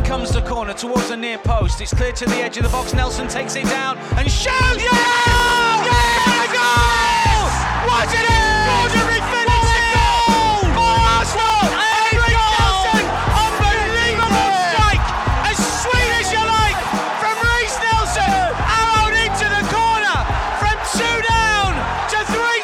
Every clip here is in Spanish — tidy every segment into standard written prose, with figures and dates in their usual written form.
comes the corner towards the near post. It's cleared to the edge of the box. Nelson takes it down and shoots. Yeah! Yeah! Goal! What an extraordinary finish! Goal for Arsenal! Henrik Nelson! Unbelievable strike! As sweet as you like from Reiss Nelson! Arrowed into the corner from 2 down to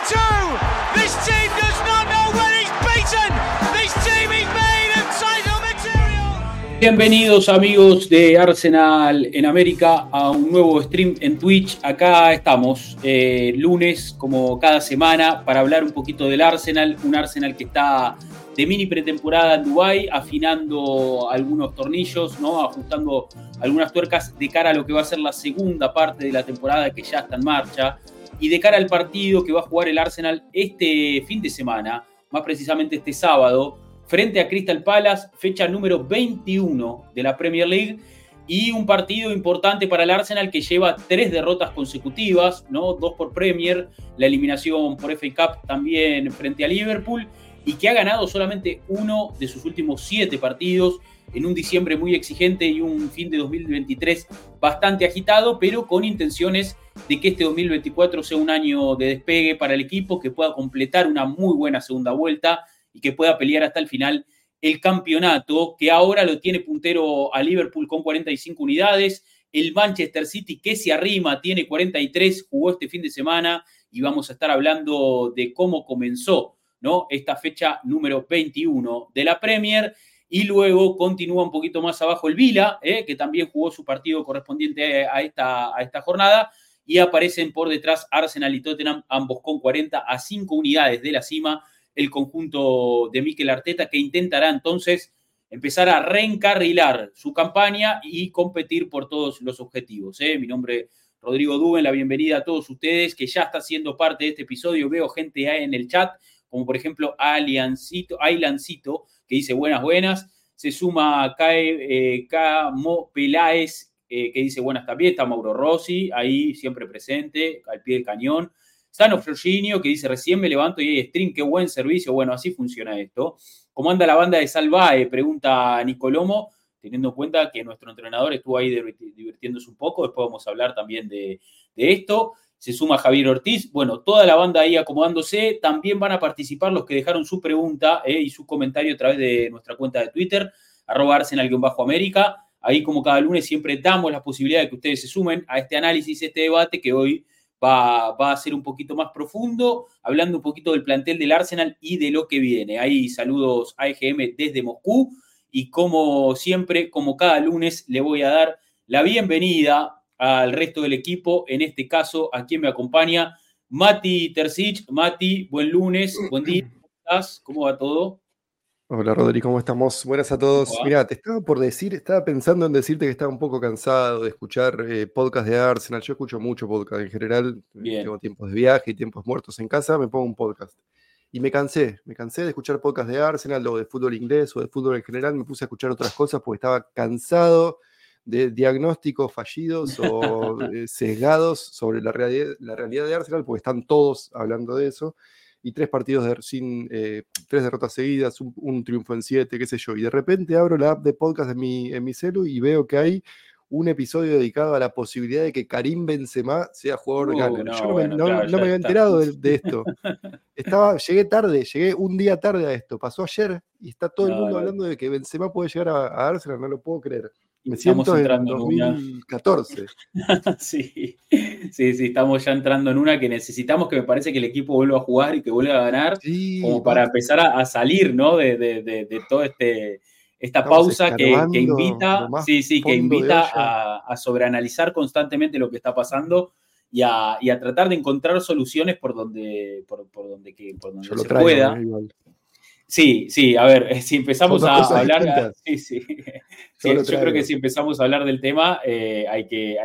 3-2. This team does not know when it's beaten. This team is made of title material. Bienvenidos amigos de Arsenal en América a un nuevo stream en Twitch. Acá estamos lunes como cada semana para hablar un poquito del Arsenal. Un Arsenal que está de mini pretemporada en Dubái, afinando algunos tornillos, ¿no? Ajustando algunas tuercas de cara a lo que va a ser la segunda parte de la temporada que ya está en marcha. Y de cara al partido que va a jugar el Arsenal este fin de semana, más precisamente este sábado, frente a Crystal Palace, fecha número 21 de la Premier League, y un partido importante para el Arsenal que lleva 3 derrotas consecutivas, ¿no? 2 por Premier, la eliminación por FA Cup también frente a Liverpool, y que ha ganado solamente 1 de sus últimos 7 partidos, en un diciembre muy exigente y un fin de 2023 bastante agitado, pero con intenciones de que este 2024 sea un año de despegue para el equipo, que pueda completar una muy buena segunda vuelta y que pueda pelear hasta el final el campeonato, que ahora lo tiene puntero a Liverpool con 45 unidades, el Manchester City que se arrima tiene 43, jugó este fin de semana y vamos a estar hablando de cómo comenzó, ¿no? Esta fecha número 21 de la Premier. Y luego continúa un poquito más abajo el Villa, que también jugó su partido correspondiente a esta jornada, y aparecen por detrás Arsenal y Tottenham, ambos con 40, a 5 unidades de la cima, el conjunto de Mikel Arteta, que intentará entonces empezar a reencarrilar su campaña y competir por todos los objetivos. Mi nombre es Rodrigo Duben, la bienvenida a todos ustedes, que ya está siendo parte de este episodio. Veo gente en el chat, como por ejemplo Ailancito, que dice buenas. Se suma Camo Peláez, que dice buenas también. Está Mauro Rossi, ahí siempre presente, al pie del cañón. Sano Florginio, que dice recién me levanto y hay stream, qué buen servicio. Bueno, así funciona esto. ¿Cómo anda la banda de Salvae? Pregunta Nicolomo, teniendo en cuenta que nuestro entrenador estuvo ahí divirtiéndose un poco. Después vamos a hablar también de esto. Se suma Javier Ortiz. Bueno, toda la banda ahí acomodándose. También van a participar los que dejaron su pregunta y su comentario a través de nuestra cuenta de Twitter, @Arsenal_América. Ahí, como cada lunes, siempre damos la posibilidad de que ustedes se sumen a este análisis, este debate que hoy va a ser un poquito más profundo, hablando un poquito del plantel del Arsenal y de lo que viene. Ahí saludos a EGM desde Moscú, y como siempre, como cada lunes, le voy a dar la bienvenida al resto del equipo, en este caso a quien me acompaña, Mati Terzic. Mati, buen lunes, buen día, ¿cómo estás? ¿Cómo va todo? Hola Rodri, ¿cómo estamos? Buenas a todos. Mirá, estaba pensando en decirte que estaba un poco cansado de escuchar podcast de Arsenal. Yo escucho mucho podcast en general. Bien. Tengo tiempos de viaje y tiempos muertos en casa, me pongo un podcast. Y me cansé de escuchar podcast de Arsenal o de fútbol inglés o de fútbol en general. Me puse a escuchar otras cosas porque estaba cansado de diagnósticos fallidos o sesgados sobre la realidad de Arsenal, porque están todos hablando de eso. Y 3 partidos sin 3 derrotas seguidas, un triunfo en 7, qué sé yo. Y de repente abro la app de podcast en mi celu y veo que hay un episodio dedicado a la posibilidad de que Karim Benzema sea jugador Gunner. Yo no me había enterado de esto. Llegué un día tarde a esto. Pasó ayer y está todo el mundo hablando de que Benzema puede llegar a Arsenal, no lo puedo creer. Me siento en 2014. Sí, estamos ya entrando en una que necesitamos, que me parece que el equipo vuelva a jugar y que vuelva a ganar, como para empezar a salir, ¿no? de toda esta pausa que invita, que invita a sobreanalizar constantemente lo que está pasando y a tratar de encontrar soluciones por donde se pueda. Sí, a ver, si empezamos a hablar... Yo creo que si empezamos a hablar del tema, hay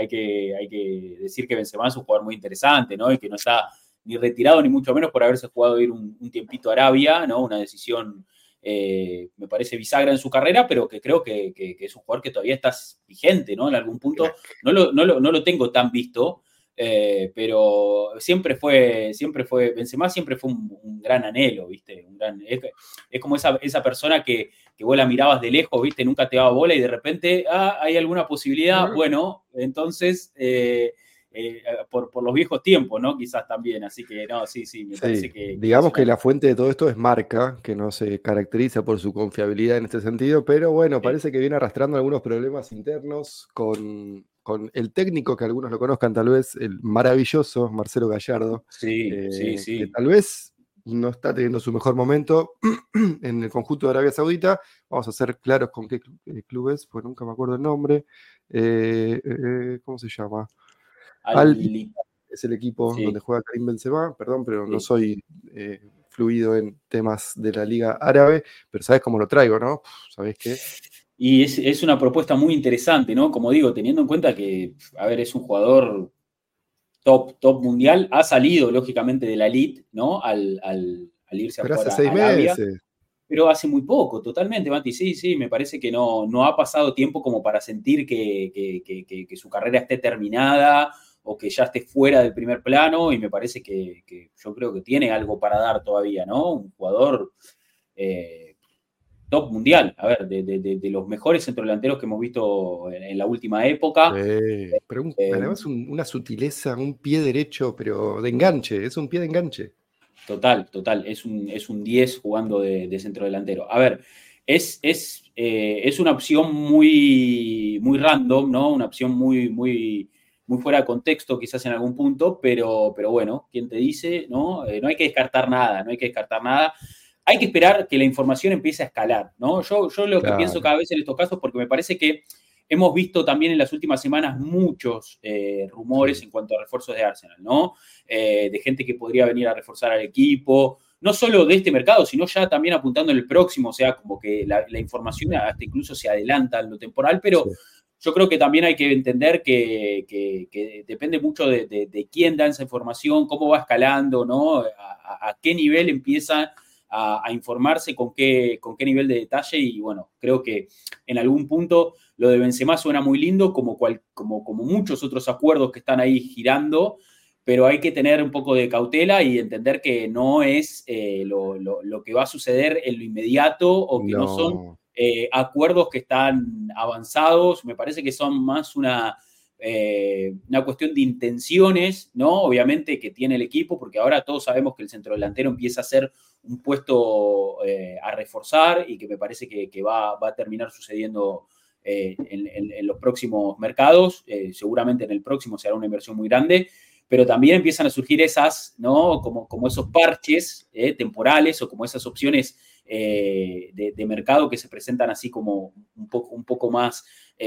que decir que Benzema es un jugador muy interesante, ¿no? Y que no está ni retirado, ni mucho menos por haberse jugado ir un tiempito a Arabia, ¿no? Una decisión, me parece, bisagra en su carrera, pero que creo que es un jugador que todavía está vigente, ¿no? En algún punto no lo tengo tan visto, pero siempre fue, Benzema siempre fue un gran anhelo, ¿viste? Es como esa persona que vos la mirabas de lejos, ¿viste? Nunca te daba bola y de repente, hay alguna posibilidad, bueno, entonces, por los viejos tiempos, ¿no? Quizás también, así que no, sí, me parece que... Digamos que la fuente de todo esto es Marca, que no se caracteriza por su confiabilidad en este sentido, pero bueno, parece que viene arrastrando algunos problemas internos con el técnico, que algunos lo conozcan tal vez, el maravilloso Marcelo Gallardo, que tal vez no está teniendo su mejor momento en el conjunto de Arabia Saudita. Vamos a ser claros con qué club es, pues nunca me acuerdo el nombre. ¿Cómo se llama? Es el equipo donde juega Karim Benzema, perdón, pero no soy fluido en temas de la Liga Árabe, pero sabes cómo lo traigo, ¿no? ¿Sabés qué? Y es una propuesta muy interesante, ¿no? Como digo, teniendo en cuenta que, a ver, es un jugador top mundial, ha salido, lógicamente, de la elite, ¿no? Al irse pero a jugar hace 6 a Arabia. meses. Pero hace muy poco, totalmente, Mati. Sí, me parece que no ha pasado tiempo como para sentir que su carrera esté terminada o que ya esté fuera del primer plano, y me parece que yo creo que tiene algo para dar todavía, ¿no? Un jugador top mundial, a ver, de los mejores centrodelanteros que hemos visto en la última época. Pero además una sutileza, un pie derecho, pero de enganche, es un pie de enganche. Total, es un 10 jugando de centrodelantero. A ver, es una opción muy random, ¿no? Una opción muy fuera de contexto, quizás en algún punto, pero bueno, ¿quién te dice? No hay que descartar nada, Hay que esperar que la información empiece a escalar, ¿no? Yo lo que pienso cada vez en estos casos, porque me parece que hemos visto también en las últimas semanas muchos rumores en cuanto a refuerzos de Arsenal, ¿no? De gente que podría venir a reforzar al equipo, no solo de este mercado, sino ya también apuntando en el próximo, o sea, como que la información hasta incluso se adelanta en lo temporal, pero yo creo que también hay que entender que depende mucho de quién da esa información, cómo va escalando, ¿no? A qué nivel empieza a informarse, con qué nivel de detalle, y bueno, creo que en algún punto lo de Benzema suena muy lindo, como muchos otros acuerdos que están ahí girando, pero hay que tener un poco de cautela y entender que no es lo que va a suceder en lo inmediato, o que no son acuerdos que están avanzados. Me parece que son más una cuestión de intenciones, ¿no? Obviamente que tiene el equipo, porque ahora todos sabemos que el centrodelantero empieza a ser un puesto a reforzar, y que me parece que va a terminar sucediendo en los próximos mercados. Seguramente en el próximo será una inversión muy grande, pero también empiezan a surgir esas, ¿no? Como esos parches temporales, o como esas opciones de mercado que se presentan así como un poco más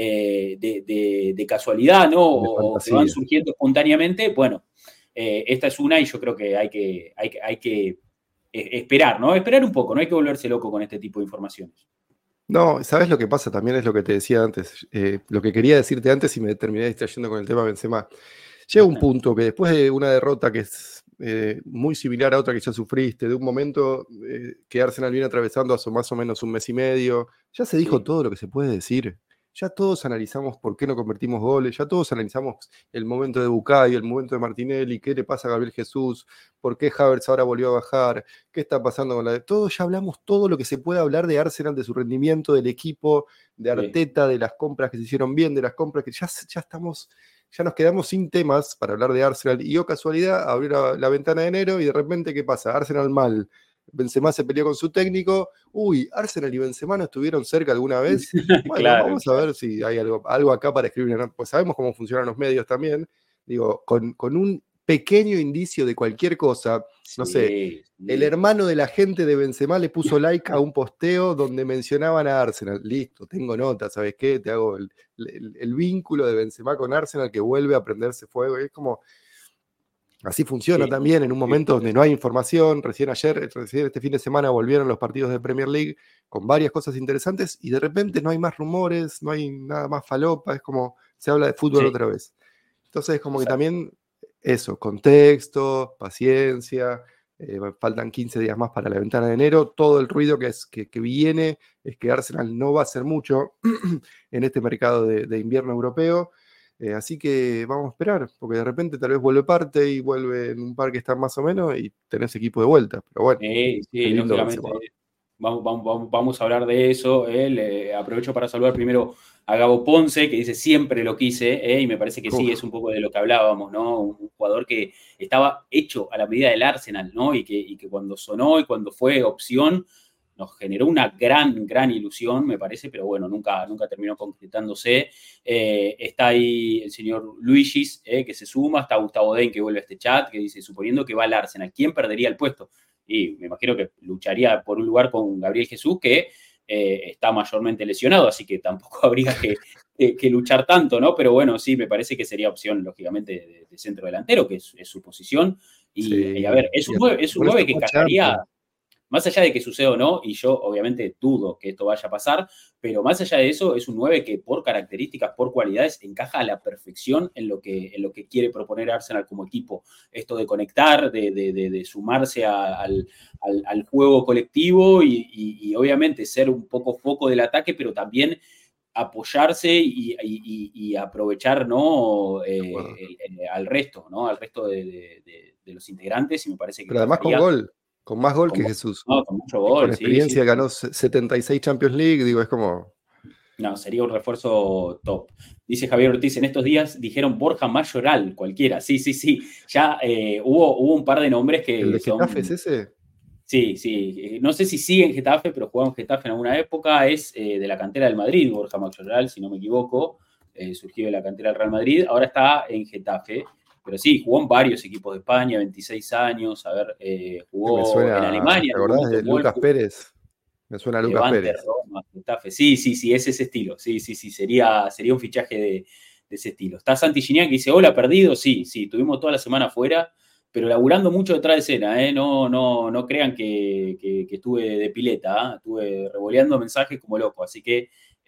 de casualidad, ¿no? O que van surgiendo espontáneamente. Bueno, esta es una, y yo creo que hay que esperar, ¿no? Esperar un poco, no hay que volverse loco con este tipo de informaciones. No, ¿sabes lo que pasa? También es lo que te decía antes, lo que quería decirte antes, y me terminé distrayendo con el tema Benzema. Llega un punto que después de una derrota que es muy similar a otra que ya sufriste, de un momento que Arsenal viene atravesando hace más o menos un mes y medio, ya se dijo todo lo que se puede decir. Ya todos analizamos por qué no convertimos goles, ya todos analizamos el momento de Bukayo, el momento de Martinelli, qué le pasa a Gabriel Jesús, por qué Havertz ahora volvió a bajar, qué está pasando con la de... Todos ya hablamos todo lo que se puede hablar de Arsenal, de su rendimiento, del equipo, de Arteta, de las compras que se hicieron bien, de las compras que ya nos quedamos sin temas para hablar de Arsenal. Y casualidad, abrió la ventana de enero y de repente, ¿qué pasa? Arsenal mal. Benzema se peleó con su técnico. Uy, Arsenal y Benzema no estuvieron cerca alguna vez. Bueno, vamos a ver si hay algo acá para escribir. Pues sabemos cómo funcionan los medios también. Digo, con un pequeño indicio de cualquier cosa, no sé, el hermano de la gente de Benzema le puso like a un posteo donde mencionaban a Arsenal. Listo, tengo nota, ¿sabes qué? Te hago el vínculo de Benzema con Arsenal, que vuelve a prenderse fuego. Es como... Así funciona también en un momento donde no hay información. Recién este fin de semana volvieron los partidos de Premier League con varias cosas interesantes, y de repente no hay más rumores, no hay nada más falopa, es como se habla de fútbol otra vez. Entonces es como que también eso, contexto, paciencia, faltan 15 días más para la ventana de enero. Todo el ruido que viene es que Arsenal no va a hacer mucho en este mercado de invierno europeo. Así que vamos a esperar, porque de repente tal vez vuelve parte y vuelve en un par que está más o menos y tenés equipo de vuelta. Pero bueno, Sí, qué lindo lógicamente. Benzema. Vamos a hablar de eso. Aprovecho para saludar primero a Gabo Ponce, que dice siempre lo quise, y me parece que sí, Uf, es un poco de lo que hablábamos, ¿no? Un jugador que estaba hecho a la medida del Arsenal, ¿no? Y que cuando sonó y cuando fue opción, nos generó una gran ilusión, me parece, pero bueno, nunca terminó concretándose. Está ahí el señor Luigis, que se suma, está Gustavo Den, que vuelve a este chat, que dice, suponiendo que va al Arsenal, ¿quién perdería el puesto? Y me imagino que lucharía por un lugar con Gabriel Jesús, que está mayormente lesionado, así que tampoco habría que luchar tanto, ¿no? Pero bueno, sí, me parece que sería opción, lógicamente, de centro delantero, que es su posición. Y a sí, ver, es un y 9, es un por eso 9 que fue encajaría, Champions. más allá de que suceda o no, y yo obviamente dudo que esto vaya a pasar, pero más allá de eso, es un 9 que por características, por cualidades, encaja a la perfección en lo que quiere proponer Arsenal como equipo. Esto de conectar, de sumarse al juego colectivo y obviamente ser un poco foco del ataque, pero también apoyarse y aprovechar, ¿no? Al resto, ¿no? Al resto de los integrantes, y me parece que Pero además con encajaría gol, con más gol que con, Jesús. no, con mucho Y con gol, sí, sí. experiencia ganó 76 Champions League, digo, es como... No, sería un refuerzo top. Dice Javier Ortiz, en estos días dijeron Borja Mayoral, cualquiera. Sí. Ya hubo un par de nombres ¿El que de Getafe es son... ese? Sí. No sé si sigue en Getafe, pero jugaba en Getafe en alguna época. Es de la cantera del Madrid, Borja Mayoral, si no me equivoco. Surgió de la cantera del Real Madrid. Ahora está en Getafe. Pero sí, jugó en varios equipos de España, 26 años. A ver, Me jugó en suena, Alemania ¿te en un acordás momento de en Lucas Wolfsburg. Pérez? Me suena a Lucas Levante, Pérez. Roma, Getafe. Sí, es ese estilo. Sí, sería un fichaje de ese estilo. Está Santi Gignac que dice, hola, perdido. Sí, tuvimos toda la semana afuera, pero laburando mucho detrás de escena, ¿eh? No crean que estuve de pileta, ¿eh? Estuve revoleando mensajes como loco, así que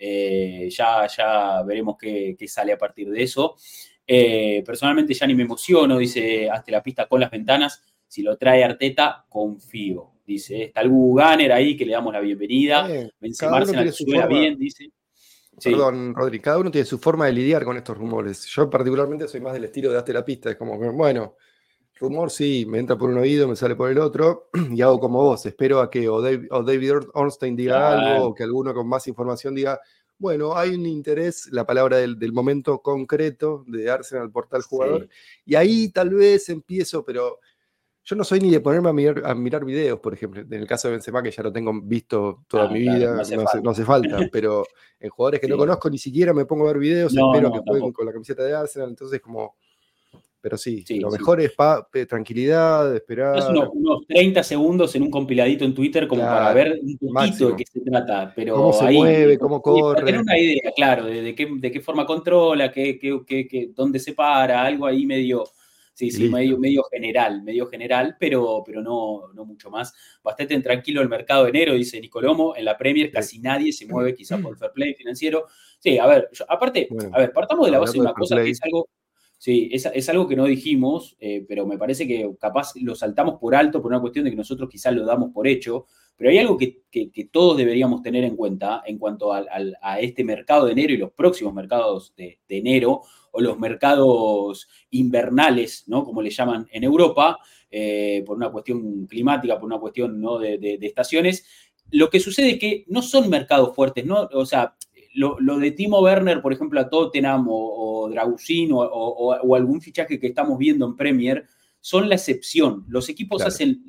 ya veremos qué sale a partir de eso. Personalmente ya ni me emociono, dice, hasta la pista con las ventanas. Si lo trae Arteta, confío. Dice, está el Gugu Gunner ahí, que le damos la bienvenida. Cada Benzema uno Arsenal tiene que su suena forma, bien, dice. Sí, perdón, Rodri, cada uno tiene su forma de lidiar con estos rumores. Yo particularmente soy más del estilo de Hazte la pista, es como que, bueno, rumor sí, me entra por un oído, me sale por el otro, y hago como vos, espero a que o David Ornstein diga algo, claro. o que alguno con más información diga, bueno, hay un interés, la palabra del momento concreto de Arsenal por tal jugador, Sí. y ahí tal vez empiezo, pero yo no soy ni de ponerme a mirar videos, por ejemplo, en el caso de Benzema, que ya lo tengo visto toda Ah, mi claro, no vida, hace no falta. hace falta, pero en jugadores que no Sí. conozco ni siquiera me pongo a ver videos, espero a que No, jueguen tampoco. con la camiseta de Arsenal, entonces como, pero sí, Sí, lo sí. mejor es tranquilidad, Es esperar, unos 30 segundos en un compiladito en Twitter como para claro, ver un poquito de qué máximo. se trata, Cómo pero se ahí, mueve, cómo para tener corre. una idea, claro, de qué forma controla, dónde se para, algo ahí medio, Y listo. medio general, pero no mucho más. Bastante tranquilo el mercado de enero, dice Nicolomo, en la Premier Sí. casi nadie se mueve, quizá por el fair play financiero. Sí, a ver, aparte, Bueno, a ver, partamos de la base de hablando de una fair cosa que play, es algo. Sí, es algo que no dijimos, pero me parece que capaz lo saltamos por alto por una cuestión de que nosotros quizás lo damos por hecho, pero hay algo que todos deberíamos tener en cuenta en cuanto a este mercado de enero y los próximos mercados de enero, o los mercados invernales, ¿no? Como le llaman en Europa, por una cuestión climática, por una cuestión, ¿no? de estaciones. Lo que sucede es que no son mercados fuertes, ¿no? O sea, lo de Timo Werner, por ejemplo, a Tottenham o Dragusin o algún fichaje que estamos viendo en Premier, son la excepción. Los equipos claro. hacen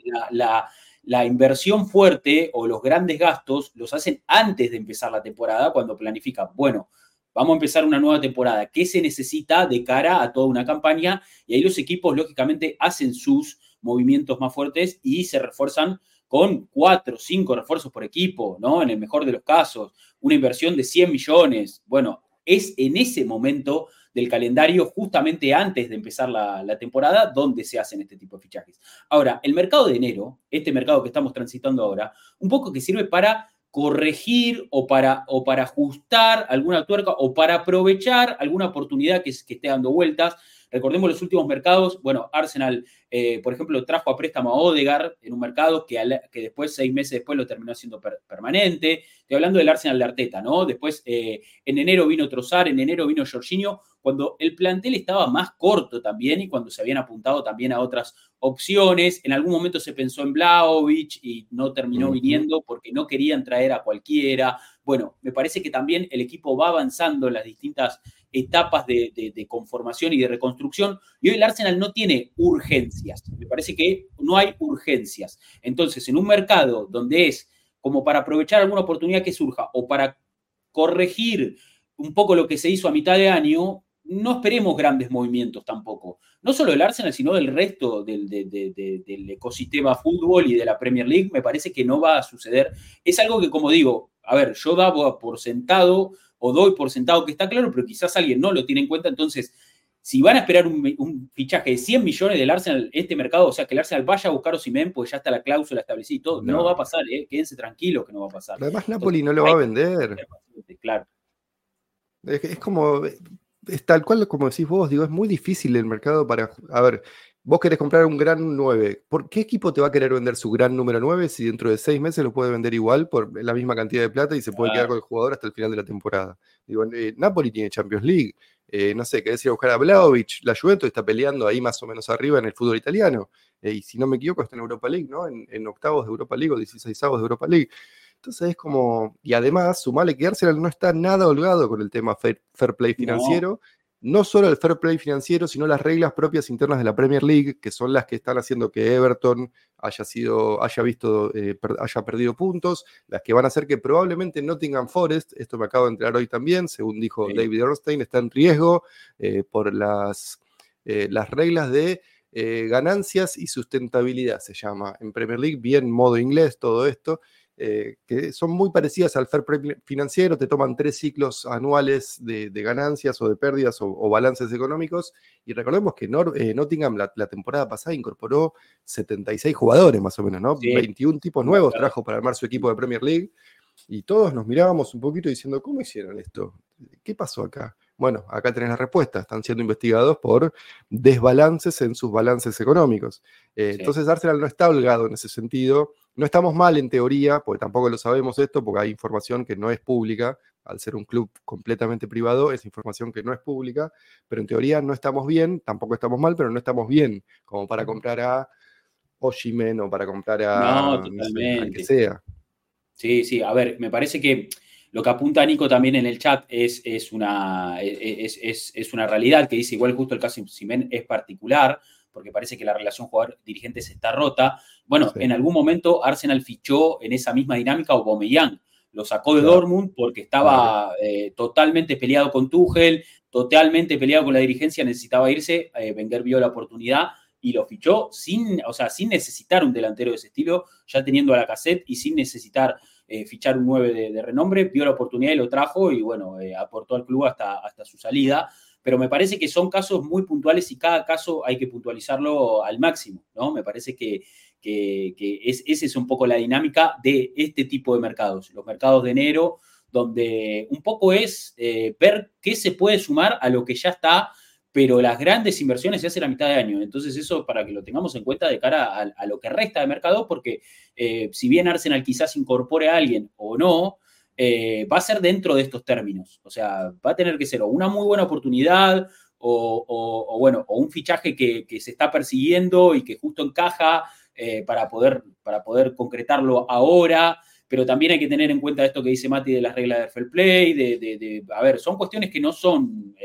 la inversión fuerte o los grandes gastos, los hacen antes de empezar la temporada, cuando planifican, bueno, vamos a empezar una nueva temporada, ¿qué se necesita de cara a toda una campaña? Y ahí los equipos, lógicamente, hacen sus movimientos más fuertes y se refuerzan con 4 o 5 refuerzos por equipo, ¿no? En el mejor de los casos, una inversión de 100 millones. Bueno, es en ese momento del calendario, justamente antes de empezar la temporada, donde se hacen este tipo de fichajes. Ahora, el mercado de enero, este mercado que estamos transitando ahora, un poco que sirve para corregir o para ajustar alguna tuerca o para aprovechar alguna oportunidad que esté dando vueltas. Recordemos los últimos mercados. Bueno, Arsenal, por ejemplo, trajo a préstamo a Odegaard en un mercado que después, 6 meses después, lo terminó haciendo permanente. Estoy hablando del Arsenal de Arteta, ¿no? Después, en enero vino Trossard, en enero vino Jorginho, cuando el plantel estaba más corto también y cuando se habían apuntado también a otras opciones. En algún momento se pensó en Vlahovic y no terminó viniendo porque no querían traer a cualquiera. Bueno, me parece que también el equipo va avanzando en las distintas etapas de conformación y de reconstrucción, y hoy el Arsenal no tiene urgencias. Me parece que no hay urgencias. Entonces, en un mercado donde es como para aprovechar alguna oportunidad que surja o para corregir un poco lo que se hizo a mitad de año, no esperemos grandes movimientos tampoco. No solo del Arsenal, sino del resto del ecosistema fútbol y de la Premier League. Me parece que no va a suceder. Es algo que, como digo, a ver, yo daba por sentado o doy por sentado que está claro, pero quizás alguien no lo tiene en cuenta. Entonces, si van a esperar un fichaje de 100 millones del Arsenal, este mercado, o sea, que el Arsenal vaya a buscar a Osimhen, pues ya está la cláusula establecida y todo, no va a pasar, quédense tranquilos que no va a pasar. Pero además Napoli no lo va a vender. Claro. Es como, es tal cual como decís vos, digo, es muy difícil el mercado para, a ver, vos querés comprar un gran 9, ¿por qué equipo te va a querer vender su gran número 9 si dentro de 6 meses lo puede vender igual por la misma cantidad de plata y se puede quedar con el jugador hasta el final de la temporada? Digo, Napoli tiene Champions League, no sé, querés ir a buscar a Vlahovic, la Juventus está peleando ahí más o menos arriba en el fútbol italiano, y si no me equivoco está en Europa League, ¿no? En octavos de Europa League o 16avos de Europa League. Entonces es como, y además, sumale que Arsenal no está nada holgado con el tema fair play financiero, no solo el fair play financiero, sino las reglas propias internas de la Premier League, que son las que están haciendo que Everton haya perdido puntos, las que van a hacer que probablemente Nottingham Forest, esto me acabo de enterar hoy también, según dijo David Ornstein, está en riesgo por las reglas de ganancias y sustentabilidad, se llama en Premier League, bien modo inglés todo esto. Que son muy parecidas al fair play financiero, te toman 3 ciclos anuales de ganancias o de pérdidas o balances económicos, y recordemos que Nottingham la temporada pasada incorporó 76 jugadores más o menos, ¿no? Sí. 21 tipos nuevos trajo para armar su equipo de Premier League, y todos nos mirábamos un poquito diciendo, ¿cómo hicieron esto? ¿Qué pasó acá? Bueno, acá tenés la respuesta, están siendo investigados por desbalances en sus balances económicos. Entonces Arsenal no está holgado en ese sentido. No estamos mal en teoría, porque tampoco lo sabemos esto, porque hay información que no es pública, al ser un club completamente privado, es información que no es pública, pero en teoría no estamos bien, tampoco estamos mal, pero no estamos bien, como para comprar a Osimhen o para comprar a que sea. Sí, a ver, me parece que lo que apunta Nico también en el chat es una realidad que dice, igual justo el caso de Osimhen es particular, porque parece que la relación jugador-dirigente se está rota. Bueno, sí. En algún momento Arsenal fichó en esa misma dinámica a Aubameyang. Lo sacó de Dortmund porque estaba totalmente peleado con Tuchel, totalmente peleado con la dirigencia, necesitaba irse. Wenger vio la oportunidad y lo fichó sin necesitar un delantero de ese estilo, ya teniendo a Lacazette y sin necesitar fichar un 9 de renombre. Vio la oportunidad y lo trajo y, bueno, aportó al club hasta su salida. Pero me parece que son casos muy puntuales y cada caso hay que puntualizarlo al máximo, ¿no? Me parece que esa es un poco la dinámica de este tipo de mercados, los mercados de enero, donde un poco es ver qué se puede sumar a lo que ya está, pero las grandes inversiones se hacen a mitad de año. Entonces eso para que lo tengamos en cuenta de cara a lo que resta de mercado, porque si bien Arsenal quizás incorpore a alguien o no, va a ser dentro de estos términos. O sea, va a tener que ser o una muy buena oportunidad o un fichaje que se está persiguiendo y que justo encaja para poder concretarlo ahora. Pero también hay que tener en cuenta esto que dice Mati de las reglas de fair play, a ver, son cuestiones que no son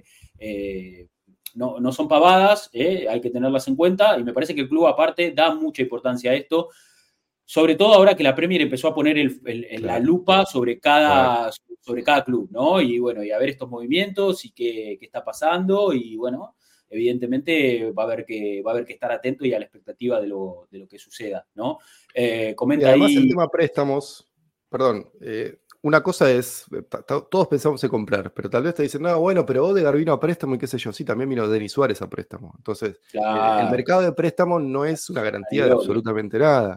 son pavadas, hay que tenerlas en cuenta, y me parece que el club aparte da mucha importancia a esto, sobre todo ahora que la Premier empezó a poner la lupa sobre cada club, ¿no? Y bueno, y a ver estos movimientos y qué está pasando, y bueno, evidentemente va a haber que estar atento y a la expectativa de lo que suceda, ¿no? Comenta y además ahí... el tema préstamos, perdón, una cosa es, todos pensamos en comprar, pero tal vez te dicen, no, bueno, pero Odegaard vino a préstamo y qué sé yo, sí, también vino Denis Suárez a préstamo. Entonces, claro, el mercado de préstamo no es una garantía de absolutamente nada.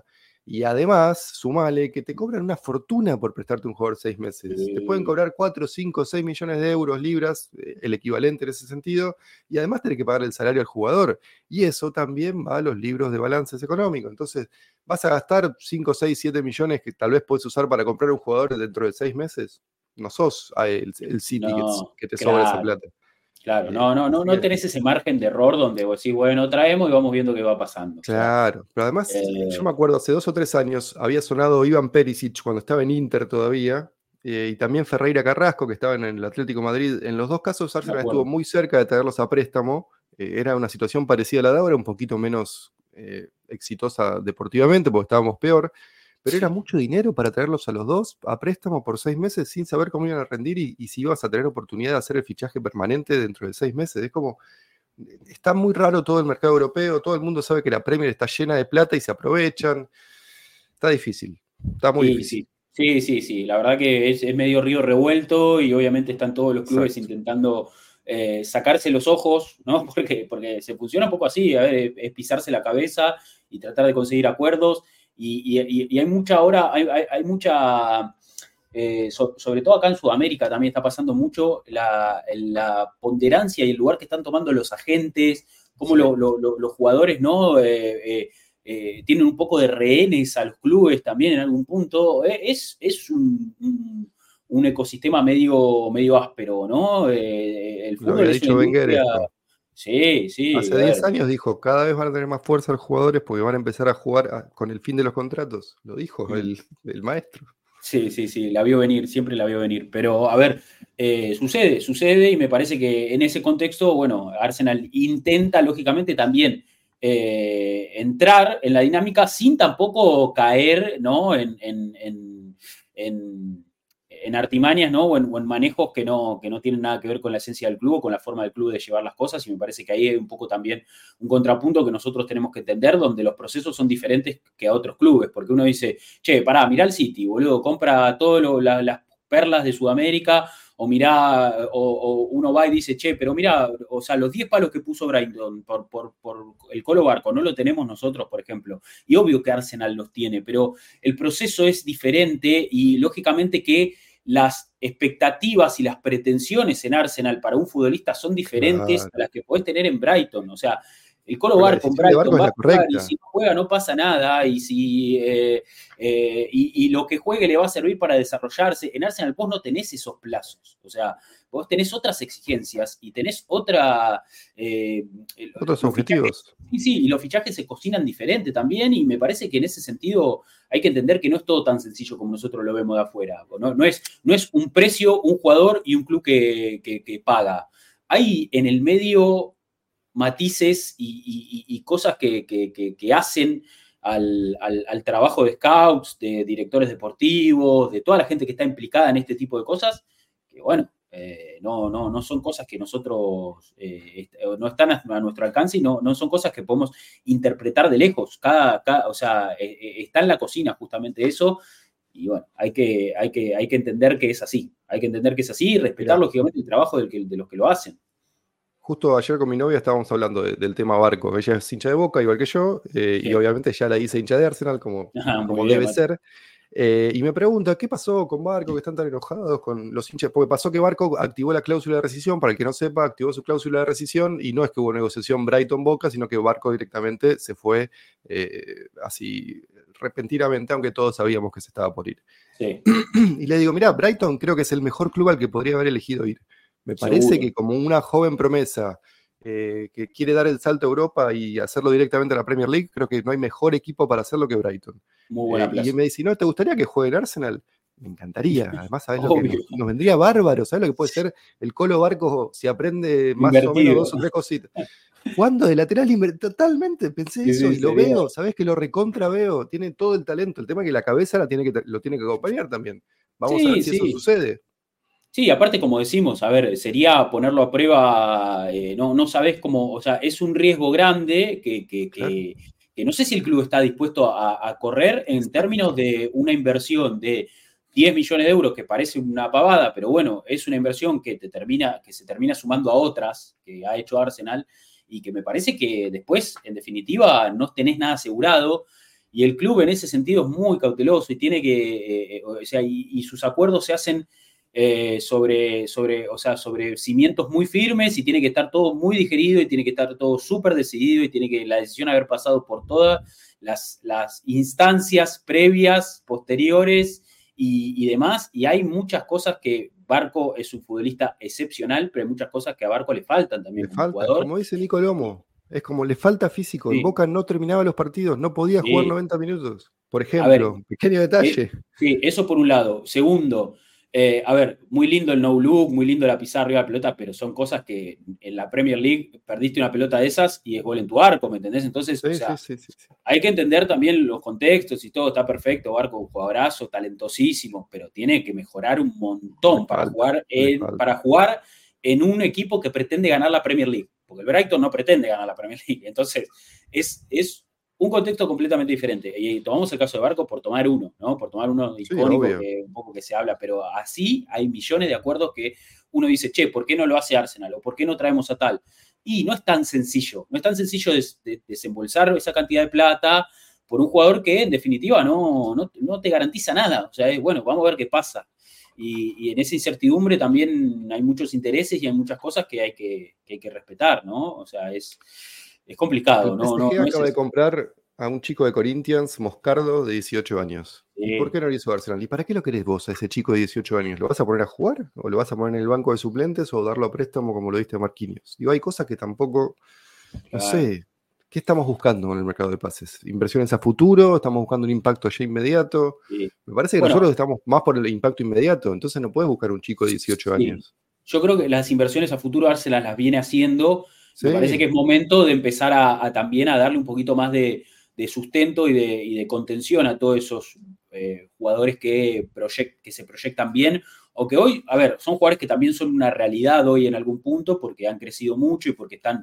Y además, sumale que te cobran una fortuna por prestarte un jugador 6 meses. Te pueden cobrar 4, 5, 6 millones de euros, libras, el equivalente en ese sentido, y además tenés que pagar el salario al jugador. Y eso también va a los libros de balances económicos. Entonces, vas a gastar 5, 6, 7 millones que tal vez podés usar para comprar un jugador dentro de 6 meses. No sos el City No, que te sobra esa claro. plata. Claro, no tenés ese margen de error donde vos decís, bueno, traemos y vamos viendo qué va pasando. Claro, pero además, yo me acuerdo, hace 2 o 3 años había sonado Ivan Perisic cuando estaba en Inter todavía, y también Ferreira Carrasco, que estaba en el Atlético de Madrid. En los dos casos, Arsenal estuvo muy cerca de traerlos a préstamo. Era una situación parecida a la de ahora, un poquito menos exitosa deportivamente, porque estábamos peor, pero era mucho dinero para traerlos a los dos a préstamo por 6 meses sin saber cómo iban a rendir y si ibas a tener oportunidad de hacer el fichaje permanente dentro de 6 meses. Es como, está muy raro todo el mercado europeo, todo el mundo sabe que la Premier está llena de plata y se aprovechan. Está difícil, está muy difícil. Sí, la verdad que es medio río revuelto y obviamente están todos los clubes intentando sacarse los ojos, ¿no? Porque se funciona un poco así, a ver, es pisarse la cabeza y tratar de conseguir acuerdos. Y hay mucha ahora, hay mucha, sobre todo acá en Sudamérica también está pasando mucho la ponderancia y el lugar que están tomando los agentes, cómo los jugadores, ¿no? Tienen un poco de rehenes a los clubes también en algún punto. Es un ecosistema medio áspero, ¿no? El fútbol lo había dicho Wenger esto. Sí. Hace 10 años dijo, cada vez van a tener más fuerza los jugadores porque van a empezar a jugar con el fin de los contratos. Lo dijo el maestro. Sí, la vio venir, siempre la vio venir. Pero, a ver, sucede y me parece que en ese contexto, bueno, Arsenal intenta, lógicamente, también entrar en la dinámica sin tampoco caer, ¿no? En artimañas, ¿no? O en manejos que no tienen nada que ver con la esencia del club o con la forma del club de llevar las cosas, y me parece que ahí hay un poco también un contrapunto que nosotros tenemos que entender, donde los procesos son diferentes que a otros clubes, porque uno dice, che, pará, mirá el City, boludo, compra todas las perlas de Sudamérica, o mirá, o uno va y dice, che, pero mirá, o sea, los 10 palos que puso Brighton por el Colo Barco, no lo tenemos nosotros, por ejemplo, y obvio que Arsenal los tiene, pero el proceso es diferente y lógicamente que las expectativas y las pretensiones en Arsenal para un futbolista son diferentes a las que podés tener en Brighton. O sea, el Colo Barco en Brighton va a jugar y si no juega no pasa nada y lo que juegue le va a servir para desarrollarse. En Arsenal vos no tenés esos plazos. O sea, vos tenés otras exigencias y tenés otros objetivos. Sí, y los fichajes se cocinan diferente también, y me parece que en ese sentido hay que entender que no es todo tan sencillo como nosotros lo vemos de afuera. No es un precio, un jugador y un club que paga. Hay en el medio matices y cosas que hacen al trabajo de scouts, de directores deportivos, de toda la gente que está implicada en este tipo de cosas, que bueno, no son cosas que nosotros no están a nuestro alcance y no son cosas que podemos interpretar de lejos. O sea, está en la cocina justamente eso, y bueno, hay que entender que es así. Hay que entender que es así y respetar lógicamente el trabajo de los que lo hacen. Justo ayer con mi novia estábamos hablando del tema Barco. Ella es hincha de Boca, igual que yo, y obviamente ya la hice hincha de Arsenal, como debe ser. Y me pregunta, ¿qué pasó con Barco, que están tan enojados con los hinchas? Porque pasó que Barco activó la cláusula de rescisión, para el que no sepa, activó su cláusula de rescisión, y no es que hubo negociación Brighton-Boca, sino que Barco directamente se fue así repentinamente, aunque todos sabíamos que se estaba por ir. Sí. Y le digo, mirá, Brighton creo que es el mejor club al que podría haber elegido ir. Me parece que como una joven promesa que quiere dar el salto a Europa y hacerlo directamente a la Premier League, creo que no hay mejor equipo para hacerlo que Brighton. Muy buena plaza. Y me dice, ¿no te gustaría que juegue en Arsenal? Me encantaría. Además, ¿sabes lo que nos vendría bárbaro? ¿Sabes lo que puede ser el Colo Barco si aprende más o menos 2 o 3 cositas? Jugando de lateral totalmente, pensé eso y lo veo, ¿sabes que lo recontra veo? Tiene todo el talento. El tema es que la cabeza lo tiene que acompañar también. Vamos a ver si eso sucede. Sí, aparte, como decimos, a ver, sería ponerlo a prueba, no sabés cómo, o sea, es un riesgo grande que no sé si el club está dispuesto a correr en términos de una inversión de 10 millones de euros, que parece una pavada, pero bueno, es una inversión que se termina sumando a otras que ha hecho Arsenal, y que me parece que después, en definitiva, no tenés nada asegurado. Y el club en ese sentido es muy cauteloso y tiene que, o sea, y sus acuerdos se hacen sobre cimientos muy firmes y tiene que estar todo muy digerido y tiene que estar todo súper decidido y tiene que la decisión haber pasado por todas las instancias previas, posteriores y demás. Y hay muchas cosas que Barco es un futbolista excepcional, pero hay muchas cosas que a Barco le faltan también Le como falta, jugador. como dice Nico Lomo, es como le falta físico. Sí. En Boca no terminaba los partidos, no podía jugar 90 minutos. Por A ejemplo, ver, pequeño detalle. sí, eso por un lado. Segundo, a ver, muy lindo el no look, muy lindo la pisada arriba de la pelota, pero son cosas que en la Premier League perdiste una pelota de esas y es gol en tu arco, ¿me entendés? Entonces, o sea, Sí. hay que entender también los contextos y todo, está perfecto, Barco, un jugadorazo, talentosísimo, pero tiene que mejorar un montón para jugar en un equipo que pretende ganar la Premier League, porque el Brighton no pretende ganar la Premier League, entonces es un contexto completamente diferente. Y tomamos el caso de Barco por tomar uno, ¿no? Por tomar uno icónico que un poco que se habla, pero así hay millones de acuerdos que uno dice, che, ¿por qué no lo hace Arsenal? ¿O por qué no traemos a tal? Y no es tan sencillo, desembolsar esa cantidad de plata por un jugador que en definitiva no te garantiza nada. O sea, bueno, vamos a ver qué pasa. Y en esa incertidumbre también hay muchos intereses y hay muchas cosas que hay que respetar, ¿no? O sea, es complicado. El PSG acaba de comprar a un chico de Corinthians, Moscardo, de 18 años. ¿Y por qué no lo hizo Arsenal? ¿Y para qué lo querés vos a ese chico de 18 años? ¿Lo vas a poner a jugar? ¿O lo vas a poner en el banco de suplentes? ¿O darlo a préstamo como lo diste a Marquinhos? Digo, hay cosas que tampoco, no sé, ¿qué estamos buscando con el mercado de pases? ¿Inversiones a futuro? ¿Estamos buscando un impacto ya inmediato? Sí. Me parece que nosotros estamos más por el impacto inmediato, entonces no puedes buscar un chico de 18 años. Yo creo que las inversiones a futuro Arsenal las viene haciendo. Me parece que es momento de empezar también a darle un poquito más de sustento y de contención a todos esos jugadores que se proyectan bien, o que hoy, a ver, son jugadores que también son una realidad hoy en algún punto porque han crecido mucho y porque están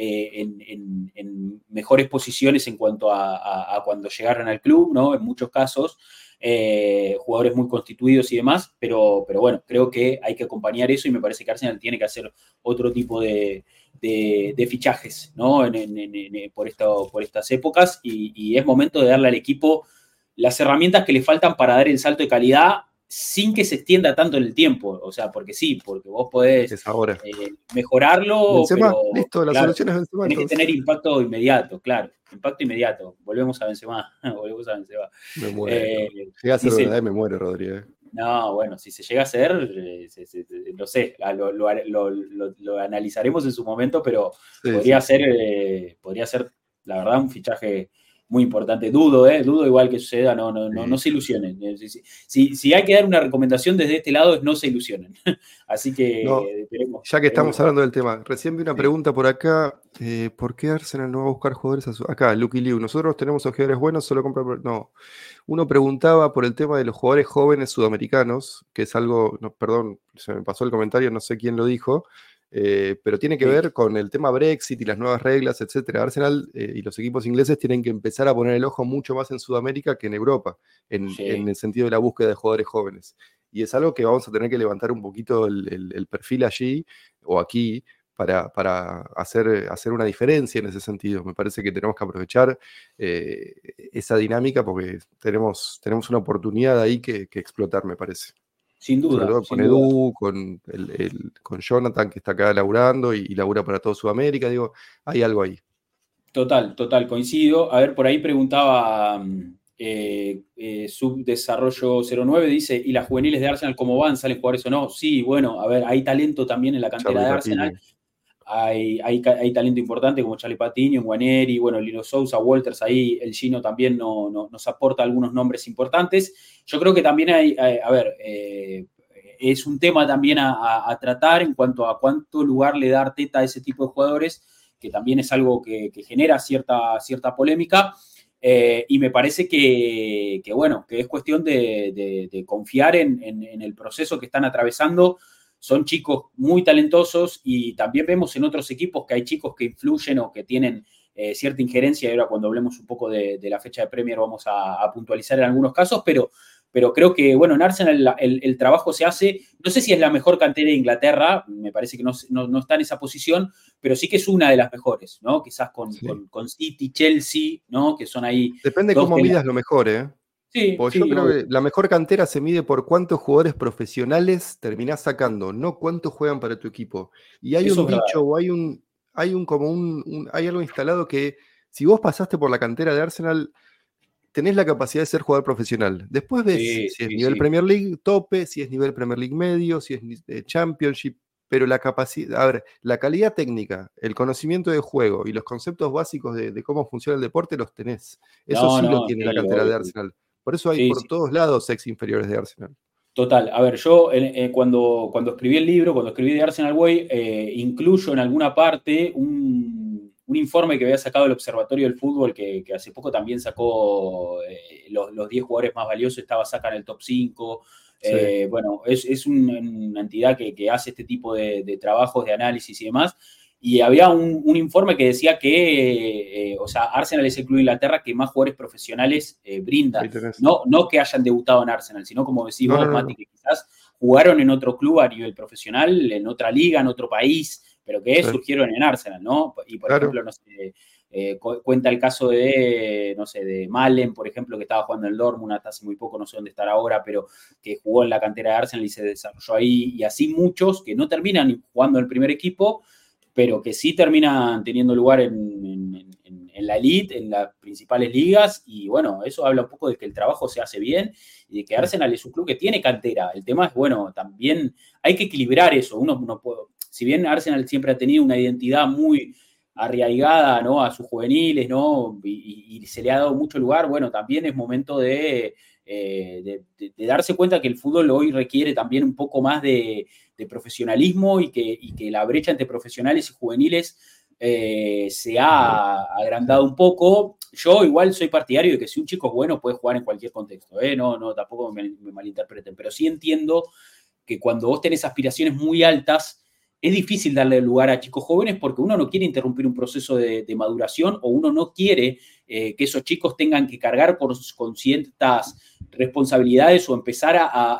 en mejores posiciones en cuanto a cuando llegaron al club, ¿no? En muchos casos. Jugadores muy constituidos y demás, pero bueno, creo que hay que acompañar eso y me parece que Arsenal tiene que hacer otro tipo de fichajes, ¿no? Por estas épocas y es momento de darle al equipo las herramientas que le faltan para dar el salto de calidad sin que se extienda tanto en el tiempo, o sea, porque vos podés mejorarlo, Benzema, pero listo, las soluciones Benzema, tenés que tener impacto inmediato, claro, impacto inmediato. Volvemos a Benzema. Me muero. Llega a ser verdad y me muero, Rodríguez. No, bueno, si se llega a hacer, no sé, lo analizaremos en su momento, pero podría ser, la verdad, un fichaje muy importante. Dudo igual que suceda, no se ilusionen. Si hay que dar una recomendación desde este lado es no se ilusionen. Así que ya que estamos hablando del tema, recién vi una pregunta por acá. ¿Por qué Arsenal no va a buscar jugadores acá? Lucky Liu, nosotros tenemos jugadores buenos, solo compra. No. Uno preguntaba por el tema de los jugadores jóvenes sudamericanos, que es algo, perdón, se me pasó el comentario, no sé quién lo dijo. Pero tiene que ver con el tema Brexit y las nuevas reglas, etcétera. Arsenal y los equipos ingleses tienen que empezar a poner el ojo mucho más en Sudamérica que en Europa, en el sentido de la búsqueda de jugadores jóvenes. Y es algo que vamos a tener que levantar un poquito el perfil allí o aquí para hacer una diferencia en ese sentido. Me parece que tenemos que aprovechar esa dinámica porque tenemos una oportunidad ahí que explotar, me parece. Sin duda. Sobre todo con Edu, con Jonathan, que está acá laburando y labura para todo Sudamérica. Digo, hay algo ahí. Total, coincido. A ver, por ahí preguntaba Subdesarrollo 09, dice, ¿y las juveniles de Arsenal cómo van? ¿Salen jugadores o no? Sí, bueno, a ver, hay talento también en la cantera de Arsenal. Hay talento importante como Charlie Patiño, Nwaneri, bueno, Lino Sousa, Walters, ahí el Gino también nos aporta algunos nombres importantes. Yo creo que también es un tema también a tratar en cuanto a cuánto lugar le da Arteta a ese tipo de jugadores, que también es algo que genera cierta polémica. Y me parece que es cuestión de confiar en el proceso que están atravesando. Son chicos muy talentosos y también vemos en otros equipos que hay chicos que influyen o que tienen cierta injerencia. Y ahora cuando hablemos un poco de la fecha de Premier vamos a puntualizar en algunos casos, pero pero creo que, bueno, en Arsenal el trabajo se hace, no sé si es la mejor cantera de Inglaterra, me parece que no está en esa posición, pero sí que es una de las mejores, ¿no? Quizás con City, Chelsea, ¿no? Que son ahí. Depende cómo midas lo mejor, ¿eh? Sí, Porque yo sí, creo obvio. que la mejor cantera se mide por cuántos jugadores profesionales terminás sacando, no cuántos juegan para tu equipo. Y hay Eso un es verdad. dicho o hay algo instalado que si vos pasaste por la cantera de Arsenal, tenés la capacidad de ser jugador profesional. Después ves Sí, si es sí, nivel sí. Premier League tope, si es nivel Premier League medio, si es Championship, pero la capacidad, a ver, la calidad técnica, el conocimiento de juego y los conceptos básicos de cómo funciona el deporte los tenés. Eso No, sí lo no, tiene la sí, cantera de obvio. Arsenal. Por eso hay Sí, por sí. todos lados ex inferiores de Arsenal. Total, a ver, yo cuando escribí el libro, cuando escribí de Arsenal Way, incluyo en alguna parte un informe que había sacado el Observatorio del Fútbol, que hace poco también sacó los 10 jugadores más valiosos, sacan el top 5. Sí. Bueno, es una entidad que hace este tipo de trabajos de análisis y demás. Y había un informe que decía que, o sea, Arsenal es el club de Inglaterra que más jugadores profesionales brinda. Ahí tenés. No que hayan debutado en Arsenal, sino como decís vos, No. Mati, que quizás jugaron en otro club a nivel profesional, en otra liga, en otro país, pero que surgieron en Arsenal, ¿no? Y por ejemplo, no sé, cuenta el caso de, no sé, de Malen, por ejemplo, que estaba jugando en el Dortmund hasta hace muy poco, no sé dónde estará ahora, pero que jugó en la cantera de Arsenal y se desarrolló ahí, y así muchos que no terminan jugando en el primer equipo, pero que sí terminan teniendo lugar en la elite, en las principales ligas, y bueno, eso habla un poco de que el trabajo se hace bien y de que Arsenal es un club que tiene cantera. El tema es, bueno, también hay que equilibrar eso. Uno no puede, si bien Arsenal siempre ha tenido una identidad muy arraigada, ¿no?, a sus juveniles, ¿no?, y se le ha dado mucho lugar, bueno, también es momento de darse cuenta que el fútbol hoy requiere también un poco más de profesionalismo y que la brecha entre profesionales y juveniles se ha agrandado un poco. Yo igual soy partidario de que si un chico es bueno puede jugar en cualquier contexto, no, tampoco me malinterpreten, pero sí entiendo que cuando vos tenés aspiraciones muy altas, es difícil darle lugar a chicos jóvenes porque uno no quiere interrumpir un proceso de maduración, o uno no quiere que esos chicos tengan que cargar con ciertas responsabilidades o empezar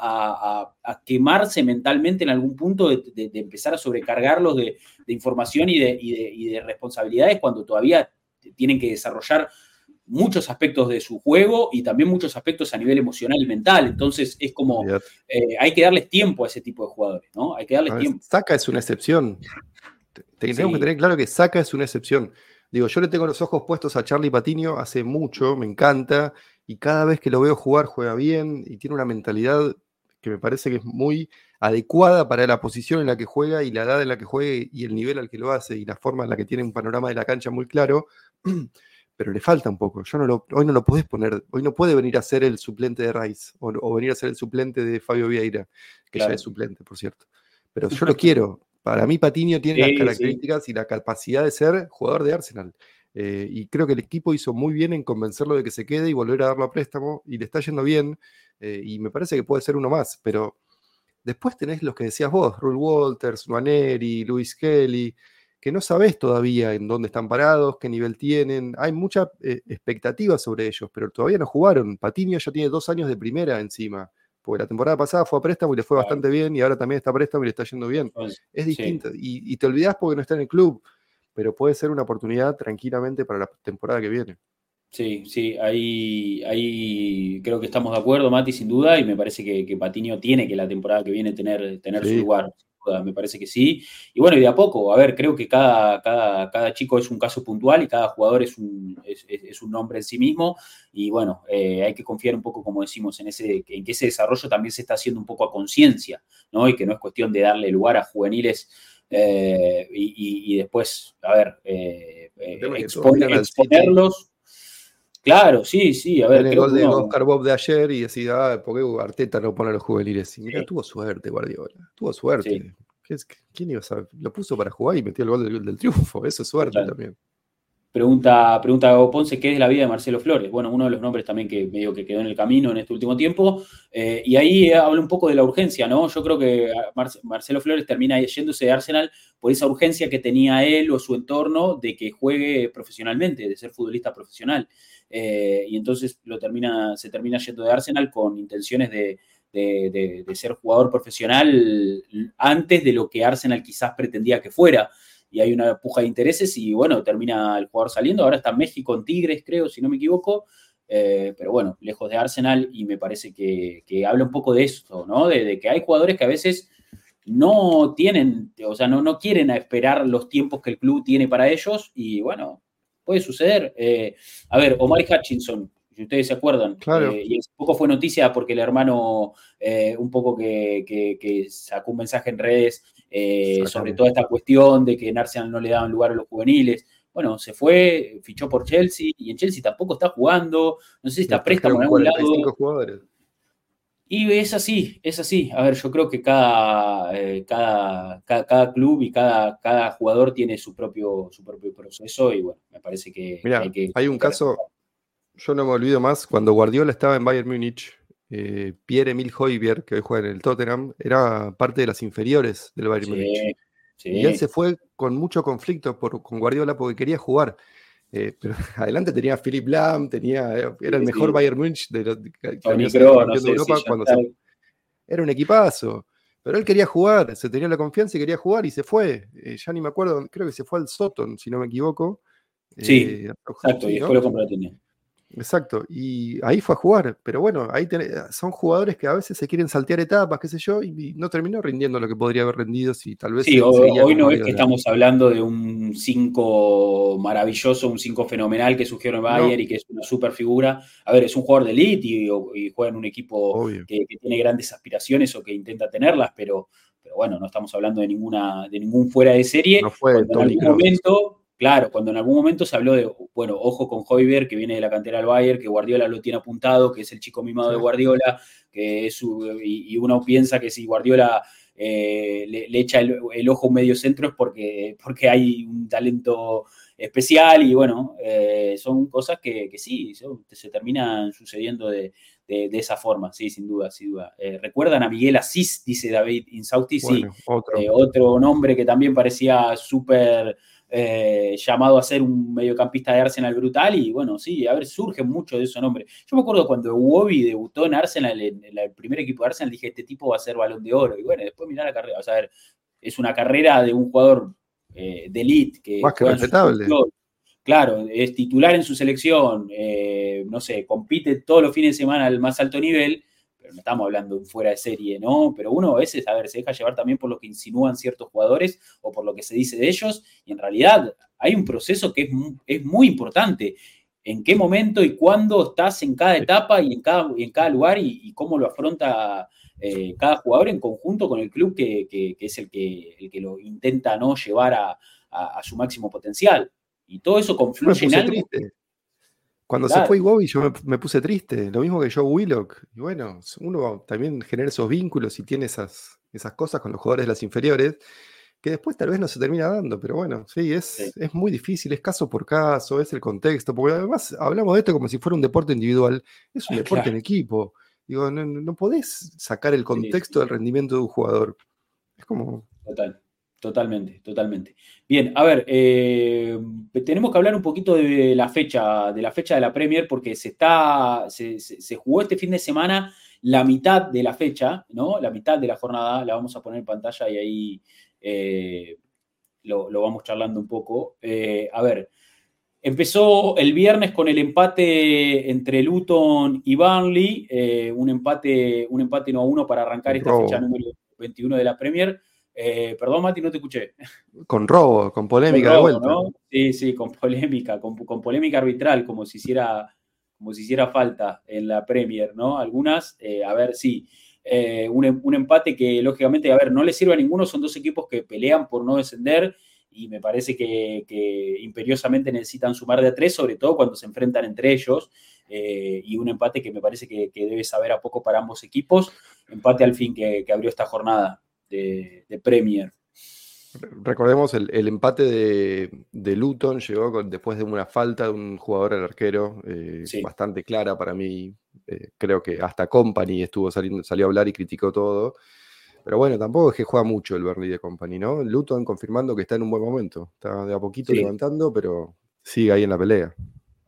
a quemarse mentalmente en algún punto de empezar a sobrecargarlos de información y de responsabilidades cuando todavía tienen que desarrollar muchos aspectos de su juego y también muchos aspectos a nivel emocional y mental. Entonces es como, hay que darles tiempo a ese tipo de jugadores, ¿no? Hay que darles tiempo. Saka es una excepción. Tenemos que tener claro que Saka es una excepción. Digo, yo le tengo los ojos puestos a Charlie Patiño hace mucho, me encanta, y cada vez que lo veo jugar juega bien y tiene una mentalidad que me parece que es muy adecuada para la posición en la que juega y la edad en la que juega y el nivel al que lo hace y la forma en la que tiene un panorama de la cancha muy claro. Pero le falta un poco. Hoy no lo podés poner, hoy no puede venir a ser el suplente de Rice o venir a ser el suplente de Fabio Vieira, que ya es suplente, por cierto. Pero yo lo quiero. Para mí Patiño tiene las características y la capacidad de ser jugador de Arsenal. Y creo que el equipo hizo muy bien en convencerlo de que se quede y volver a darlo a préstamo, y le está yendo bien, y me parece que puede ser uno más, pero después tenés los que decías vos, Rule Walters, Nwaneri, Luis Kelly, que no sabés todavía en dónde están parados, qué nivel tienen. Hay mucha expectativa sobre ellos, pero todavía no jugaron. Patiño ya tiene 2 años de primera encima, porque la temporada pasada fue a préstamo y le fue bastante bien, y ahora también está a préstamo y le está yendo bien. Es distinto. Y te olvidás porque no está en el club, pero puede ser una oportunidad tranquilamente para la temporada que viene. Sí, ahí creo que estamos de acuerdo, Mati, sin duda, y me parece que Patiño tiene que la temporada que viene tener su lugar. Me parece que sí. Y bueno, y de a poco, a ver, creo que cada chico es un caso puntual y cada jugador es un nombre en sí mismo. Y bueno, hay que confiar un poco, como decimos, en que ese desarrollo también se está haciendo un poco a conciencia, ¿no? Y que no es cuestión de darle lugar a juveniles y después, a ver, exponerlos. Claro, sí, a ver. Ven el gol de Oscar Bob de ayer y decís, ¿por qué Arteta no pone a los juveniles? Y mira, tuvo suerte Guardiola, tuvo suerte. Sí. ¿Quién iba a saber? Lo puso para jugar y metió el gol del triunfo, eso es suerte también. Pregunta Gabo Ponce, ¿qué es la vida de Marcelo Flores? Bueno, uno de los nombres también que medio que quedó en el camino en este último tiempo, y ahí habla un poco de la urgencia, ¿no? Yo creo que Marcelo Flores termina yéndose de Arsenal por esa urgencia que tenía él o su entorno de que juegue profesionalmente, de ser futbolista profesional. y entonces se termina yendo de Arsenal con intenciones de ser jugador profesional antes de lo que Arsenal quizás pretendía que fuera. Y hay una puja de intereses y bueno, termina el jugador saliendo. Ahora está en México, en Tigres, creo, si no me equivoco. Pero bueno, lejos de Arsenal, y me parece que habla un poco de esto, ¿no? De que hay jugadores que a veces no tienen, o sea, no quieren esperar los tiempos que el club tiene para ellos, y bueno, puede suceder. A ver, Omar Hutchinson, si ustedes se acuerdan, Claro. y hace poco fue noticia porque el hermano un poco que sacó un mensaje en redes sobre toda esta cuestión de que en Arsenal no le daban lugar a los juveniles. Bueno, se fue, fichó por Chelsea, y en Chelsea tampoco está jugando, no sé si está a préstamo en algún 45 lado. jugadores. Y es así, es así. A ver, yo creo que cada club y cada jugador tiene su propio proceso, y bueno, me parece que Mirá, hay que... hay un caso, yo no me olvido más, cuando Guardiola estaba en Bayern Múnich, Pierre-Emile Højbjerg, que hoy juega en el Tottenham, era parte de las inferiores del Bayern Múnich. Sí, Y él sí, se fue con mucho conflicto con Guardiola porque quería jugar. Pero adelante tenía a Philipp Lahm, era el mejor sí. Bayern Múnich que Toni había salido Kroos, no campeón de sé si Europa ya cuando está. era un equipazo. Pero él quería jugar, se tenía la confianza y quería jugar y se fue. Ya ni me acuerdo, creo que se fue al Soton, si no me equivoco. Sí, exacto, y Sí, después ¿no? lo compró Tini. Exacto, y ahí fue a jugar, pero bueno, son jugadores que a veces se quieren saltear etapas, qué sé yo, y no terminó rindiendo lo que podría haber rendido si tal vez Sí, seguía hoy con no es que Guardiola. estamos hablando de un 5 maravilloso, un 5 fenomenal que surgió en el Bayern No, y que es una super figura. A ver, es un jugador de elite y juega en un equipo obvio. que tiene grandes aspiraciones o que intenta tenerlas, pero bueno, no estamos hablando de ningún fuera de serie. No fue Cuando en Toni algún Kroos. momento, claro, cuando en algún momento se habló de, bueno, ojo con Højbjerg, que viene de la cantera del Bayern, que Guardiola lo tiene apuntado, que es el chico mimado Sí. de Guardiola, y uno piensa que si Guardiola le echa el ojo a un medio centro es porque hay un talento especial, y bueno, son cosas que sí, se terminan sucediendo de esa forma, sí, sin duda, sin duda. ¿Recuerdan a Miguel Asís? Dice David Insausti, sí. Bueno, otro. Otro nombre que también parecía súper llamado a ser un mediocampista de Arsenal brutal, y bueno, sí, a ver, surgen muchos de esos nombres. Yo me acuerdo cuando Iwobi debutó en Arsenal, en el primer equipo de Arsenal, dije, este tipo va a ser Balón de Oro, y bueno, después mirá la carrera, o sea, a ver, es una carrera de un jugador de elite que Más que juega en su respetable. selección, claro, es titular en su selección, no sé, compite todos los fines de semana al más alto nivel, pero no estamos hablando de un fuera de serie, ¿no? Pero uno a veces, a ver, se deja llevar también por lo que insinúan ciertos jugadores o por lo que se dice de ellos, y en realidad hay un proceso que es muy importante. En qué momento y cuándo estás en cada etapa y en cada lugar, y cómo lo afronta cada jugador en conjunto con el club que es el que lo intenta, ¿no?, llevar a su máximo potencial. Y todo eso Yo me confluye en puse algo. triste. Cuando se Claro, fue Iwobi yo me puse triste. Lo mismo que Joe Willock. Y bueno, uno también genera esos vínculos y tiene esas cosas con los jugadores de las inferiores que después tal vez no se termina dando. Pero bueno, sí, sí, es muy difícil, es caso por caso, es el contexto. Porque además hablamos de esto como si fuera un deporte individual. Es un deporte en claro. equipo. Digo, no podés sacar el Sí, contexto del rendimiento de un jugador. Es como... totalmente. Bien, a ver, tenemos que hablar un poquito de la fecha de la Premier, porque se jugó este fin de semana la mitad de la fecha, ¿no? La mitad de la jornada, la vamos a poner en pantalla y ahí lo vamos charlando un poco. A ver, empezó el viernes con el empate entre Luton y Burnley, un empate 1-1 para arrancar Un esta fecha robo. número 21 de la Premier. Perdón, Mati, no te escuché. Con robo, con Con polémica de robo, vuelta. ¿no? Sí, con polémica, con polémica arbitral, como si hiciera falta en la Premier, ¿no? Algunas, a ver, sí. Un empate que, lógicamente, a ver, no le sirve a ninguno, son dos equipos que pelean por no descender, y me parece que imperiosamente necesitan sumar de a 3, sobre todo cuando se enfrentan entre ellos, y un empate que me parece que debe saber a poco para ambos equipos, empate al fin que abrió esta jornada de Premier. Recordemos el empate de Luton llegó después de una falta de un jugador al arquero Sí. bastante clara para mí. Creo que hasta Company salió a hablar y criticó todo. Pero bueno, tampoco es que juega mucho el Burnley de Company, ¿no? Luton confirmando que está en un buen momento. Está de a poquito Sí. levantando, pero sigue ahí en la pelea.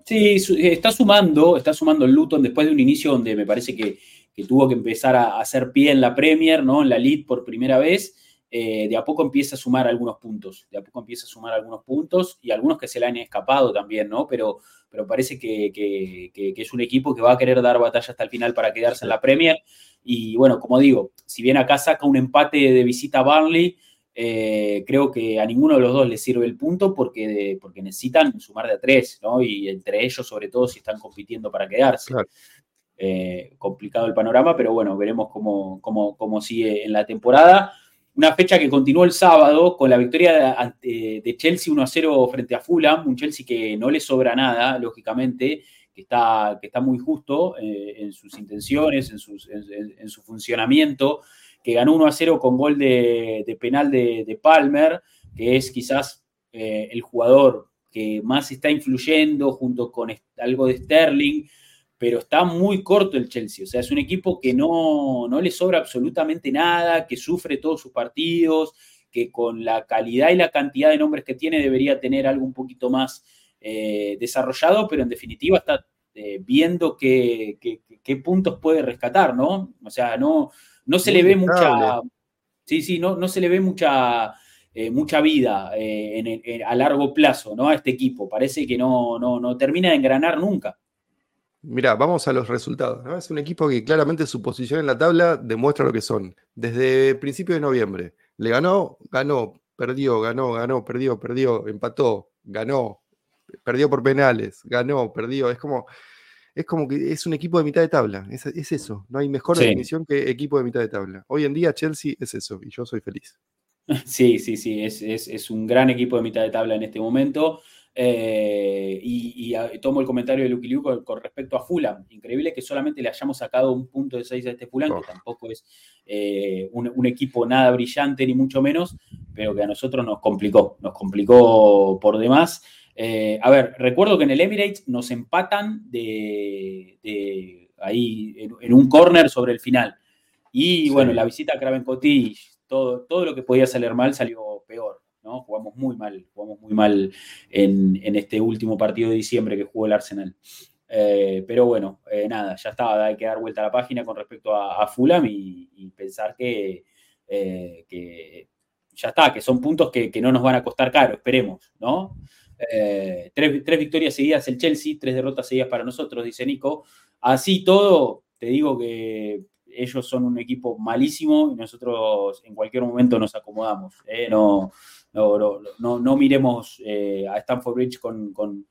Sí, está sumando el Luton después de un inicio donde me parece que tuvo que empezar a hacer pie en la Premier, ¿no? En la League por primera vez. De a poco empieza a sumar algunos puntos. Y algunos que se le han escapado también, ¿no? Pero parece que es un equipo que va a querer dar batalla hasta el final para quedarse en la Premier. Y bueno, como digo, si bien acá saca un empate de visita a Burnley, creo que a ninguno de los dos les sirve el punto porque necesitan sumar de a 3, ¿no? Y entre ellos, sobre todo, si están compitiendo para quedarse. Claro. Complicado el panorama, pero bueno, veremos cómo sigue en la temporada. Una fecha que continuó el sábado con la victoria de Chelsea 1-0 frente a Fulham, un Chelsea que no le sobra nada, lógicamente, que está muy justo en sus intenciones, en su funcionamiento, que ganó 1-0 con gol de penal de Palmer, que es quizás el jugador que más está influyendo junto con algo de Sterling, pero está muy corto el Chelsea. O sea, es un equipo que no le sobra absolutamente nada, que sufre todos sus partidos, que con la calidad y la cantidad de nombres que tiene debería tener algo un poquito más desarrollado, pero en definitiva está viendo qué puntos puede rescatar, ¿no? O sea, no se le ve mucha... Sí, no se le ve mucha vida a largo plazo, ¿no? A este equipo. Parece que no termina de engranar nunca. Mirá, vamos a los resultados, ¿no? Es un equipo que claramente su posición en la tabla demuestra lo que son. Desde principios de noviembre, le ganó, perdió, perdió, empató, ganó, perdió por penales, ganó, perdió. Es como que es un equipo de mitad de tabla. Es eso. No hay mejor definición que equipo de mitad de tabla. Hoy en día Chelsea es eso y yo soy feliz. Sí, es un gran equipo de mitad de tabla en este momento. Y tomo el comentario de Lucky Liu con respecto a Fulham. Increíble que solamente le hayamos sacado un punto de 6 a este Fulham, que tampoco es un equipo nada brillante, ni mucho menos, pero que a nosotros nos complicó por demás. A ver, recuerdo que en el Emirates nos empatan ahí en un córner sobre el final. Y bueno, la visita a Craven Cottage, todo lo que podía salir mal salió peor, ¿no? Jugamos muy mal en este último partido de diciembre que jugó el Arsenal. Pero bueno, nada, ya estaba, hay que dar vuelta a la página con respecto a Fulham y pensar que ya está, que son puntos que no nos van a costar caro, esperemos, ¿no? 3 victorias seguidas el Chelsea, 3 derrotas seguidas para nosotros, dice Nico. Así todo, te digo que ellos son un equipo malísimo y nosotros en cualquier momento nos acomodamos. No miremos a Stamford Bridge con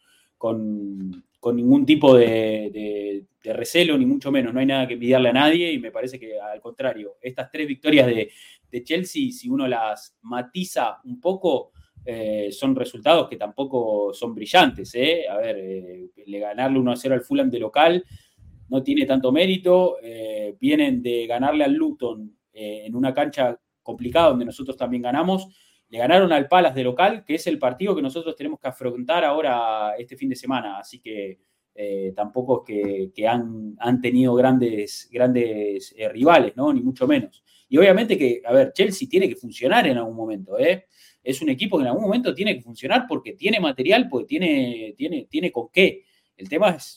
ningún tipo de recelo, ni mucho menos. No hay nada que envidiarle a nadie y me parece que al contrario, estas 3 victorias de Chelsea, si uno las matiza un poco, son resultados que tampoco son brillantes. A ver, ganarle 1-0 al Fulham de local no tiene tanto mérito. Vienen de ganarle al Luton en una cancha complicada donde nosotros también ganamos. Le ganaron al Palace de local, que es el partido que nosotros tenemos que afrontar ahora este fin de semana. Así que tampoco es que han tenido grandes rivales, ¿no? Ni mucho menos. Y obviamente que, a ver, Chelsea tiene que funcionar en algún momento, Es un equipo que en algún momento tiene que funcionar porque tiene material, porque tiene con qué. El tema es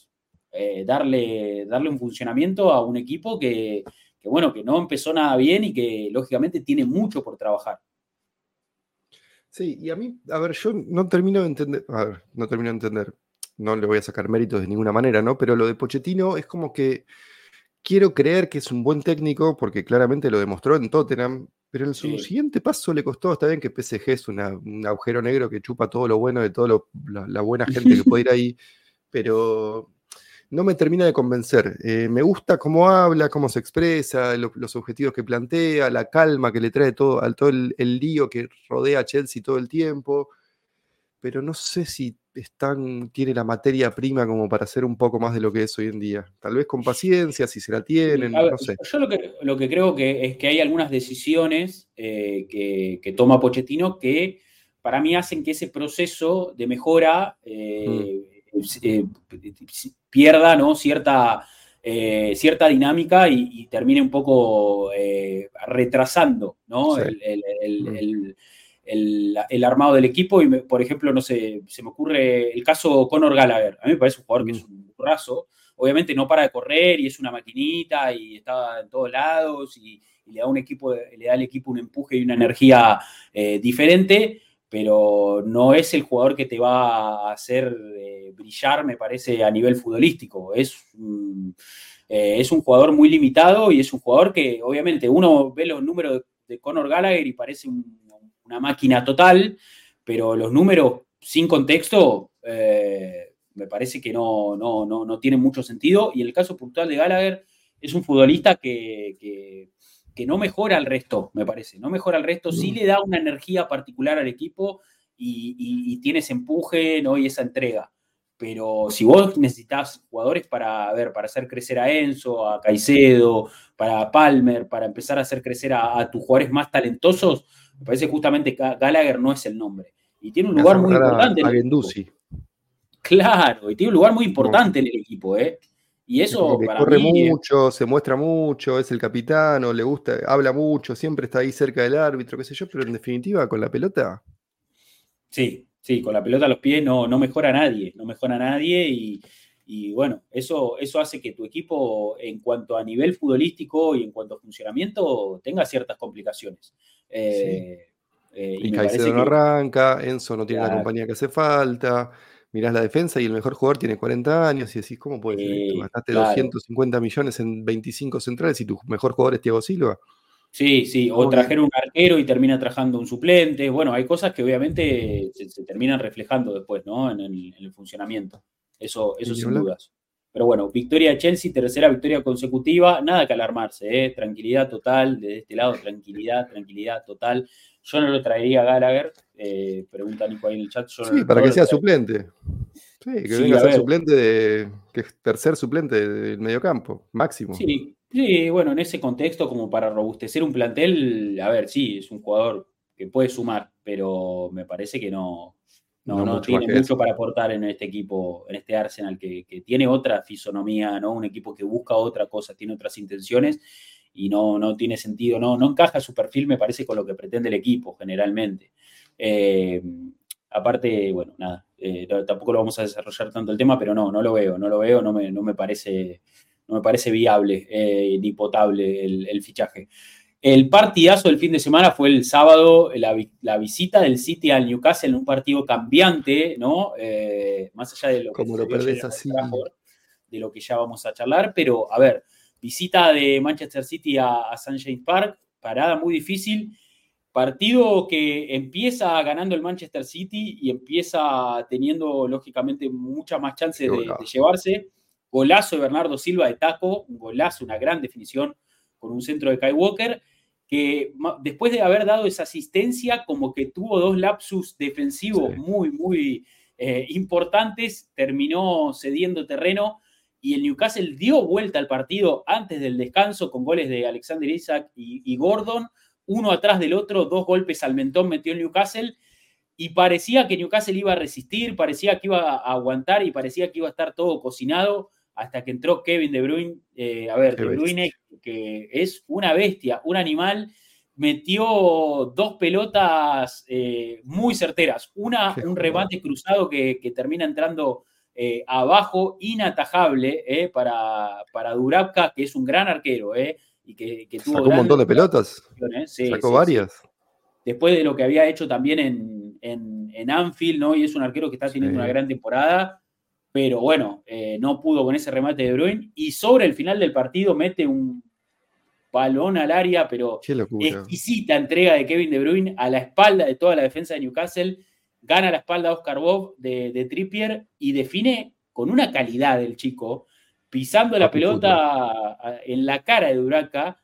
darle un funcionamiento a un equipo que no empezó nada bien y que lógicamente tiene mucho por trabajar. Sí, y a mí, a ver, yo no termino de entender, no le voy a sacar méritos de ninguna manera, ¿no? Pero lo de Pochettino es como que quiero creer que es un buen técnico porque claramente lo demostró en Tottenham, pero en su siguiente paso le costó. Está bien que PSG es un agujero negro que chupa todo lo bueno de toda la buena gente que puede ir ahí, pero no me termina de convencer. Me gusta cómo habla, cómo se expresa, los objetivos que plantea, la calma que le trae todo el lío que rodea a Chelsea todo el tiempo, pero no sé si tiene la materia prima como para hacer un poco más de lo que es hoy en día. Tal vez con paciencia, si se la tienen, ver, no sé. Yo lo que creo que es que hay algunas decisiones que toma Pochettino que para mí hacen que ese proceso de mejora pierda, ¿no? cierta dinámica y termine un poco retrasando, ¿no? Sí. el armado del equipo. Y, por ejemplo, no sé, se me ocurre el caso Conor Gallagher. A mí me parece un jugador que es un burrazo. Obviamente no para de correr y es una maquinita y está en todos lados y le da al equipo un empuje y una energía diferente, pero no es el jugador que te va a hacer brillar, me parece, a nivel futbolístico. Es un jugador muy limitado y es un jugador que, obviamente, uno ve los números de Conor Gallagher y parece una máquina total, pero los números sin contexto me parece que no tienen mucho sentido. Y en el caso puntual de Gallagher, es un futbolista que no mejora al resto, me parece. No mejora al resto, sí le da una energía particular al equipo y tiene ese empuje, ¿no? Y esa entrega. Pero si vos necesitas jugadores para hacer crecer a Enzo, a Caicedo, para Palmer, para empezar a hacer crecer a tus jugadores más talentosos, me parece justamente que Gallagher no es el nombre. Y tiene un lugar muy importante en el equipo. Claro, y tiene un lugar muy importante en el equipo, ¿eh? Y eso para corre mí, mucho, se muestra mucho, es el capitán, o le gusta, habla mucho, siempre está ahí cerca del árbitro, qué sé yo, pero en definitiva con la pelota. Sí, con la pelota a los pies no mejora a nadie, y bueno, eso hace que tu equipo en cuanto a nivel futbolístico y en cuanto a funcionamiento tenga ciertas complicaciones. Y Caicedo no arranca, Enzo no tiene la compañía que hace falta. Mirás la defensa y el mejor jugador tiene 40 años y decís, ¿cómo puede ser esto? Gastaste 250 millones en 25 centrales y tu mejor jugador es Thiago Silva. Sí, o trajeron un arquero y termina trabajando un suplente. Bueno, hay cosas que obviamente se terminan reflejando después, ¿no? En el funcionamiento. Eso sin dudas. Pero bueno, victoria de Chelsea, tercera victoria consecutiva, nada que alarmarse, ¿eh? Tranquilidad total, desde este lado, tranquilidad total. Yo no lo traería a Gallagher, pregunta Nico ahí en el chat. Para que sea suplente. Sí, que venga a ser suplente, que es tercer suplente del mediocampo, máximo. Sí, bueno, en ese contexto, como para robustecer un plantel, a ver, sí, es un jugador que puede sumar, pero me parece que no tiene mucho para aportar en este equipo, en este Arsenal, que tiene otra fisonomía, ¿no? Un equipo que busca otra cosa, tiene otras intenciones y no tiene sentido, no encaja su perfil, me parece, con lo que pretende el equipo, generalmente. Aparte, bueno, nada, tampoco lo vamos a desarrollar tanto el tema, pero no lo veo, no me parece viable ni potable el fichaje. El partidazo del fin de semana fue el sábado, la visita del City al Newcastle en un partido cambiante, ¿no? Más allá de lo que como lo perdés así, de lo que ya vamos a charlar, pero a ver, visita de Manchester City a St. James Park, parada muy difícil, partido que empieza ganando el Manchester City y empieza teniendo, lógicamente, muchas más chances de llevarse. Golazo de Bernardo Silva de taco, un golazo, una gran definición con un centro de Kyle Walker, que después de haber dado esa asistencia, como que tuvo dos lapsus defensivos muy importantes, terminó cediendo terreno y el Newcastle dio vuelta al partido antes del descanso con goles de Alexander Isak y Gordon, uno atrás del otro, 2 golpes al mentón metió el Newcastle y parecía que Newcastle iba a resistir, parecía que iba a aguantar y parecía que iba a estar todo cocinado hasta que entró Kevin De Bruyne. De Bruyne, que es una bestia, un animal, metió 2 pelotas muy certeras. Un remate cruzado que termina entrando abajo, inatajable para Dubravka, que es un gran arquero, y que tuvo sacó un montón de pelotas. Sacó varias. Sí. Después de lo que había hecho también en Anfield, ¿no? Y es un arquero que está teniendo una gran temporada. Pero bueno, no pudo con ese remate de Bruyne y sobre el final del partido mete un balón al área, pero exquisita entrega de Kevin De Bruyne a la espalda de toda la defensa de Newcastle, gana la espalda a Oscar Bob de Trippier y define con una calidad el chico, pisando la pelota en la cara de Dubravka,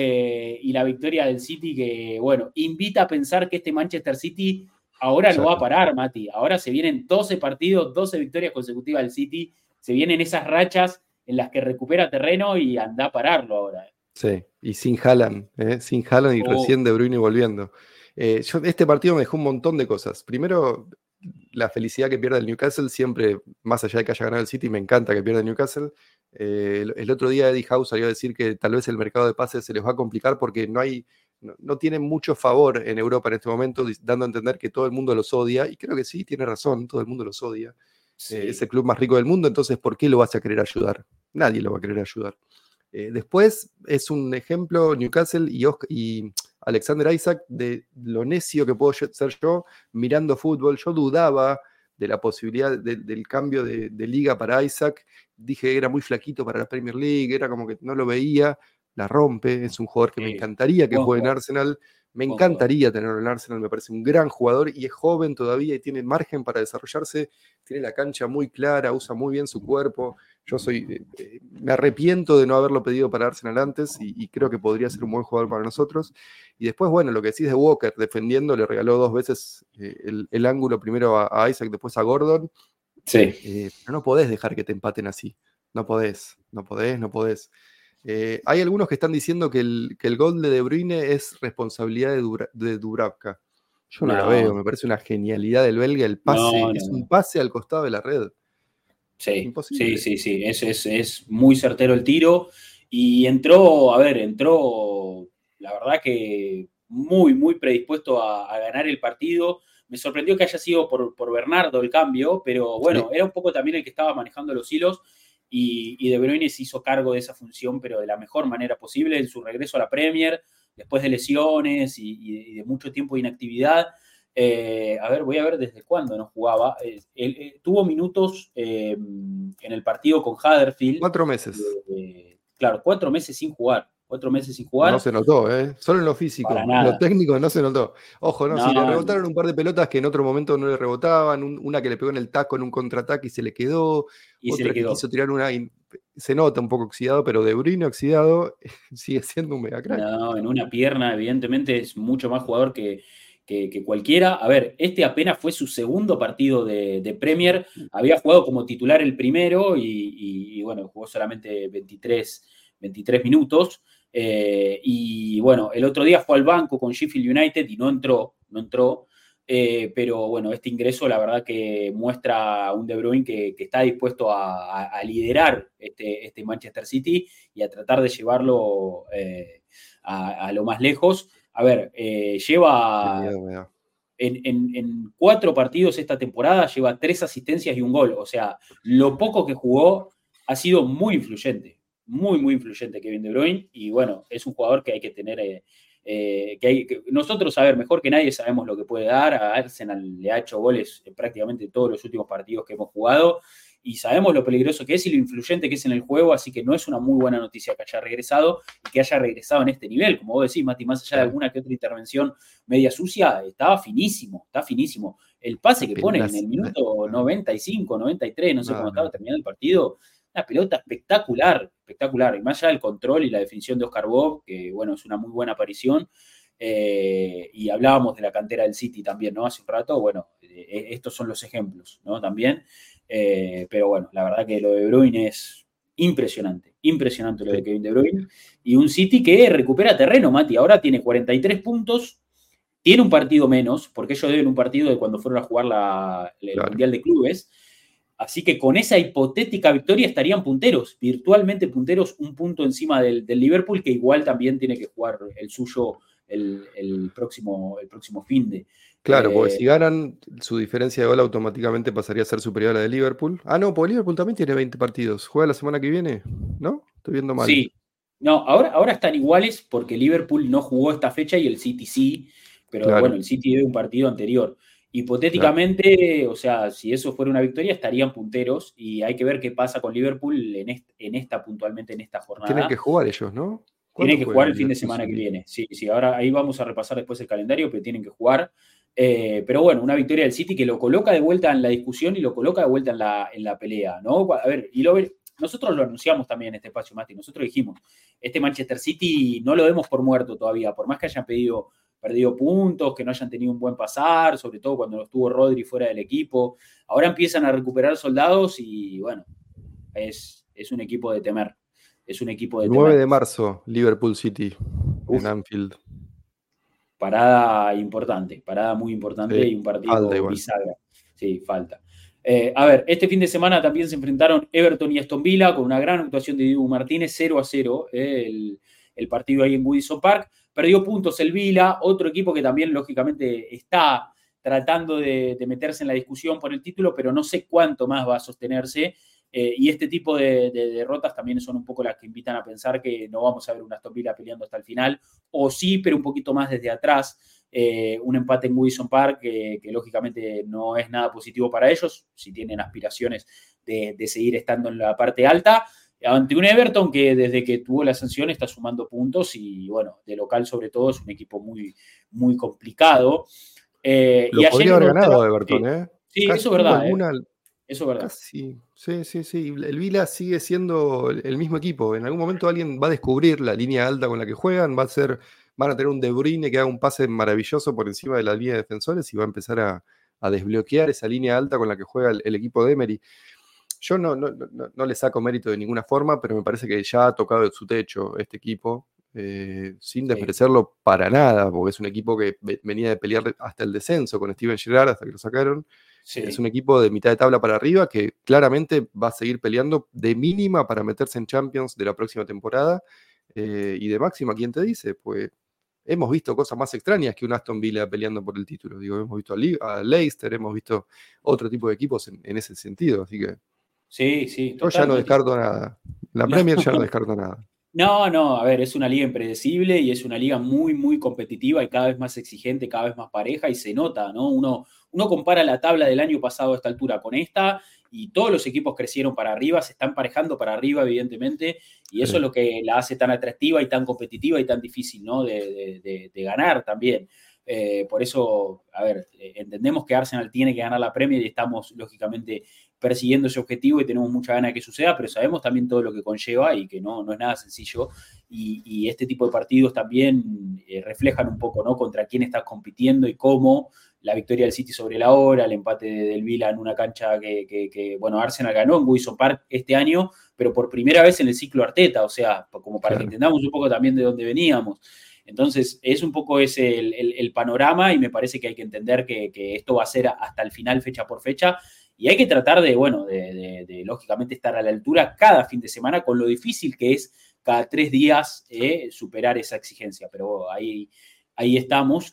y la victoria del City que, bueno, invita a pensar que este Manchester City ahora no va a parar, Mati. Ahora se vienen 12 partidos, 12 victorias consecutivas del City. Se vienen esas rachas en las que recupera terreno y anda a pararlo ahora. Sí, y sin Haaland y recién De Bruyne volviendo. Este partido me dejó un montón de cosas. Primero, la felicidad que pierde el Newcastle, siempre, más allá de que haya ganado el City, me encanta que pierda el Newcastle. El otro día Eddie Howe salió a decir que tal vez el mercado de pases se les va a complicar porque no hay no tienen mucho favor en Europa en este momento, dando a entender que todo el mundo los odia, y creo que sí, tiene razón, todo el mundo los odia. Sí. Es el club más rico del mundo, entonces ¿por qué lo vas a querer ayudar? Nadie lo va a querer ayudar. Después es un ejemplo Newcastle y Alexander Isak de lo necio que puedo ser yo mirando fútbol. Yo dudaba de la posibilidad del cambio de liga para Isak. Dije que era muy flaquito para la Premier League, era como que no lo veía. La rompe, es un jugador que me encantaría que juegue en Arsenal. Me encantaría tenerlo en Arsenal, me parece un gran jugador y es joven todavía y tiene margen para desarrollarse, tiene la cancha muy clara, usa muy bien su cuerpo. Yo me arrepiento de no haberlo pedido para Arsenal antes y creo que podría ser un buen jugador para nosotros. Y después, bueno, lo que decís de Walker, defendiendo, le regaló 2 veces el ángulo, primero a Isak, después a Gordon. Sí. Pero no podés dejar que te empaten así, no podés. Hay algunos que están diciendo que el gol de Bruyne es responsabilidad de Dubravka. Yo no la veo, me parece una genialidad del belga. El pase es un pase al costado de la red. Sí, imposible. Sí. Es muy certero el tiro. Y entró, la verdad que muy, muy predispuesto a ganar el partido. Me sorprendió que haya sido por Bernardo el cambio, pero bueno, sí. Era un poco también el que estaba manejando los hilos. Y De Bruyne se hizo cargo de esa función, pero de la mejor manera posible en su regreso a la Premier, después de lesiones y de mucho tiempo de inactividad. Voy a ver desde cuándo no jugaba. Él tuvo minutos en el partido con Huddersfield. 4 meses. Claro, 4 meses sin jugar. 4 meses sin jugar. No se notó, solo en lo físico. En lo técnico no se notó. Ojo, si le rebotaron un par de pelotas que en otro momento no le rebotaban, una que le pegó en el taco en un contraataque y se le quedó, otra que quiso tirar una y se nota un poco oxidado, pero De Bruyne oxidado sigue siendo un mega crack. No, en una pierna evidentemente es mucho más jugador que cualquiera. A ver, este apenas fue su segundo partido de Premier, había jugado como titular el primero y bueno, jugó solamente 23 minutos. Y bueno, el otro día fue al banco con Sheffield United y no entró, pero bueno, este ingreso la verdad que muestra a un De Bruyne que está dispuesto a liderar este Manchester City y a tratar de llevarlo a lo más lejos. A ver, lleva en 4 partidos esta temporada, lleva 3 asistencias y un gol, o sea, lo poco que jugó ha sido muy influyente. Muy influyente Kevin De Bruyne, y bueno, es un jugador que hay que tener, nosotros, a ver, mejor que nadie sabemos lo que puede dar. A Arsenal le ha hecho goles en prácticamente todos los últimos partidos que hemos jugado, y sabemos lo peligroso que es y lo influyente que es en el juego, así que no es una muy buena noticia que haya regresado, y que haya regresado en este nivel, como vos decís, Mati, más allá de alguna que otra intervención media sucia, está finísimo. El pase que pone en el minuto 95, 93, no sé cómo estaba terminando el partido, una pelota espectacular, y más allá del control y la definición de Oscar Bob, que bueno, es una muy buena aparición, y hablábamos de la cantera del City también, ¿no? Hace un rato, bueno, estos son los ejemplos, ¿no? También, pero bueno, la verdad que lo de De Bruyne es impresionante lo de Kevin De Bruyne, y un City que recupera terreno, Mati, ahora tiene 43 puntos, tiene un partido menos, porque ellos deben un partido de cuando fueron a jugar el Mundial de Clubes. Así que con esa hipotética victoria estarían punteros, virtualmente punteros, un punto encima del Liverpool, que igual también tiene que jugar el suyo el próximo finde. Claro, porque si ganan, su diferencia de gol automáticamente pasaría a ser superior a la de Liverpool. Ah, no, porque Liverpool también tiene 20 partidos. ¿Juega la semana que viene? ¿No? Estoy viendo mal. Sí. No, ahora están iguales porque Liverpool no jugó esta fecha y el City sí, pero claro, bueno, el City debe un partido anterior. Hipotéticamente, claro, o sea, si eso fuera una victoria, estarían punteros, y hay que ver qué pasa con Liverpool puntualmente en esta jornada. Tienen que jugar ellos, ¿no? Tienen que jugar el fin de semana que viene. Sí, ahora ahí vamos a repasar después el calendario, pero tienen que jugar. Pero bueno, una victoria del City que lo coloca de vuelta en la discusión y lo coloca de vuelta en la pelea, ¿no? A ver, nosotros lo anunciamos también en este espacio, Mati. Nosotros dijimos, este Manchester City no lo vemos por muerto todavía, por más que hayan perdido puntos, que no hayan tenido un buen pasar, sobre todo cuando no estuvo Rodri fuera del equipo. Ahora empiezan a recuperar soldados y bueno, es un equipo de temer. 9 de marzo, Liverpool City, en Anfield. Parada muy importante, sí, y un partido bisagra. Sí, falta. A ver, este fin de semana también se enfrentaron Everton y Aston Villa con una gran actuación de Dibu Martínez, 0-0, el partido ahí en Goodison Park. Perdió puntos el Vila, otro equipo que también lógicamente está tratando de meterse en la discusión por el título, pero no sé cuánto más va a sostenerse. Y este tipo de derrotas también son un poco las que invitan a pensar que no vamos a ver un Aston Villa peleando hasta el final, o sí, pero un poquito más desde atrás. Un empate en Goodison Park que lógicamente no es nada positivo para ellos, si tienen aspiraciones de seguir estando en la parte alta, ante un Everton que desde que tuvo la sanción está sumando puntos y bueno, de local sobre todo es un equipo muy, muy complicado. Lo podría haber ganado Everton, ¿eh? Sí, eso es verdad. Alguna, eso es verdad. Casi, sí. El Vila sigue siendo el mismo equipo. En algún momento alguien va a descubrir la línea alta con la que juegan, van a tener un De Bruyne que haga un pase maravilloso por encima de la línea de defensores y va a empezar a desbloquear esa línea alta con la que juega el equipo de Emery. Yo no le saco mérito de ninguna forma, pero me parece que ya ha tocado su techo este equipo, sin desmerecerlo para nada, porque es un equipo que venía de pelear hasta el descenso con Steven Gerrard hasta que lo sacaron. Sí. Es un equipo de mitad de tabla para arriba que claramente va a seguir peleando de mínima para meterse en Champions de la próxima temporada, y de máxima, ¿quién te dice? Pues hemos visto cosas más extrañas que un Aston Villa peleando por el título. Digo, hemos visto a Leicester, hemos visto otro tipo de equipos en ese sentido, así que sí. Yo ya no descarto nada. La Premier ya no descarto nada. No, a ver, es una liga impredecible y es una liga muy, muy competitiva y cada vez más exigente, cada vez más pareja y se nota, ¿no? Uno compara la tabla del año pasado a esta altura con esta y todos los equipos crecieron para arriba, se están parejando para arriba, evidentemente, y eso es lo que la hace tan atractiva y tan competitiva y tan difícil, ¿no? De ganar también. Por eso, a ver, entendemos que Arsenal tiene que ganar la Premier y estamos, lógicamente, persiguiendo ese objetivo y tenemos mucha ganas de que suceda, pero sabemos también todo lo que conlleva y que no es nada sencillo. Y este tipo de partidos también reflejan un poco, ¿no? Contra quién estás compitiendo y cómo la victoria del City sobre la hora, el empate del Villa en una cancha que Arsenal ganó en Goodison Park este año, pero por primera vez en el ciclo Arteta, o sea, como para que entendamos un poco también de dónde veníamos. Entonces, es un poco ese el panorama y me parece que hay que entender que esto va a ser hasta el final, fecha por fecha, y hay que tratar de lógicamente estar a la altura cada fin de semana con lo difícil que es cada 3 días superar esa exigencia, pero ahí estamos.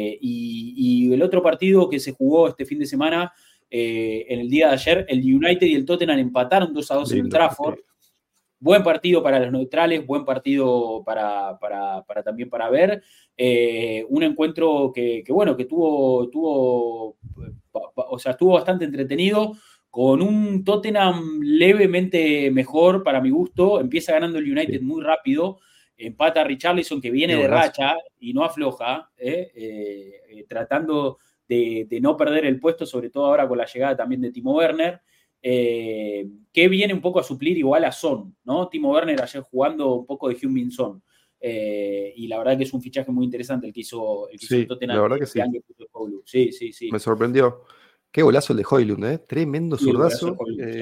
Y el otro partido que se jugó este fin de semana, en el día de ayer, el United y el Tottenham empataron 2-2 en Trafford. Buen partido para los neutrales, buen partido también para ver. Un encuentro que estuvo bastante entretenido, con un Tottenham levemente mejor para mi gusto. Empieza ganando el United muy rápido, empata a Richarlison que viene de racha y no afloja, tratando de no perder el puesto, sobre todo ahora con la llegada también de Timo Werner. Que viene un poco a suplir igual a Son, ¿no? Timo Werner ayer jugando un poco de Heung-min Son, y la verdad que es un fichaje muy interesante el que hizo Tottenham. La verdad que sí. Sí. Me sorprendió. Qué golazo el de Højlund, tremendo zurdazo.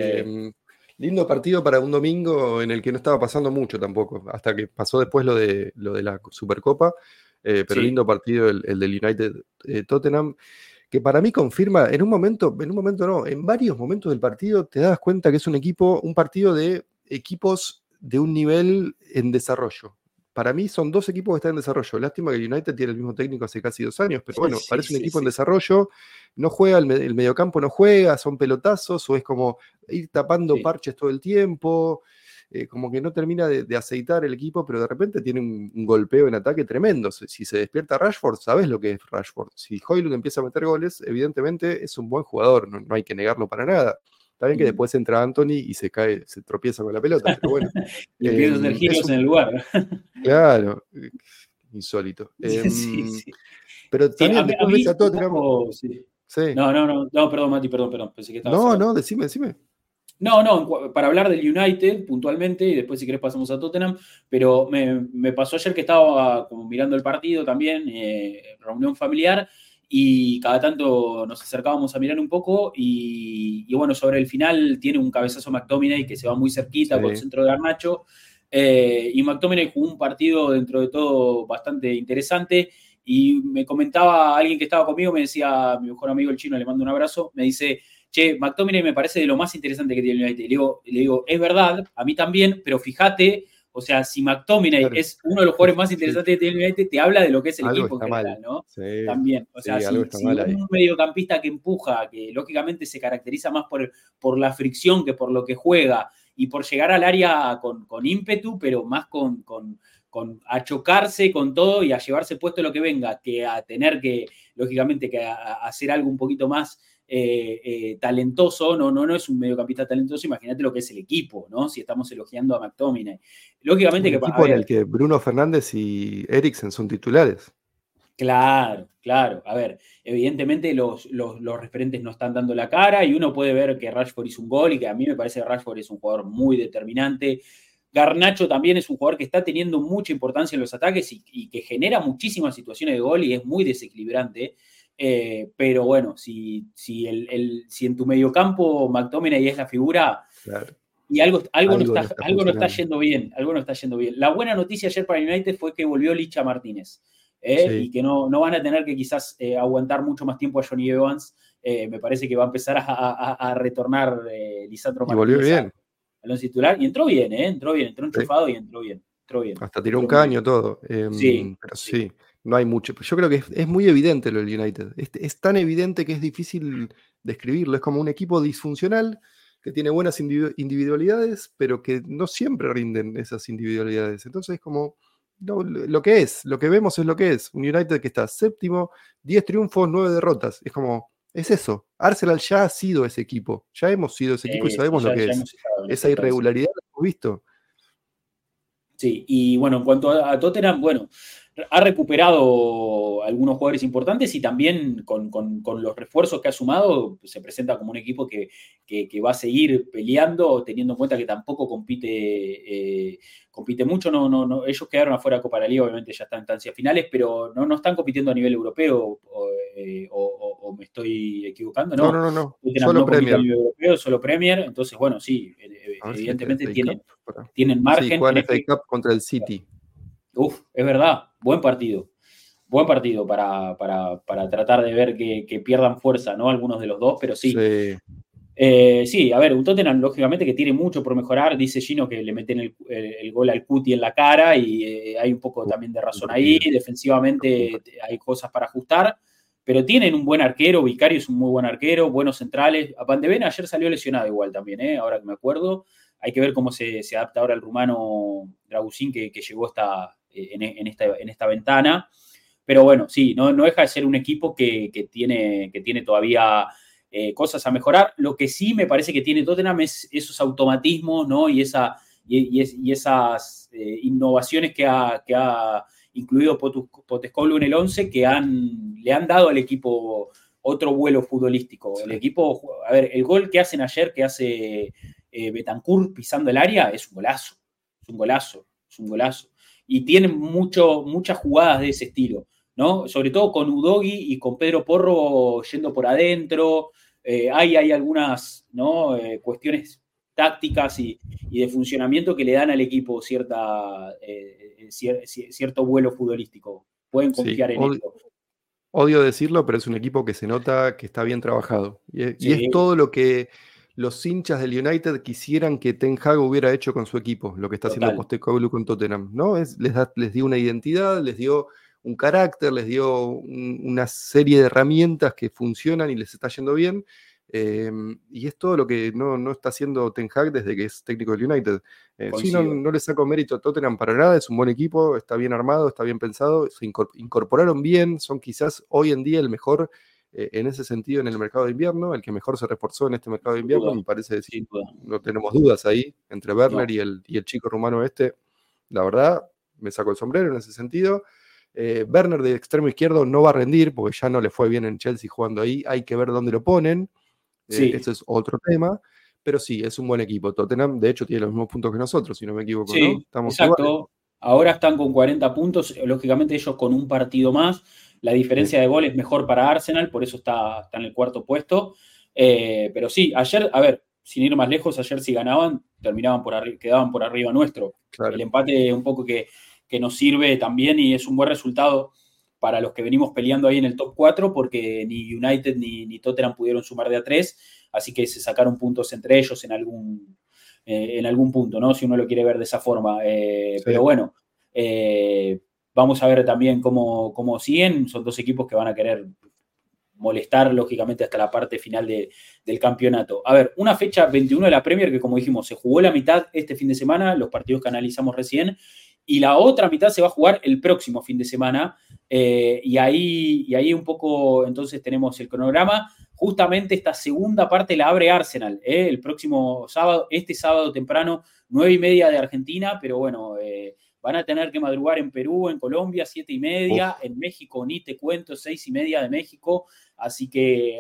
Lindo partido para un domingo en el que no estaba pasando mucho tampoco, hasta que pasó después lo de la Supercopa, pero lindo partido el del United Tottenham, que para mí confirma, en varios momentos del partido te das cuenta que es un partido de equipos de un nivel en desarrollo. Para mí son 2 equipos que están en desarrollo. Lástima que el United tiene el mismo técnico hace casi 2 años, pero bueno, parece un equipo en desarrollo. No juega, el mediocampo no juega, son pelotazos, o es como ir tapando parches todo el tiempo. Como que no termina de aceitar el equipo, pero de repente tiene un golpeo en ataque tremendo. Si se despierta Rashford, sabes lo que es Rashford. Si Højlund empieza a meter goles, evidentemente es un buen jugador, no hay que negarlo para nada. Está bien que después entra Anthony y se tropieza con la pelota, pero bueno. Y empieza a hacer giros en el lugar. Claro, insólito. Pero también después ves a Tottenham. No, perdón, Mati, perdón. Pensé que no, decime. No, para hablar del United puntualmente, y después si querés pasamos a Tottenham, pero me pasó ayer que estaba como mirando el partido también, reunión familiar, y cada tanto nos acercábamos a mirar un poco, y bueno, sobre el final tiene un cabezazo McTominay que se va muy cerquita con el centro de Garnacho, y McTominay jugó un partido dentro de todo bastante interesante, y me comentaba alguien que estaba conmigo, me decía, mi mejor amigo el chino, le mando un abrazo, me dice: che, McTominay me parece de lo más interesante que tiene el United. Le digo, es verdad, a mí también, pero fíjate O sea, si McTominay Claro. es uno de los jugadores más interesantes de United, te habla de lo que es el Algo equipo en está general, mal. ¿no? Sí, También. O sea, sí, algo si, está si mal ahí. un mediocampista que empuja, que lógicamente se caracteriza más por la fricción que por lo que juega, y por llegar al área con ímpetu, pero más a chocarse con todo y a llevarse puesto lo que venga, que a tener que, lógicamente, que a hacer algo un poquito más talentoso, no es un mediocampista talentoso, imagínate lo que es el equipo, ¿no? Si estamos elogiando a McTominay. Lógicamente Un que, equipo en el que Bruno Fernández y Eriksen son titulares. Claro. A ver, evidentemente los referentes no están dando la cara y uno puede ver que Rashford hizo un gol y que a mí me parece que Rashford es un jugador muy determinante. Garnacho también es un jugador que está teniendo mucha importancia en los ataques y que genera muchísimas situaciones de gol y es muy desequilibrante. Pero bueno, si en tu mediocampo McTominay es la figura, Claro. y algo no está funcionando. yendo bien, algo no está yendo bien. La buena noticia ayer para United fue que volvió Licha Martínez, Sí. y que no van a tener que quizás aguantar mucho más tiempo a Johnny Evans. Me parece que va a empezar a retornar Lisandro Y volvió Martínez bien. al once titular, y entró bien, entró enchufado y entró bien. Hasta tiró un Entró muy caño, bien. todo. Sí, Pero sí. sí, no hay mucho. Yo creo que es muy evidente lo del United. Es tan evidente que es difícil describirlo. Es como un equipo disfuncional que tiene buenas individualidades, pero que no siempre rinden esas individualidades. Entonces es como lo que es, lo que vemos es lo que es. Un United que está séptimo, 10 triunfos, 9 derrotas. Es como, es eso. Arsenal ya ha sido ese equipo. Ya hemos sido ese equipo y sabemos Sí, lo que ya es. hemos estado en Esa esa fase. irregularidad la hemos visto. Sí, y bueno, en cuanto a Tottenham, bueno, ha recuperado algunos jugadores importantes y también con los refuerzos que ha sumado, se presenta como un equipo que va a seguir peleando, teniendo en cuenta que tampoco compite mucho. No, ellos quedaron afuera de Copa de la Liga, obviamente ya están en instancias finales, pero no están compitiendo a nivel europeo, o me estoy equivocando, no. No. Tottenham Solo no compite a Premier. nivel europeo, solo Premier, entonces, bueno, sí, A ver si este evidentemente FA Cup. tienen Sí, margen en juegan FA este. Cup contra el City. Es verdad, buen partido. Buen partido para tratar de ver que pierdan fuerza, ¿no? Algunos de los dos, pero sí. Sí. Sí, a ver, un Tottenham, lógicamente, que tiene mucho por mejorar. Dice Gino que le meten el gol al Cuti en la cara y hay un poco también de razón ahí. Defensivamente hay cosas para ajustar, pero tienen un buen arquero. Vicario es un muy buen arquero, buenos centrales. A Van de Ven ayer salió lesionado igual también, ahora que me acuerdo. Hay que ver cómo se adapta ahora el rumano Dragusin, que llegó en esta ventana. Pero bueno, sí, no deja de ser un equipo que tiene todavía cosas a mejorar. Lo que sí me parece que tiene Tottenham es esos automatismos, ¿no? Y esas innovaciones que ha incluido Postecoglou en el 11, que le han dado al equipo otro vuelo futbolístico. Sí. El equipo, a ver, el gol que hacen ayer, que hace Bentancur pisando el área, es un golazo. Y tienen muchas jugadas de ese estilo, ¿no? Sobre todo con Udogi y con Pedro Porro yendo por adentro. Hay algunas, ¿no? Cuestiones tácticas y de funcionamiento que le dan al equipo cierto vuelo futbolístico. Pueden confiar en esto. Odio decirlo, pero es un equipo que se nota que está bien trabajado. Y es todo lo que los hinchas del United quisieran que Ten Hag hubiera hecho con su equipo, lo que está haciendo Postecoglou con Tottenham, ¿no? Les dio una identidad, les dio un carácter, les dio una serie de herramientas que funcionan y les está yendo bien. Y es todo lo que no está haciendo Ten Hag desde que es técnico del United. Sí, no le saco mérito a Tottenham para nada, es un buen equipo, está bien armado, está bien pensado, se incorporaron bien, son quizás hoy en día el mejor en ese sentido en el mercado de invierno, el que mejor se reforzó en este mercado de invierno, me parece decir, no tenemos dudas ahí, entre Werner y el chico rumano la verdad, me saco el sombrero en ese sentido. Werner de extremo izquierdo no va a rendir, porque ya no le fue bien en Chelsea jugando ahí, hay que ver dónde lo ponen. Ese es otro tema, pero sí, es un buen equipo. Tottenham, de hecho, tiene los mismos puntos que nosotros, si no me equivoco, sí, ¿no? Estamos exacto. iguales. Ahora están con 40 puntos, lógicamente ellos con un partido más. La diferencia de gol es mejor para Arsenal, por eso está en el cuarto puesto. Pero sí, ayer, a ver, sin ir más lejos, ayer si ganaban, quedaban por arriba nuestro. Claro. El empate un poco que nos sirve también y es un buen resultado para los que venimos peleando ahí en el top 4, porque ni United ni Tottenham pudieron sumar de a 3, así que se sacaron puntos entre ellos en en algún punto, ¿no? Si uno lo quiere ver de esa forma. Sí. Pero bueno, vamos a ver también cómo siguen. Son dos equipos que van a querer molestar, lógicamente, hasta la parte final del campeonato. A ver, una fecha 21 de la Premier que, como dijimos, se jugó la mitad este fin de semana, los partidos que analizamos recién, y la otra mitad se va a jugar el próximo fin de semana, y ahí un poco, entonces, tenemos el cronograma. Justamente esta segunda parte la abre Arsenal, el próximo sábado, este sábado temprano, 9:30 de Argentina, pero bueno, van a tener que madrugar en Perú, en Colombia, 7:30, en México, ni te cuento, 6:30 de México, así que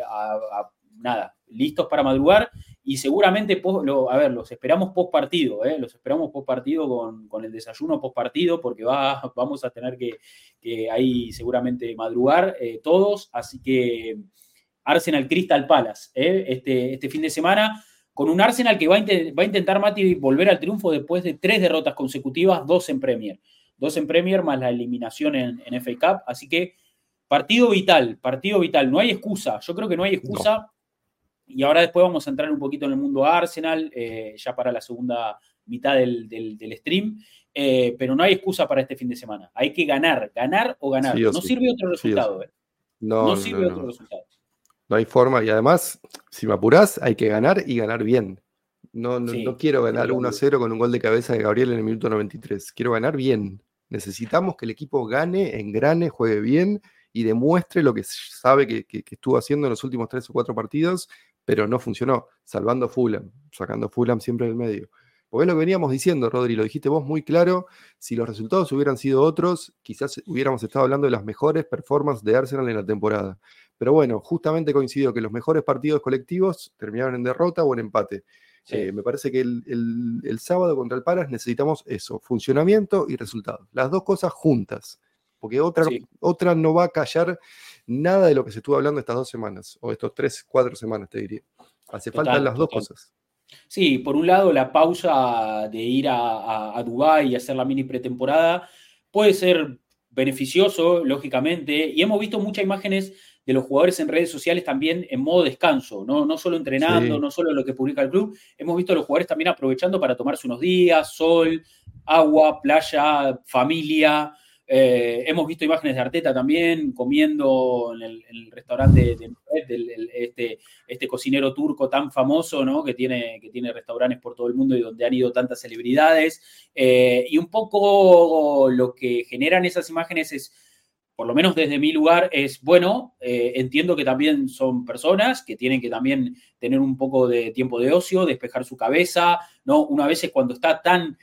nada, listos para madrugar, y seguramente, los esperamos post partido, los esperamos post partido con el desayuno post partido, porque vamos a tener que ahí seguramente madrugar todos, así que Arsenal Crystal Palace, este fin de semana, con un Arsenal que va a intentar, Mati, volver al triunfo después de 3 derrotas consecutivas, 2 en Premier. 2 en Premier más la eliminación en FA Cup. Así que partido vital. No hay excusa. Yo creo que no hay excusa. No. Y ahora después vamos a entrar un poquito en el mundo Arsenal, ya para la segunda mitad del stream. Pero no hay excusa para este fin de semana. Hay que ganar o ganar. No sirve otro resultado. No sirve otro resultado. No hay forma, y además, si me apurás, hay que ganar y ganar bien. No quiero ganar 1-0 con un gol de cabeza de Gabriel en el minuto 93. Quiero ganar bien. Necesitamos que el equipo gane, engrane, juegue bien y demuestre lo que sabe que estuvo haciendo en los últimos 3 o 4 partidos, pero no funcionó, salvando Fulham, sacando Fulham siempre del medio. Porque es lo que veníamos diciendo, Rodri, lo dijiste vos muy claro, si los resultados hubieran sido otros, quizás hubiéramos estado hablando de las mejores performances de Arsenal en la temporada. Pero bueno, justamente coincidió que los mejores partidos colectivos terminaron en derrota o en empate. Sí. Me parece que el sábado contra el Palace necesitamos eso, funcionamiento y resultado. Las dos cosas juntas, porque otra no va a callar nada de lo que se estuvo hablando estas 2 semanas, o estos 3, 4 semanas, te diría. Hace falta las dos cosas. Sí, por un lado la pausa de ir a Dubái y hacer la mini pretemporada puede ser beneficioso, lógicamente, y hemos visto muchas imágenes de los jugadores en redes sociales también en modo descanso, no solo entrenando, no solo lo que publica el club, hemos visto a los jugadores también aprovechando para tomarse unos días, sol, agua, playa, familia. Hemos visto imágenes de Arteta también comiendo en el restaurante de este cocinero turco tan famoso, ¿no? que tiene restaurantes por todo el mundo y donde han ido tantas celebridades, y un poco lo que generan esas imágenes es, por lo menos desde mi lugar, es bueno, entiendo que también son personas que tienen que también tener un poco de tiempo de ocio, despejar su cabeza, ¿no? Una vez cuando está tan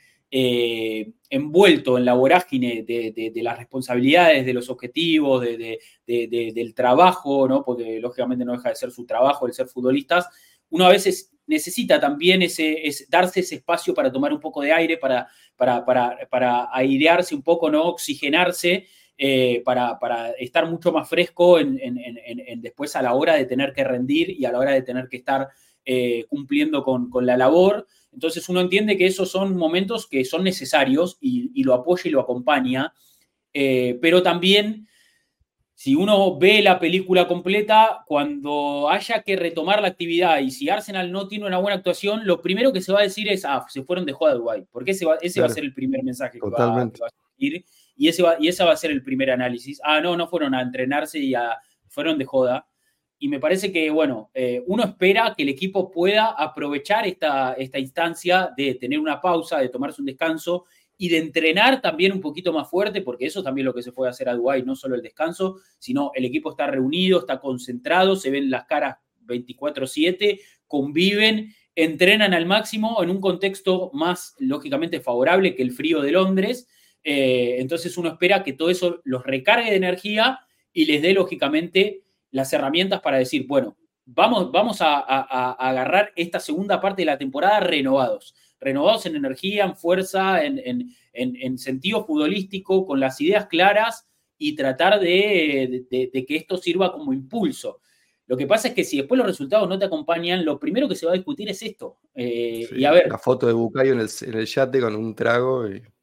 envuelto en la vorágine de las responsabilidades, de los objetivos, del trabajo, ¿no? Porque lógicamente no deja de ser su trabajo el ser futbolistas, uno a veces necesita también darse ese espacio para tomar un poco de aire, para airearse un poco, ¿no? Oxigenarse, para estar mucho más fresco después a la hora de tener que rendir y a la hora de tener que estar cumpliendo con la labor. Entonces uno entiende que esos son momentos que son necesarios y lo apoya y lo acompaña, pero también si uno ve la película completa, cuando haya que retomar la actividad y si Arsenal no tiene una buena actuación, lo primero que se va a decir es, se fueron de joda de Dubái, porque ese va a ser el primer mensaje que va a seguir, y ese va a ser el primer análisis. No fueron a entrenarse fueron de joda. Y me parece que, bueno, uno espera que el equipo pueda aprovechar esta instancia de tener una pausa, de tomarse un descanso y de entrenar también un poquito más fuerte, porque eso también es lo que se puede hacer a Dubái, no solo el descanso, sino el equipo está reunido, está concentrado, se ven las caras 24/7, conviven, entrenan al máximo en un contexto más, lógicamente, favorable que el frío de Londres. Entonces uno espera que todo eso los recargue de energía y les dé, lógicamente, las herramientas para decir, bueno, vamos a agarrar esta segunda parte de la temporada renovados en energía, en fuerza, en sentido futbolístico, con las ideas claras y tratar de que esto sirva como impulso. Lo que pasa es que si después los resultados no te acompañan, lo primero que se va a discutir es esto. Y a ver, la foto de Bukayo en el yate con un trago.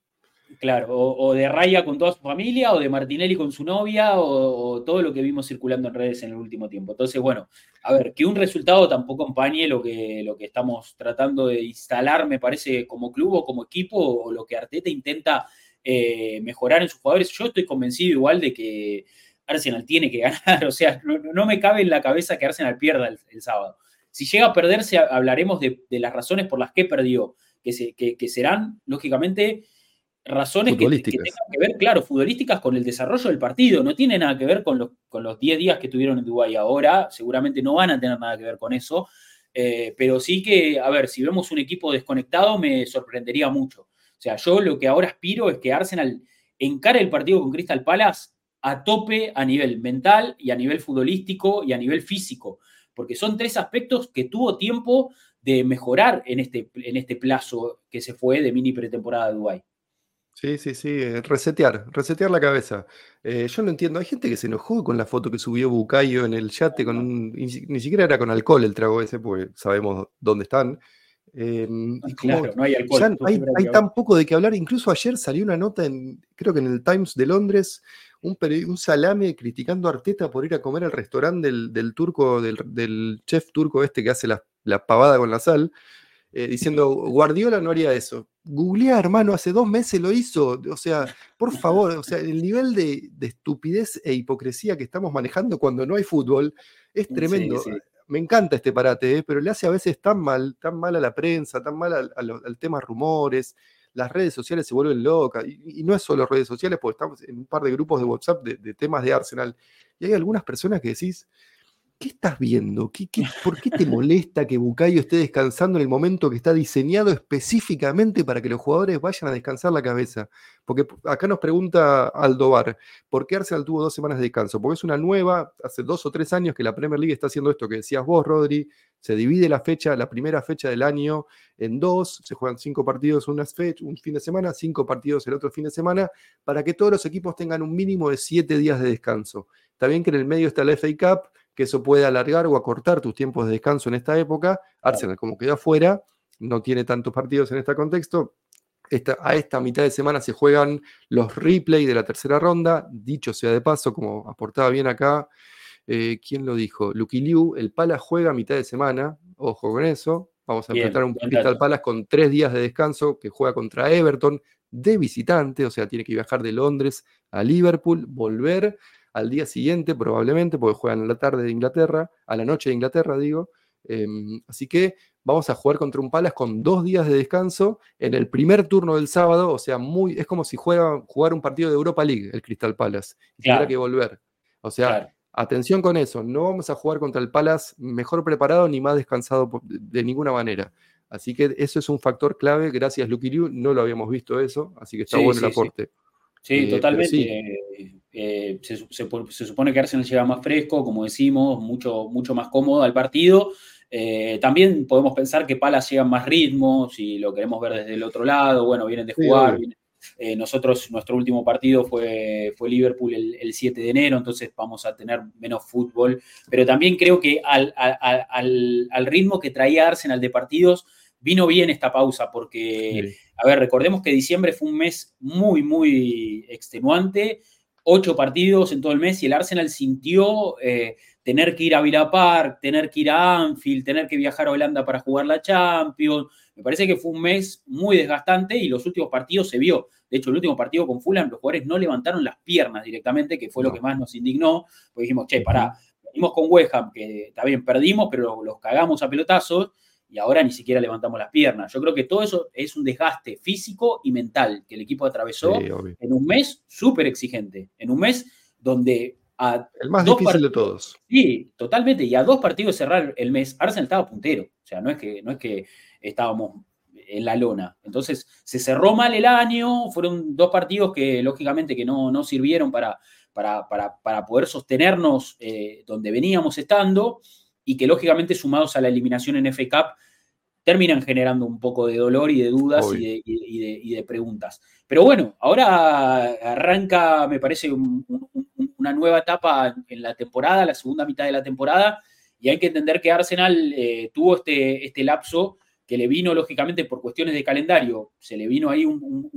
Claro, o de Raya con toda su familia, o de Martinelli con su novia, o todo lo que vimos circulando en redes en el último tiempo. Entonces, bueno, a ver, que un resultado tampoco empañe lo que estamos tratando de instalar, me parece, como club o como equipo, o lo que Arteta intenta mejorar en sus jugadores. Yo estoy convencido igual de que Arsenal tiene que ganar, o sea, no me cabe en la cabeza que Arsenal pierda el sábado. Si llega a perderse, hablaremos de las razones por las que perdió, que serán, lógicamente, razones que tengan que ver, claro, futbolísticas con el desarrollo del partido. No tiene nada que ver con los 10 días que tuvieron en Dubái ahora. Seguramente no van a tener nada que ver con eso. Pero sí que, a ver, si vemos un equipo desconectado, me sorprendería mucho. O sea, yo lo que ahora aspiro es que Arsenal encare el partido con Crystal Palace a tope a nivel mental y a nivel futbolístico y a nivel físico. Porque son 3 aspectos que tuvo tiempo de mejorar en este plazo que se fue de mini pretemporada de Dubái. Sí, resetear la cabeza. Yo no entiendo, hay gente que se enojó con la foto que subió Bukayo en el yate, ni siquiera era con alcohol el trago ese, porque sabemos dónde están. Y claro, no hay alcohol. Ya hay tan poco de qué hablar. Incluso ayer salió una nota, creo que en el Times de Londres, un salame criticando a Arteta por ir a comer al restaurante del turco, del chef turco este que hace la pavada con la sal. Diciendo, Guardiola no haría eso. Googleá, hermano, hace 2 meses lo hizo. O sea, por favor, o sea, el nivel de estupidez e hipocresía que estamos manejando cuando no hay fútbol es tremendo. Sí. Me encanta este parate, pero le hace a veces tan mal a la prensa, tan mal al tema rumores. Las redes sociales se vuelven locas. Y no es solo redes sociales, porque estamos en un par de grupos de WhatsApp de temas de Arsenal. Y hay algunas personas que decís, ¿qué estás viendo? ¿Por qué te molesta que Bukayo esté descansando en el momento que está diseñado específicamente para que los jugadores vayan a descansar la cabeza? Porque acá nos pregunta Aldovar, ¿por qué Arsenal tuvo 2 semanas de descanso? Porque es una nueva, hace 2 o 3 años que la Premier League está haciendo esto que decías vos, Rodri, se divide la primera fecha del año en 2, se juegan 5 partidos un fin de semana, 5 partidos el otro fin de semana, para que todos los equipos tengan un mínimo de 7 días de descanso. Está bien que en el medio está la FA Cup, que eso puede alargar o acortar tus tiempos de descanso en esta época. Arsenal, como quedó afuera, no tiene tantos partidos en este contexto. A esta mitad de semana se juegan los replay de la tercera ronda. Dicho sea de paso, como aportaba bien acá, ¿quién lo dijo? Lucky Liu, el Palace juega a mitad de semana. Ojo con eso. Vamos a enfrentar un Crystal Palace con 3 días de descanso que juega contra Everton de visitante, o sea, tiene que viajar de Londres a Liverpool, volver al día siguiente probablemente, porque juegan a la tarde de Inglaterra, a la noche de Inglaterra, digo. Así que vamos a jugar contra un Palace con 2 días de descanso en el primer turno del sábado, o sea, es como si jugar un partido de Europa League, el Crystal Palace, y tendrá que volver. O sea, atención con eso, no vamos a jugar contra el Palace mejor preparado ni más descansado de ninguna manera. Así que eso es un factor clave, gracias Lucky Liu, no lo habíamos visto eso, así que está bueno el aporte. Sí, totalmente. Se supone que Arsenal llega más fresco, como decimos, mucho más cómodo al partido. También podemos pensar que Palace llega más ritmo, si lo queremos ver desde el otro lado. Bueno, vienen de jugar. Nuestro último partido fue Liverpool el 7 de enero, entonces vamos a tener menos fútbol. Pero también creo que al ritmo que traía Arsenal de partidos, vino bien esta pausa porque, a ver, recordemos que diciembre fue un mes muy, muy extenuante, 8 partidos en todo el mes y el Arsenal sintió tener que ir a Villa Park, tener que ir a Anfield, tener que viajar a Holanda para jugar la Champions. Me parece que fue un mes muy desgastante y los últimos partidos se vio. De hecho, el último partido con Fulham, los jugadores no levantaron las piernas directamente, que fue lo que más nos indignó, porque dijimos, pará, venimos con West Ham, que está bien, perdimos, pero los cagamos a pelotazos, y ahora ni siquiera levantamos las piernas. Yo creo que todo eso es un desgaste físico y mental que el equipo atravesó en un mes súper exigente, en un mes donde el más difícil de todos. Sí, totalmente, y a 2 partidos de cerrar el mes, Arsenal estaba puntero, o sea, no es que estábamos en la lona. Entonces, se cerró mal el año, fueron 2 partidos que lógicamente que no sirvieron para poder sostenernos donde veníamos estando, y que lógicamente sumados a la eliminación en FA Cup terminan generando un poco de dolor y de dudas y de preguntas. Pero bueno, ahora arranca, me parece, una nueva etapa en la temporada, la segunda mitad de la temporada, y hay que entender que Arsenal tuvo este lapso que le vino, lógicamente, por cuestiones de calendario, se le vino ahí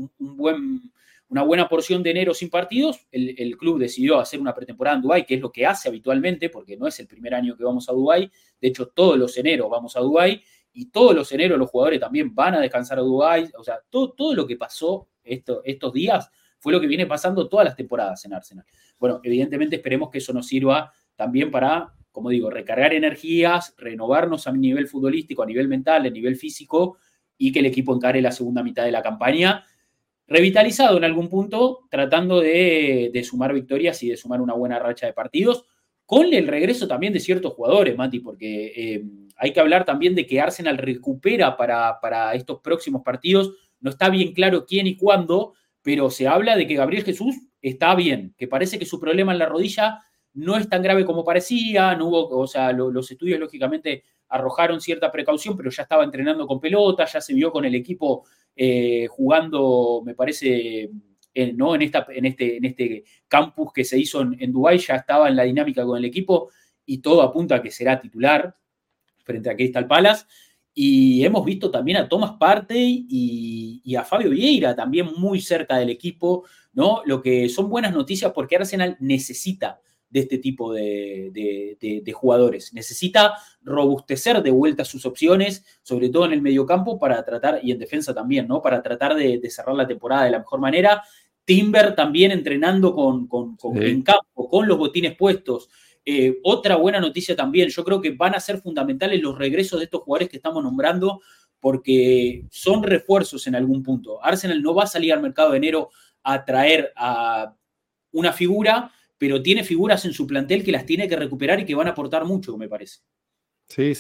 una buena porción de enero sin partidos. El club decidió hacer una pretemporada en Dubái, que es lo que hace habitualmente, porque no es el primer año que vamos a Dubái. De hecho, todos los eneros vamos a Dubái, y todos los eneros los jugadores también van a descansar a Dubái. O sea, todo lo que pasó estos días fue lo que viene pasando todas las temporadas en Arsenal. Bueno, evidentemente esperemos que eso nos sirva también para, como digo, recargar energías, renovarnos a nivel futbolístico, a nivel mental, a nivel físico, y que el equipo encare la segunda mitad de la campaña revitalizado en algún punto, tratando de sumar victorias y de sumar una buena racha de partidos, con el regreso también de ciertos jugadores, Mati, porque hay que hablar también de que Arsenal recupera para estos próximos partidos. No está bien claro quién y cuándo, pero se habla de que Gabriel Jesús está bien, que parece que su problema en la rodilla no es tan grave como parecía. No hubo, o sea, los estudios lógicamente arrojaron cierta precaución, pero ya estaba entrenando con pelota, ya se vio con el equipo jugando, me parece, ¿no? en este campus que se hizo en Dubái, ya estaba en la dinámica con el equipo, y todo apunta a que será titular frente a Crystal Palace. Y hemos visto también a Thomas Partey y a Fabio Vieira también muy cerca del equipo, ¿no? Lo que son buenas noticias, porque Arsenal necesita de este tipo de jugadores. Necesita robustecer de vuelta sus opciones, sobre todo en el mediocampo, para tratar, y en defensa también, ¿no? Para tratar de cerrar la temporada de la mejor manera. Timber también entrenando en campo, con los botines puestos. Otra buena noticia también, yo creo que van a ser fundamentales los regresos de estos jugadores que estamos nombrando, porque son refuerzos en algún punto. Arsenal no va a salir al mercado de enero a traer a una figura, pero tiene figuras en su plantel que las tiene que recuperar y que van a aportar mucho, me parece. Sí.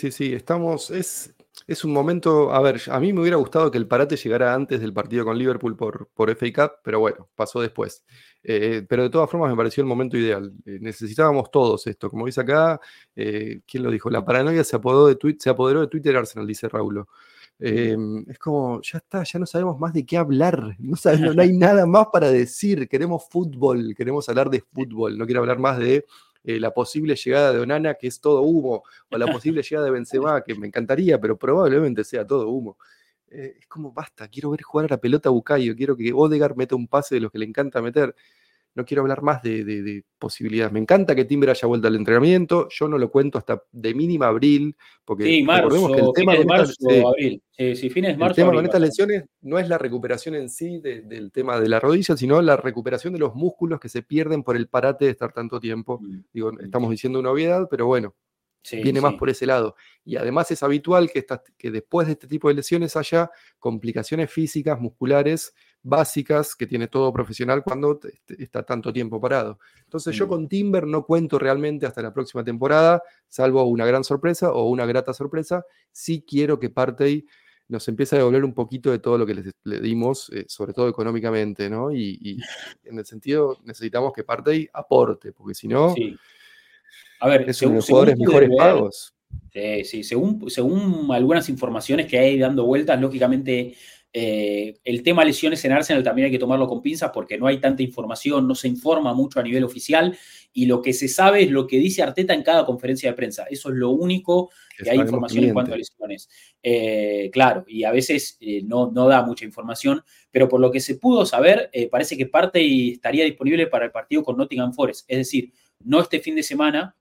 Es un momento, a ver, a mí me hubiera gustado que el parate llegara antes del partido con Liverpool por FA Cup, pero bueno, pasó después. Pero de todas formas me pareció el momento ideal. Necesitábamos todos esto. Como dice acá, ¿quién lo dijo? La paranoia se apoderó de Twitter Arsenal, dice Raulo. Es como, ya está, ya no sabemos más de qué hablar, no hay nada más para decir. Queremos fútbol, queremos hablar de fútbol. No quiero hablar más de la posible llegada de Onana, que es todo humo, o la posible llegada de Benzema, que me encantaría, pero probablemente sea todo humo. Es como, basta, quiero ver jugar a la pelota a Bukayo, quiero que Odegaard meta un pase de los que le encanta meter. No quiero hablar más de posibilidades. Me encanta que Timber haya vuelto al entrenamiento. Yo no lo cuento hasta de mínima abril, porque sí, recordemos que el tema de marzo, abril. Sí, fines de marzo. El tema con estas lesiones no es la recuperación en sí del tema de la rodilla, sino la recuperación de los músculos que se pierden por el parate de estar tanto tiempo. Digo, estamos diciendo una obviedad, pero bueno, viene más por ese lado. Y además es habitual que después de este tipo de lesiones haya complicaciones físicas, musculares, básicas, que tiene todo profesional cuando está tanto tiempo parado. Entonces yo con Timber no cuento realmente hasta la próxima temporada, salvo una gran sorpresa o una grata sorpresa. Sí quiero que Partey nos empiece a devolver un poquito de todo lo que le dimos, sobre todo económicamente, ¿no? Y en el sentido, necesitamos que Partey aporte, porque si no... Sí. A ver, es uno de los jugadores mejores pagos. Sí, según algunas informaciones que hay dando vueltas, lógicamente el tema lesiones en Arsenal también hay que tomarlo con pinzas, porque no hay tanta información, no se informa mucho a nivel oficial, y lo que se sabe es lo que dice Arteta en cada conferencia de prensa. Eso es lo único que hay información en cuanto a lesiones. Claro, y a veces no da mucha información, pero por lo que se pudo saber, parece que Partey estaría disponible para el partido con Nottingham Forest. Es decir, no este fin de semana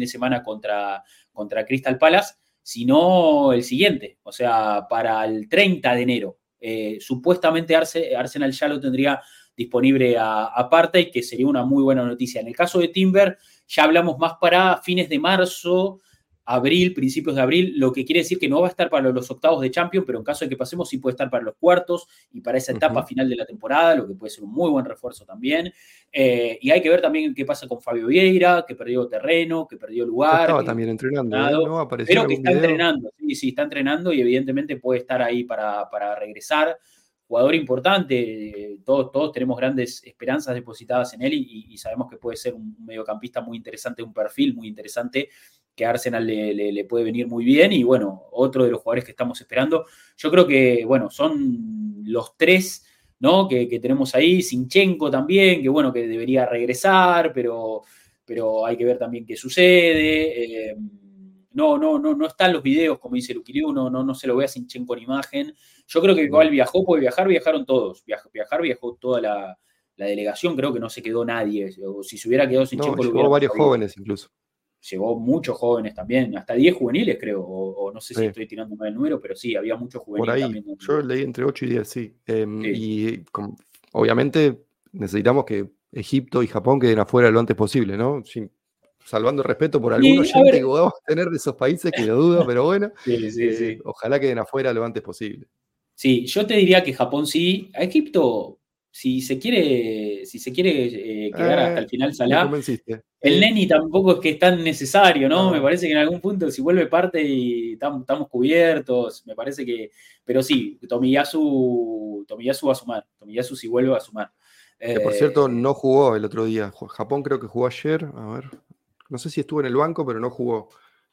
contra Crystal Palace, sino el siguiente, o sea, para el 30 de enero. Supuestamente Arsenal ya lo tendría disponible a Partey, que sería una muy buena noticia. En el caso de Timber, ya hablamos más para fines de marzo, abril, principios de abril, lo que quiere decir que no va a estar para los octavos de Champions, pero en caso de que pasemos sí puede estar para los cuartos y para esa etapa final de la temporada, lo que puede ser un muy buen refuerzo también. Y hay que ver también qué pasa con Fabio Vieira, que perdió terreno, que perdió lugar. Estaba también entrenando, ¿no? Pero que está entrenando, sí, está entrenando, y evidentemente puede estar ahí para regresar. Jugador importante, todos tenemos grandes esperanzas depositadas en él, y sabemos que puede ser un mediocampista muy interesante, un perfil muy interesante, que a Arsenal le puede venir muy bien. Y bueno, otro de los jugadores que estamos esperando, yo creo que, bueno, son los tres, ¿no? que tenemos ahí. Zinchenko también, que bueno, que debería regresar, pero hay que ver también qué sucede. no están los videos, como dice Luquiliu, no se lo ve a Zinchenko en imagen. Yo creo que igual viajaron todos. Viajó toda la delegación, creo que no se quedó nadie. O si se hubiera quedado Zinchenko, lo llevó varios jóvenes incluso. Llevó muchos jóvenes también, hasta 10 juveniles creo, o no sé si estoy tirando mal el número, pero sí, había muchos juveniles por ahí, también. Yo leí entre 8 y 10, sí. Y obviamente necesitamos que Egipto y Japón queden afuera lo antes posible, ¿no? Salvando el respeto por algún oyente que podamos tener de esos países, que lo dudo, pero bueno, sí. Ojalá queden afuera lo antes posible. Sí, yo te diría que Japón sí. A Egipto, si se quiere quedar hasta el final Salah, me convenciste. El Neni tampoco es que es tan necesario, ¿no? No. Me parece que en algún punto, si vuelve parte y estamos cubiertos, me parece que... Pero sí, Tomiyasu va a sumar. Tomiyasu si vuelve va a sumar. Que por cierto, no jugó el otro día. Japón creo que jugó ayer. A ver. No sé si estuvo en el banco, pero no jugó.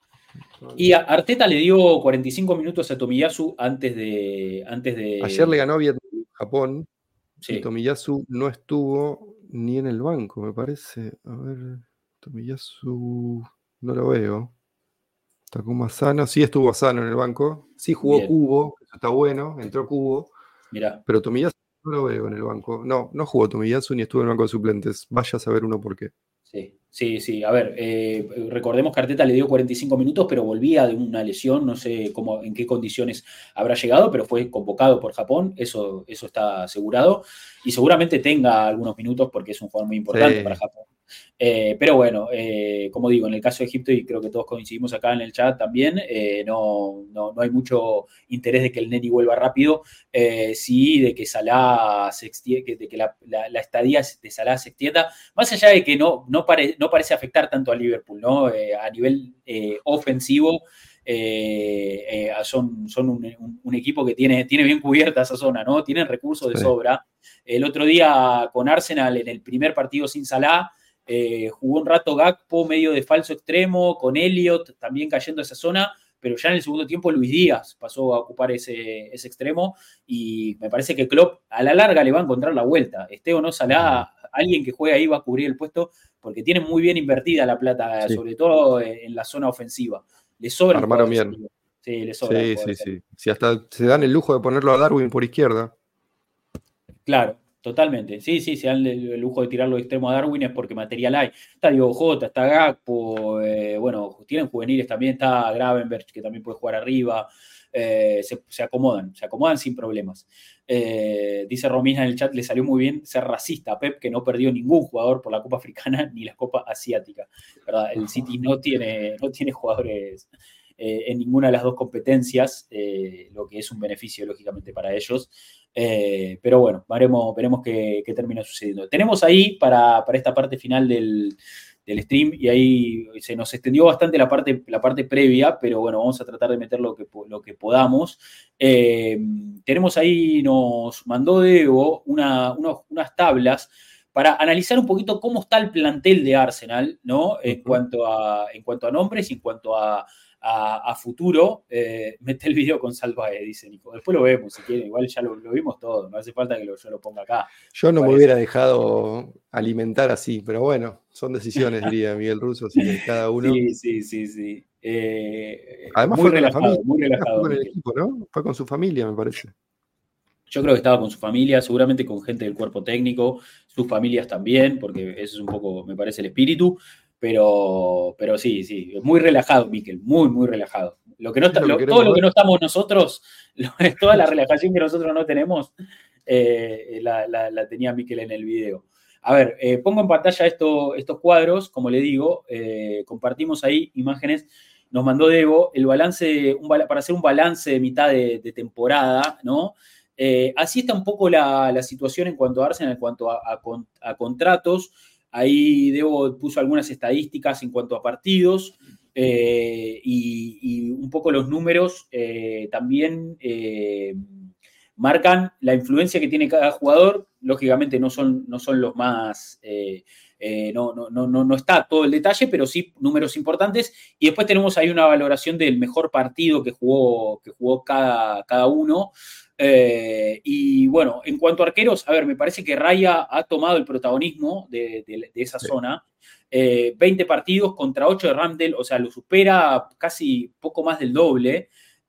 Y Arteta le dio 45 minutos a Tomiyasu antes de... Ayer le ganó bien Japón. Sí. Y Tomiyasu no estuvo ni en el banco, me parece. A ver, Tomiyasu no lo veo. Takuma Asano, sí estuvo Asano en el banco. Sí jugó Bien. Kubo, eso está bueno, entró Kubo. Mirá. Pero Tomiyasu no lo veo en el banco. No jugó Tomiyasu ni estuvo en el banco de suplentes. Vaya a saber uno por qué. Sí. A ver, recordemos que Arteta le dio 45 minutos, pero volvía de una lesión, no sé en qué condiciones habrá llegado, pero fue convocado por Japón, eso está asegurado, y seguramente tenga algunos minutos porque es un jugador muy importante para Japón. Pero bueno, como digo, en el caso de Egipto, y creo que todos coincidimos acá en el chat también, no hay mucho interés de que el Neni vuelva rápido, sí de que Salah se extienda, de que la estadía de Salah se extienda, más allá de que no parece afectar tanto a Liverpool, ¿no? A nivel ofensivo, son un equipo que tiene bien cubierta esa zona, ¿no? Tienen recursos de sobra. El otro día con Arsenal, en el primer partido sin Salah, jugó un rato Gakpo medio de falso extremo, con Elliot también cayendo a esa zona, pero ya en el segundo tiempo Luis Díaz pasó a ocupar ese extremo, y me parece que Klopp a la larga le va a encontrar la vuelta. Esté o no Salah, alguien que juegue ahí va a cubrir el puesto, porque tiene muy bien invertida la plata, sobre todo en la zona ofensiva. Le sobra. Armaron bien. Sí, le sobra. Sí. Si hasta se dan el lujo de ponerlo a Darwin por izquierda. Claro, totalmente. Sí, se dan el lujo de tirarlo de extremo a Darwin, es porque material hay. Está Diogo Jota, está Gakpo, bueno, tienen juveniles también, está Gravenberch, que también puede jugar arriba. Se acomodan sin problemas. Dice Romina en el chat, le salió muy bien ser racista a Pep, que no perdió ningún jugador por la Copa Africana ni la Copa Asiática, ¿verdad? El City no tiene jugadores en ninguna de las dos competencias, lo que es un beneficio lógicamente para ellos, pero bueno, veremos qué termina sucediendo. Tenemos ahí para esta parte final del stream, y ahí se nos extendió bastante la parte previa, pero bueno, vamos a tratar de meter lo que podamos. Tenemos ahí, nos mandó Diego unas tablas para analizar un poquito cómo está el plantel de Arsenal, ¿no? En cuanto a nombres y en cuanto a futuro. Mete el video con Salvae, dice Nico. Después lo vemos si quieren, igual ya lo vimos todo, no hace falta que yo lo ponga acá. Yo no me hubiera dejado alimentar así, pero bueno, son decisiones, diría Miguel Russo, así que cada uno. Sí. Además muy fue relajado, muy relajado. Con el equipo, ¿no? Fue con su familia, me parece. Yo creo que estaba con su familia, seguramente con gente del cuerpo técnico, sus familias también, porque eso es un poco, me parece, el espíritu. Pero sí, muy relajado, Mikel, muy relajado. Todo lo que no estamos nosotros, toda la relajación que nosotros no tenemos, la tenía Mikel en el video. A ver, pongo en pantalla estos cuadros, como le digo, compartimos ahí imágenes. Nos mandó Debo el balance, para hacer un balance de mitad de temporada, ¿no? Así está un poco la situación en cuanto a Arsenal, en cuanto a contratos. Ahí Debo puso algunas estadísticas en cuanto a partidos, y un poco los números también marcan la influencia que tiene cada jugador. Lógicamente no son los más... no está todo el detalle, pero sí números importantes. Y después tenemos ahí una valoración del mejor partido que jugó cada uno. Y bueno, en cuanto a arqueros, a ver, me parece que Raya ha tomado el protagonismo de esa zona. 20 partidos contra 8 de Ramsdale, o sea, lo supera casi poco más del doble.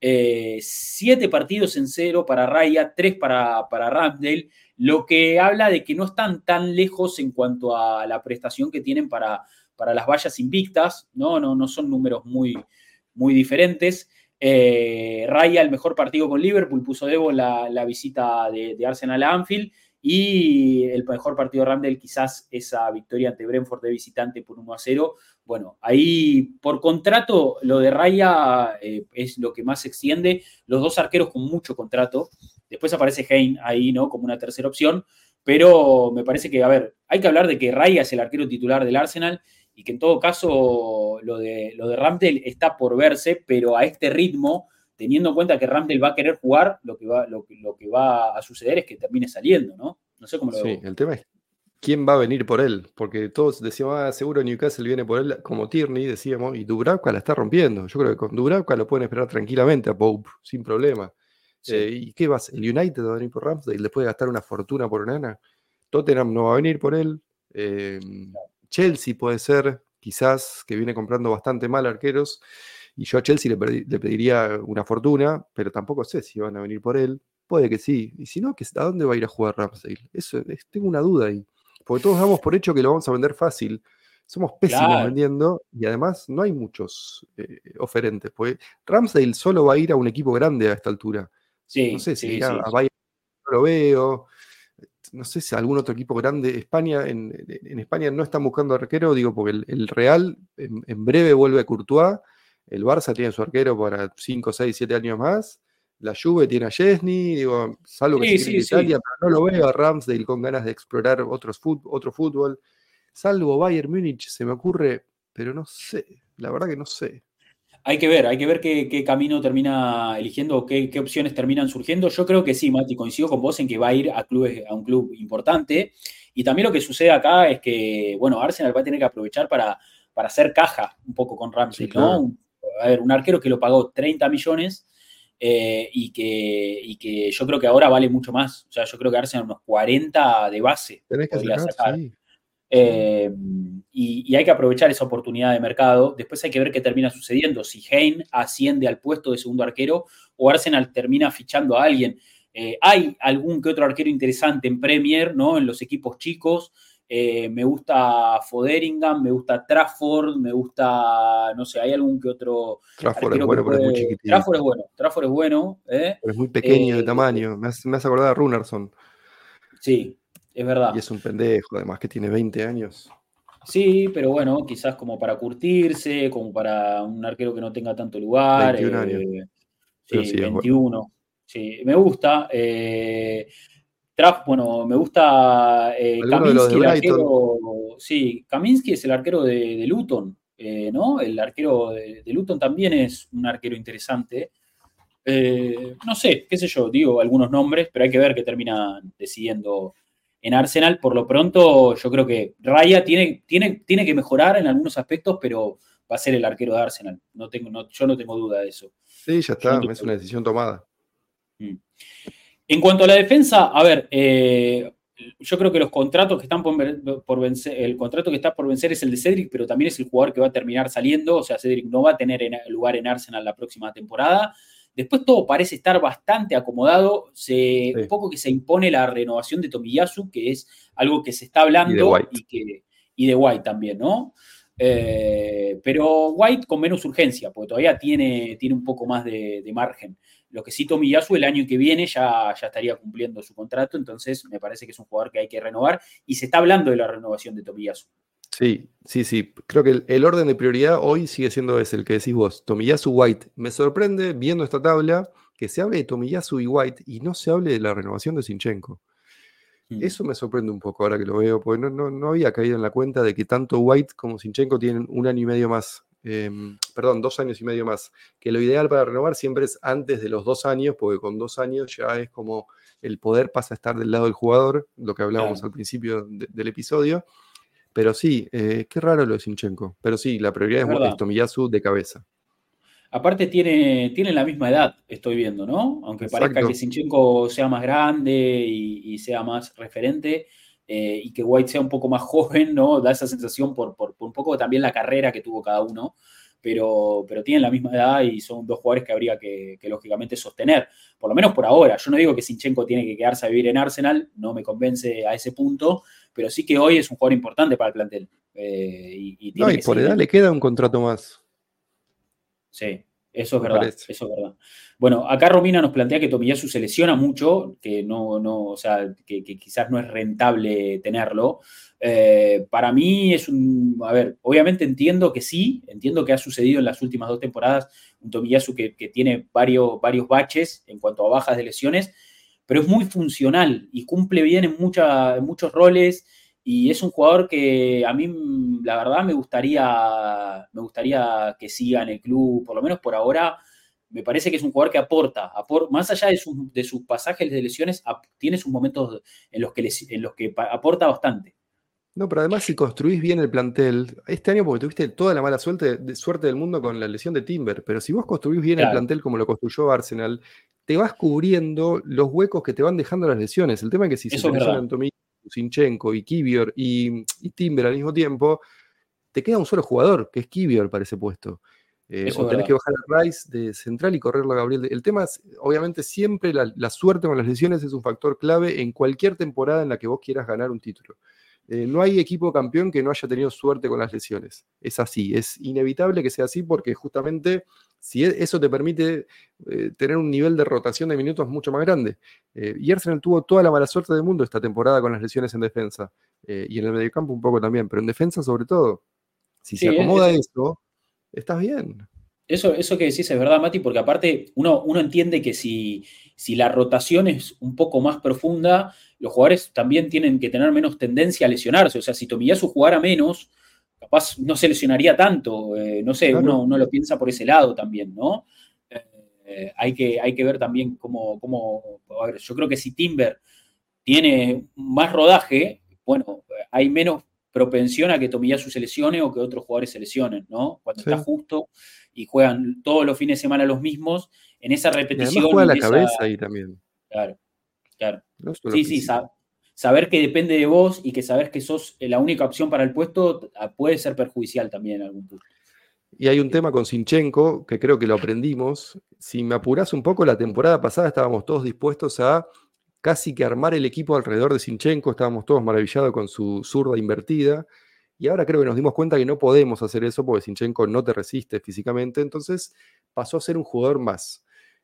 7 partidos en 0 para Raya, 3 para Ramsdale, lo que habla de que no están tan lejos en cuanto a la prestación que tienen para las vallas invictas, no son números muy, muy diferentes. Raya, el mejor partido con Liverpool, puso Debo la visita de Arsenal a Anfield, y el mejor partido de Ramsdale quizás esa victoria ante Brentford de visitante por 1-0. Bueno, ahí por contrato lo de Raya es lo que más se extiende, los dos arqueros con mucho contrato, después aparece Hein ahí, ¿no? Como una tercera opción, pero me parece que, a ver, hay que hablar de que Raya es el arquero titular del Arsenal y que en todo caso lo de Ramsdale está por verse, pero a este ritmo, teniendo en cuenta que Ramsdale va a querer jugar, lo que va a suceder es que termine saliendo, ¿no? No sé cómo lo veo. Sí, el tema es quién va a venir por él, porque todos decíamos, seguro Newcastle viene por él, como Tierney decíamos, y Dubravka la está rompiendo. Yo creo que con Dubravka lo pueden esperar tranquilamente a Pope, sin problema. Sí. ¿Y qué vas? ¿El United va a venir por Ramsdale? ¿Le puede gastar una fortuna por Nana? Tottenham no va a venir por él. Chelsea puede ser, quizás, que viene comprando bastante mal arqueros, y yo a Chelsea le pediría una fortuna, pero tampoco sé si van a venir por él. Puede que sí. Y si no, ¿a dónde va a ir a jugar Ramsdale? Tengo una duda ahí. Porque todos damos por hecho que lo vamos a vender fácil. Somos pésimos vendiendo, y además no hay muchos oferentes. Porque Ramsdale solo va a ir a un equipo grande a esta altura. Sí, no sé si a Bayern no lo veo. No sé si algún otro equipo grande. España, en España no están buscando arquero, digo, porque el Real en breve vuelve a Courtois. El Barça tiene su arquero para 5, 6, 7 años más. La Juve tiene a Szczesny, digo, salvo que se quiere Italia, pero no lo veo a Ramsdale con ganas de explorar otro fútbol. Salvo Bayern Múnich, se me ocurre, pero no sé, la verdad que no sé. Hay que ver qué camino termina eligiendo, qué opciones terminan surgiendo. Yo creo que sí, Mati, coincido con vos en que va a ir a un club importante. Y también lo que sucede acá es que, bueno, Arsenal va a tener que aprovechar para hacer caja un poco con Ramsdale, sí, claro. ¿No? A ver, un arquero que lo pagó 30 millones y que yo creo que ahora vale mucho más. O sea, yo creo que Arsenal unos 40 de base podría sacar. Sí. Y hay que aprovechar esa oportunidad de mercado. Después hay que ver qué termina sucediendo, si Hein asciende al puesto de segundo arquero o Arsenal termina fichando a alguien. Hay algún que otro arquero interesante en Premier, ¿no? En los equipos chicos. Me gusta Fotheringham, me gusta Trafford, me gusta, no sé, hay algún que otro. Trafford es bueno, pero es muy chiquitito. Trafford es bueno. Pero es muy pequeño de tamaño. Me hace acordar a Runarsson. Sí, es verdad. Y es un pendejo, además, que tiene 20 años. Sí, pero bueno, quizás como para curtirse, como para un arquero que no tenga tanto lugar. 21 años. Sí, 21. Bueno. Sí, me gusta. Bueno, me gusta Kaminsky, el arquero. Sí, Kaminsky es el arquero de Luton, ¿no? El arquero de Luton también es un arquero interesante. No sé, qué sé yo, digo algunos nombres, pero hay que ver qué terminan decidiendo en Arsenal. Por lo pronto, yo creo que Raya tiene que mejorar en algunos aspectos, pero va a ser el arquero de Arsenal. Yo no tengo duda de eso. Sí, ya está, es una decisión tomada. En cuanto a la defensa, a ver, yo creo que los contratos que están por vencer, el contrato que está por vencer es el de Cedric, pero también es el jugador que va a terminar saliendo. O sea, Cedric no va a tener lugar en Arsenal la próxima temporada. Después todo parece estar bastante acomodado. Sí. Un poco que se impone la renovación de Tomiyasu, que es algo que se está hablando, y de White también, ¿no? Pero White con menos urgencia, porque todavía tiene un poco más de margen. Lo que sí, Tomiyasu el año que viene ya estaría cumpliendo su contrato, entonces me parece que es un jugador que hay que renovar, y se está hablando de la renovación de Tomiyasu. Sí. Creo que el orden de prioridad hoy sigue siendo ese, el que decís vos, Tomiyasu, White. Me sorprende, viendo esta tabla, que se hable de Tomiyasu y White y no se hable de la renovación de Zinchenko. Eso me sorprende un poco ahora que lo veo, porque no había caído en la cuenta de que tanto White como Zinchenko tienen 1 año y medio más. 2 años y medio más. Que lo ideal para renovar siempre es antes de los 2 años, porque con 2 años ya es como el poder pasa a estar del lado del jugador, lo que hablábamos al principio del episodio. Pero sí, qué raro lo de Zinchenko. Pero sí, la prioridad es Tomiyasu de cabeza. Aparte tienen la misma edad, estoy viendo, ¿no? Aunque parezca que Zinchenko sea más grande y sea más referente, y que White sea un poco más joven, ¿no? Da esa sensación por un poco también la carrera que tuvo cada uno, pero tienen la misma edad y son dos jugadores que habría que lógicamente sostener, por lo menos por ahora. Yo no digo que Zinchenko tiene que quedarse a vivir en Arsenal, no me convence a ese punto, pero sí que hoy es un jugador importante para el plantel. Y tiene y que por seguir. edad le queda un contrato más. Sí, eso es Me verdad, parece. eso es verdad. Bueno, acá Romina nos plantea que Tomiyasu se lesiona mucho, que no, o sea, que quizás no es rentable tenerlo. Para mí a ver, obviamente entiendo que ha sucedido en las últimas 2 temporadas un Tomiyasu que tiene varios baches en cuanto a bajas de lesiones, pero es muy funcional y cumple bien en muchos roles. Y es un jugador que a mí, la verdad, me gustaría que siga en el club, por lo menos por ahora. Me parece que es un jugador que aporta más allá de sus pasajes de lesiones, tiene sus momentos en los que aporta bastante. No, pero además si construís bien el plantel, este año porque tuviste toda la mala suerte del mundo con la lesión de Timber, pero si vos construís bien el Claro, plantel como lo construyó Arsenal, te vas cubriendo los huecos que te van dejando las lesiones. El tema es que si se eso te es verdad. lesionan Tomiyasu, Zinchenko y Kivior y Timber al mismo tiempo, te queda un solo jugador, que es Kivior para ese puesto. Eso O es tenés verdad. que bajar a Rice de central y correrlo a Gabriel. El tema es, obviamente, siempre la suerte con las lesiones es un factor clave en cualquier temporada en la que vos quieras ganar un título. No hay equipo campeón que no haya tenido suerte con las lesiones. Es así, es inevitable que sea así porque justamente si eso te permite tener un nivel de rotación de minutos mucho más grande. Y Arsenal tuvo toda la mala suerte del mundo esta temporada con las lesiones en defensa. Y en el mediocampo un poco también, pero en defensa sobre todo. Si se Sí, acomoda eso, estás bien. eso que decís es verdad, Mati, porque aparte uno entiende que si la rotación es un poco más profunda, los jugadores también tienen que tener menos tendencia a lesionarse. O sea, si Tomiyasu jugara menos, capaz no se lesionaría tanto. No sé, Claro. uno lo piensa por ese lado también, ¿no? Hay que ver también a ver, yo creo que si Timber tiene más rodaje, bueno, hay menos propensión a que Tomiyasu se lesione o que otros jugadores se lesionen, ¿no? Cuando está Sí. justo y juegan todos los fines de semana los mismos, en esa Y además repetición y juega en la esa... cabeza ahí también, Claro, claro. no solo Sí, sí, físico. saber que depende de vos y que sabés que sos la única opción para el puesto puede ser perjudicial también en algún punto. Y hay un tema con Zinchenko, que creo que lo aprendimos. Si me apurás un poco, la temporada pasada estábamos todos dispuestos a casi que armar el equipo alrededor de Zinchenko, estábamos todos maravillados con su zurda invertida. Y ahora creo que nos dimos cuenta que no podemos hacer eso porque Zinchenko no te resiste físicamente, entonces pasó a ser un jugador más.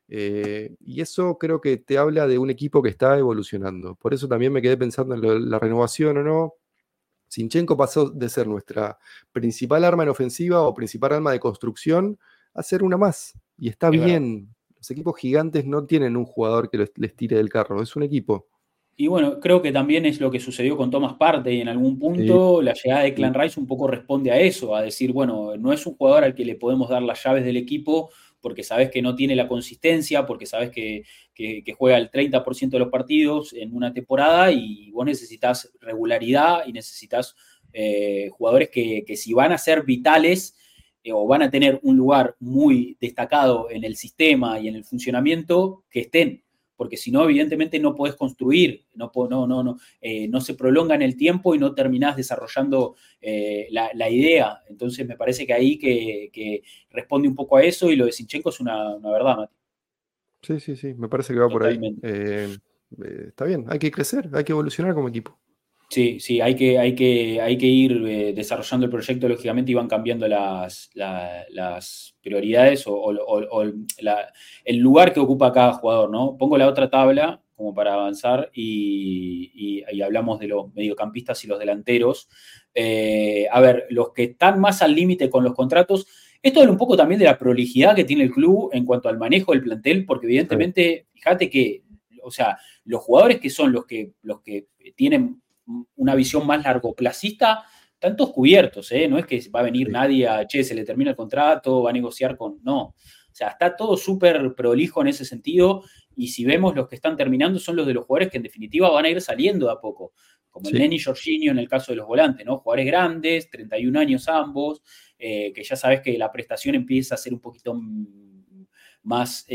Y eso creo que te habla de un equipo que está evolucionando. Por eso también me quedé pensando en la renovación o no. Zinchenko pasó de ser nuestra principal arma en ofensiva o principal arma de construcción a ser una más. Y está Es verdad. bien. Los equipos gigantes no tienen un jugador que les tire del carro, es un equipo. Y bueno, creo que también es lo que sucedió con Thomas Partey en algún Sí, punto. La llegada de sí, Clan Rice un poco responde a eso, a decir, bueno, no es un jugador al que le podemos dar las llaves del equipo porque sabes que no tiene la consistencia, porque sabes que juega el 30% de los partidos en una temporada y vos necesitas regularidad y necesitas jugadores que si van a ser vitales o van a tener un lugar muy destacado en el sistema y en el funcionamiento, que estén porque si no, evidentemente no podés construir, no se prolonga en el tiempo y no terminás desarrollando la idea. Entonces me parece que ahí que responde un poco a eso y lo de Zinchenko es una verdad, Mati. sí, me parece que va por ahí. Totalmente. Está bien, hay que crecer, hay que evolucionar como equipo. Sí, sí, hay que ir desarrollando el proyecto, lógicamente, y van cambiando las prioridades o el lugar que ocupa cada jugador, ¿no? Pongo la otra tabla como para avanzar y hablamos de los mediocampistas y los delanteros. A ver, los que están más al límite con los contratos, esto habla un poco también de la prolijidad que tiene el club en cuanto al manejo del plantel, porque Sí, evidentemente, fíjate que, o sea, los jugadores que son los que tienen una visión más largoplacista, están todos cubiertos, ¿eh? No es que va a venir sí. nadie a, che, se le termina el contrato, va a negociar con... No, o sea, está todo súper prolijo en ese sentido y si vemos los que están terminando son los de los jugadores que en definitiva van a ir saliendo de a poco, como el Sí. Neni Jorginho en el caso de los volantes, ¿no? Jugadores grandes, 31 años ambos, que ya sabes que la prestación empieza a ser un poquito más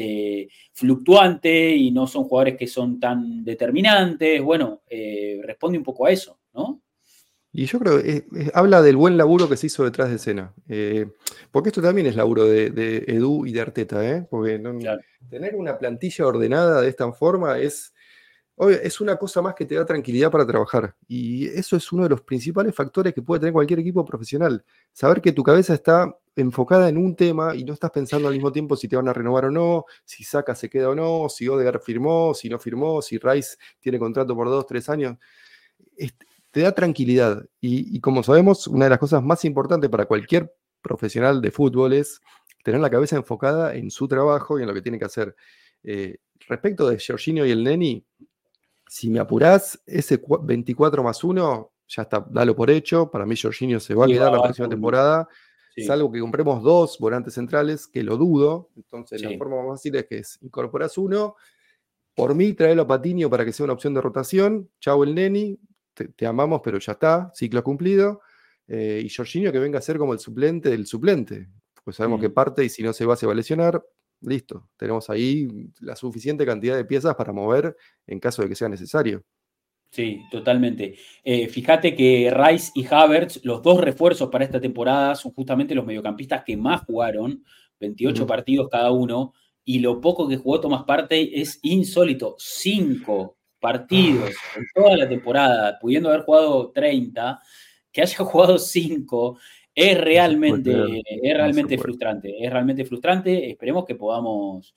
fluctuante y no son jugadores que son tan determinantes. Bueno, responde un poco a eso. ¿no? Y yo creo que habla del buen laburo que se hizo detrás de escena. Porque esto también es laburo de Edu y de Arteta, porque Claro. tener una plantilla ordenada de esta forma es una cosa más que te da tranquilidad para trabajar. Y eso es uno de los principales factores que puede tener cualquier equipo profesional. Saber que tu cabeza está enfocada en un tema y no estás pensando al mismo tiempo si te van a renovar o no, si Saka se queda o no, si Odegaard firmó, si no firmó, si Rice tiene contrato por 2, 3 años. Te da tranquilidad. Y como sabemos, una de las cosas más importantes para cualquier profesional de fútbol es tener la cabeza enfocada en su trabajo y en lo que tiene que hacer. Respecto de Jorginho y el Neni, si me apurás, ese 24+1, ya está, dalo por hecho. Para mí Jorginho se va a Sí, quedar la va próxima seguro. temporada, Sí, salvo que compremos 2 volantes centrales, que lo dudo. Entonces la sí. forma más fácil es que incorporás uno. Por mí, traelo a Patiño para que sea una opción de rotación. Chau el Neni, te amamos, pero ya está, ciclo cumplido. Y Jorginho que venga a ser como el suplente del suplente. Pues sabemos que parte y si no se va a lesionar. Listo, tenemos ahí la suficiente cantidad de piezas para mover en caso de que sea necesario. Sí, totalmente. Fíjate que Rice y Havertz, los dos refuerzos para esta temporada, son justamente los mediocampistas que más jugaron, 28 partidos cada uno, y lo poco que jugó Thomas Partey es insólito, 5 partidos en toda la temporada, pudiendo haber jugado 30, que haya jugado 5, No se puede creer. es No se realmente puede. frustrante, es realmente frustrante. Esperemos que podamos...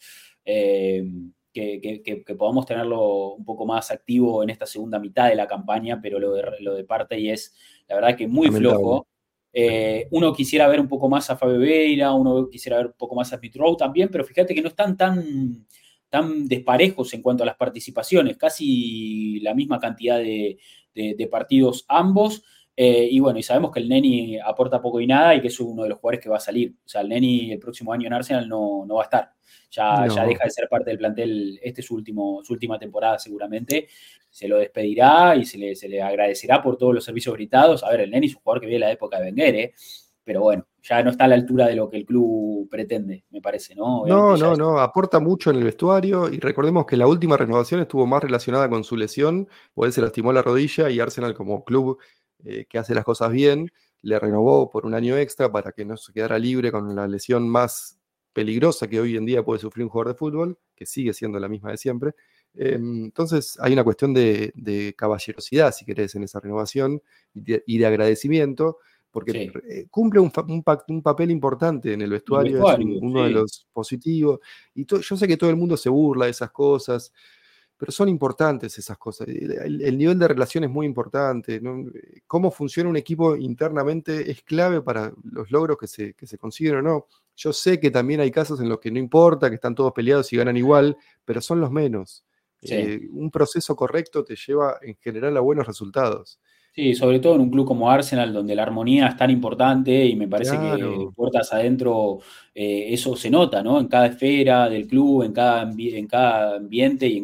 que podamos tenerlo un poco más activo en esta segunda mitad de la campaña, pero lo de Partey es, la verdad, que muy Lamentable. flojo. Uno quisiera ver un poco más a Fabio Vieira, uno quisiera ver un poco más a Smith Rowe también, pero fíjate que no están tan desparejos en cuanto a las participaciones, casi la misma cantidad de partidos ambos. Y bueno, y sabemos que el Neni aporta poco y nada y que es uno de los jugadores que va a salir. O sea, el Neni el próximo año en Arsenal no va a estar. Ya No. deja de ser parte del plantel, este es su última temporada seguramente. Se lo despedirá y se le agradecerá por todos los servicios brindados. A ver, el Neni es un jugador que viene de la época de Wenger, pero bueno, ya no está a la altura de lo que el club pretende, me parece, ¿no? Obviamente ya No, aporta mucho en el vestuario y recordemos que la última renovación estuvo más relacionada con su lesión, porque él se lastimó la rodilla y Arsenal como club que hace las cosas bien, le renovó por un año extra para que no se quedara libre con la lesión más peligrosa que hoy en día puede sufrir un jugador de fútbol, que sigue siendo la misma de siempre. Entonces hay una cuestión de caballerosidad, si querés, en esa renovación y de agradecimiento, porque sí. cumple un papel importante en el En el vestuario, es vestuario, uno de sí. los positivos. Y yo sé que todo el mundo se burla de esas cosas, pero son importantes esas cosas. El nivel de relación es muy importante, ¿no? Cómo funciona un equipo internamente es clave para los logros que se consiguen o no. Yo sé que también hay casos en los que no importa, que están todos peleados y ganan igual, pero son los menos. Sí. Un proceso correcto te lleva en general a buenos resultados. Sí, sobre todo en un club como Arsenal, donde la armonía es tan importante y me parece que Claro. puertas adentro eso se nota, ¿no? En cada esfera del club, en cada ambiente y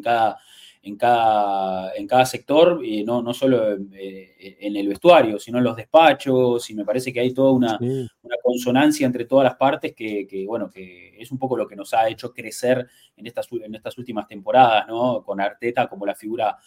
en cada sector, no solo en el vestuario, sino en los despachos, y me parece que hay toda Sí. una consonancia entre todas las partes bueno, que es un poco lo que nos ha hecho crecer en estas últimas temporadas, ¿no? Con Arteta como la figura